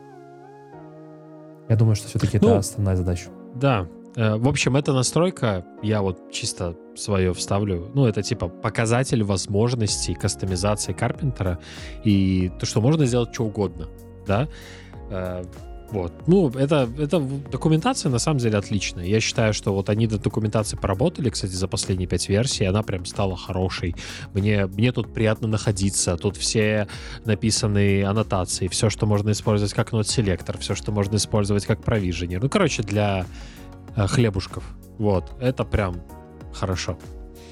Я думаю, что все-таки ну, это основная задача. Да. В общем, эта настройка, я вот чисто свое вставлю, ну, это типа показатель возможностей кастомизации Карпентера и то, что можно сделать что угодно, да. Вот. Ну, это, это документация на самом деле отличная. Я считаю, что вот они над документацией поработали, кстати, за последние пять версий, она прям стала хорошей. Мне, мне тут приятно находиться. Тут все написаны аннотации, все, что можно использовать как нод-селектор, все, что можно использовать как провиженер. Ну, короче, для э, хлебушков. Вот. Это прям хорошо.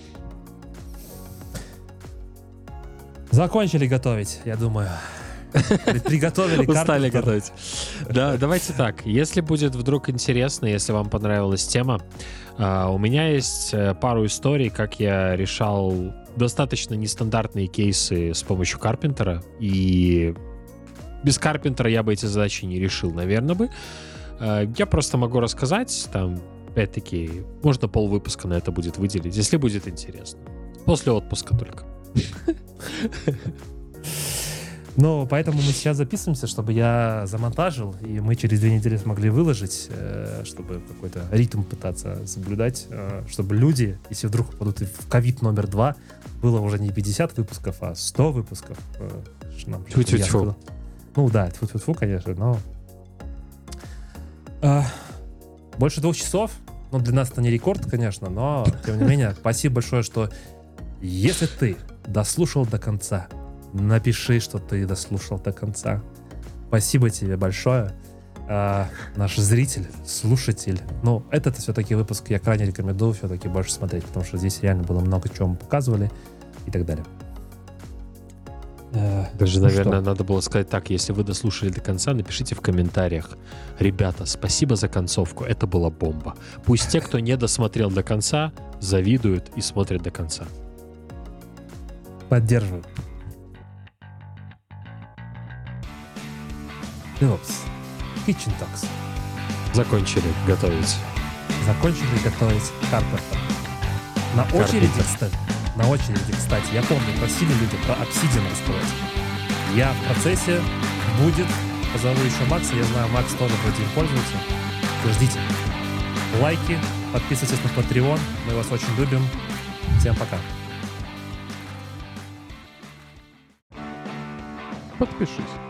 Закончили готовить, я думаю. Приготовили карту. Устали готовить. Да, давайте так. Если будет вдруг интересно, если вам понравилась тема, uh, у меня есть пару историй, как я решал достаточно нестандартные кейсы с помощью Карпентера. И без Карпентера я бы эти задачи не решил, наверное, бы. Uh, я просто могу рассказать, там, опять-таки, можно полвыпуска на это будет выделить, если будет интересно. После отпуска только. Ну, поэтому мы сейчас записываемся, чтобы я замонтажил, и мы через две недели смогли выложить, чтобы какой-то ритм пытаться соблюдать, чтобы люди, если вдруг попадут в ковид номер два, было уже не пятьдесят выпусков, а сто выпусков. Тьфу-тьфу-тьфу. Ну да, тьфу-тьфу-тьфу, конечно, но... А, больше двух часов, ну, для нас это не рекорд, конечно, но, тем не менее, спасибо большое, что если ты дослушал до конца, напиши, что ты дослушал до конца. Спасибо тебе большое. А, наш зритель, слушатель. Ну, этот все-таки выпуск я крайне рекомендую все-таки больше смотреть, потому что здесь реально было много чего мы показывали и так далее. Даже, ну, наверное, что? Надо было сказать так: если вы дослушали до конца, напишите в комментариях: ребята, спасибо за концовку, это была бомба. Пусть те, кто не досмотрел до конца, завидуют и смотрят до конца. Поддерживаю. DevOps. Kitchen Talks. Закончили готовить. Закончили готовить Карпентер. На очереди, кстати, на очереди, кстати, я помню, просили люди про Obsidian рассказать. Я в процессе, будет, позову еще Макса, я знаю, Макс тоже вроде им пользуется. Ждите. Лайки, подписывайтесь на Patreon, мы вас очень любим. Всем пока. Подпишись.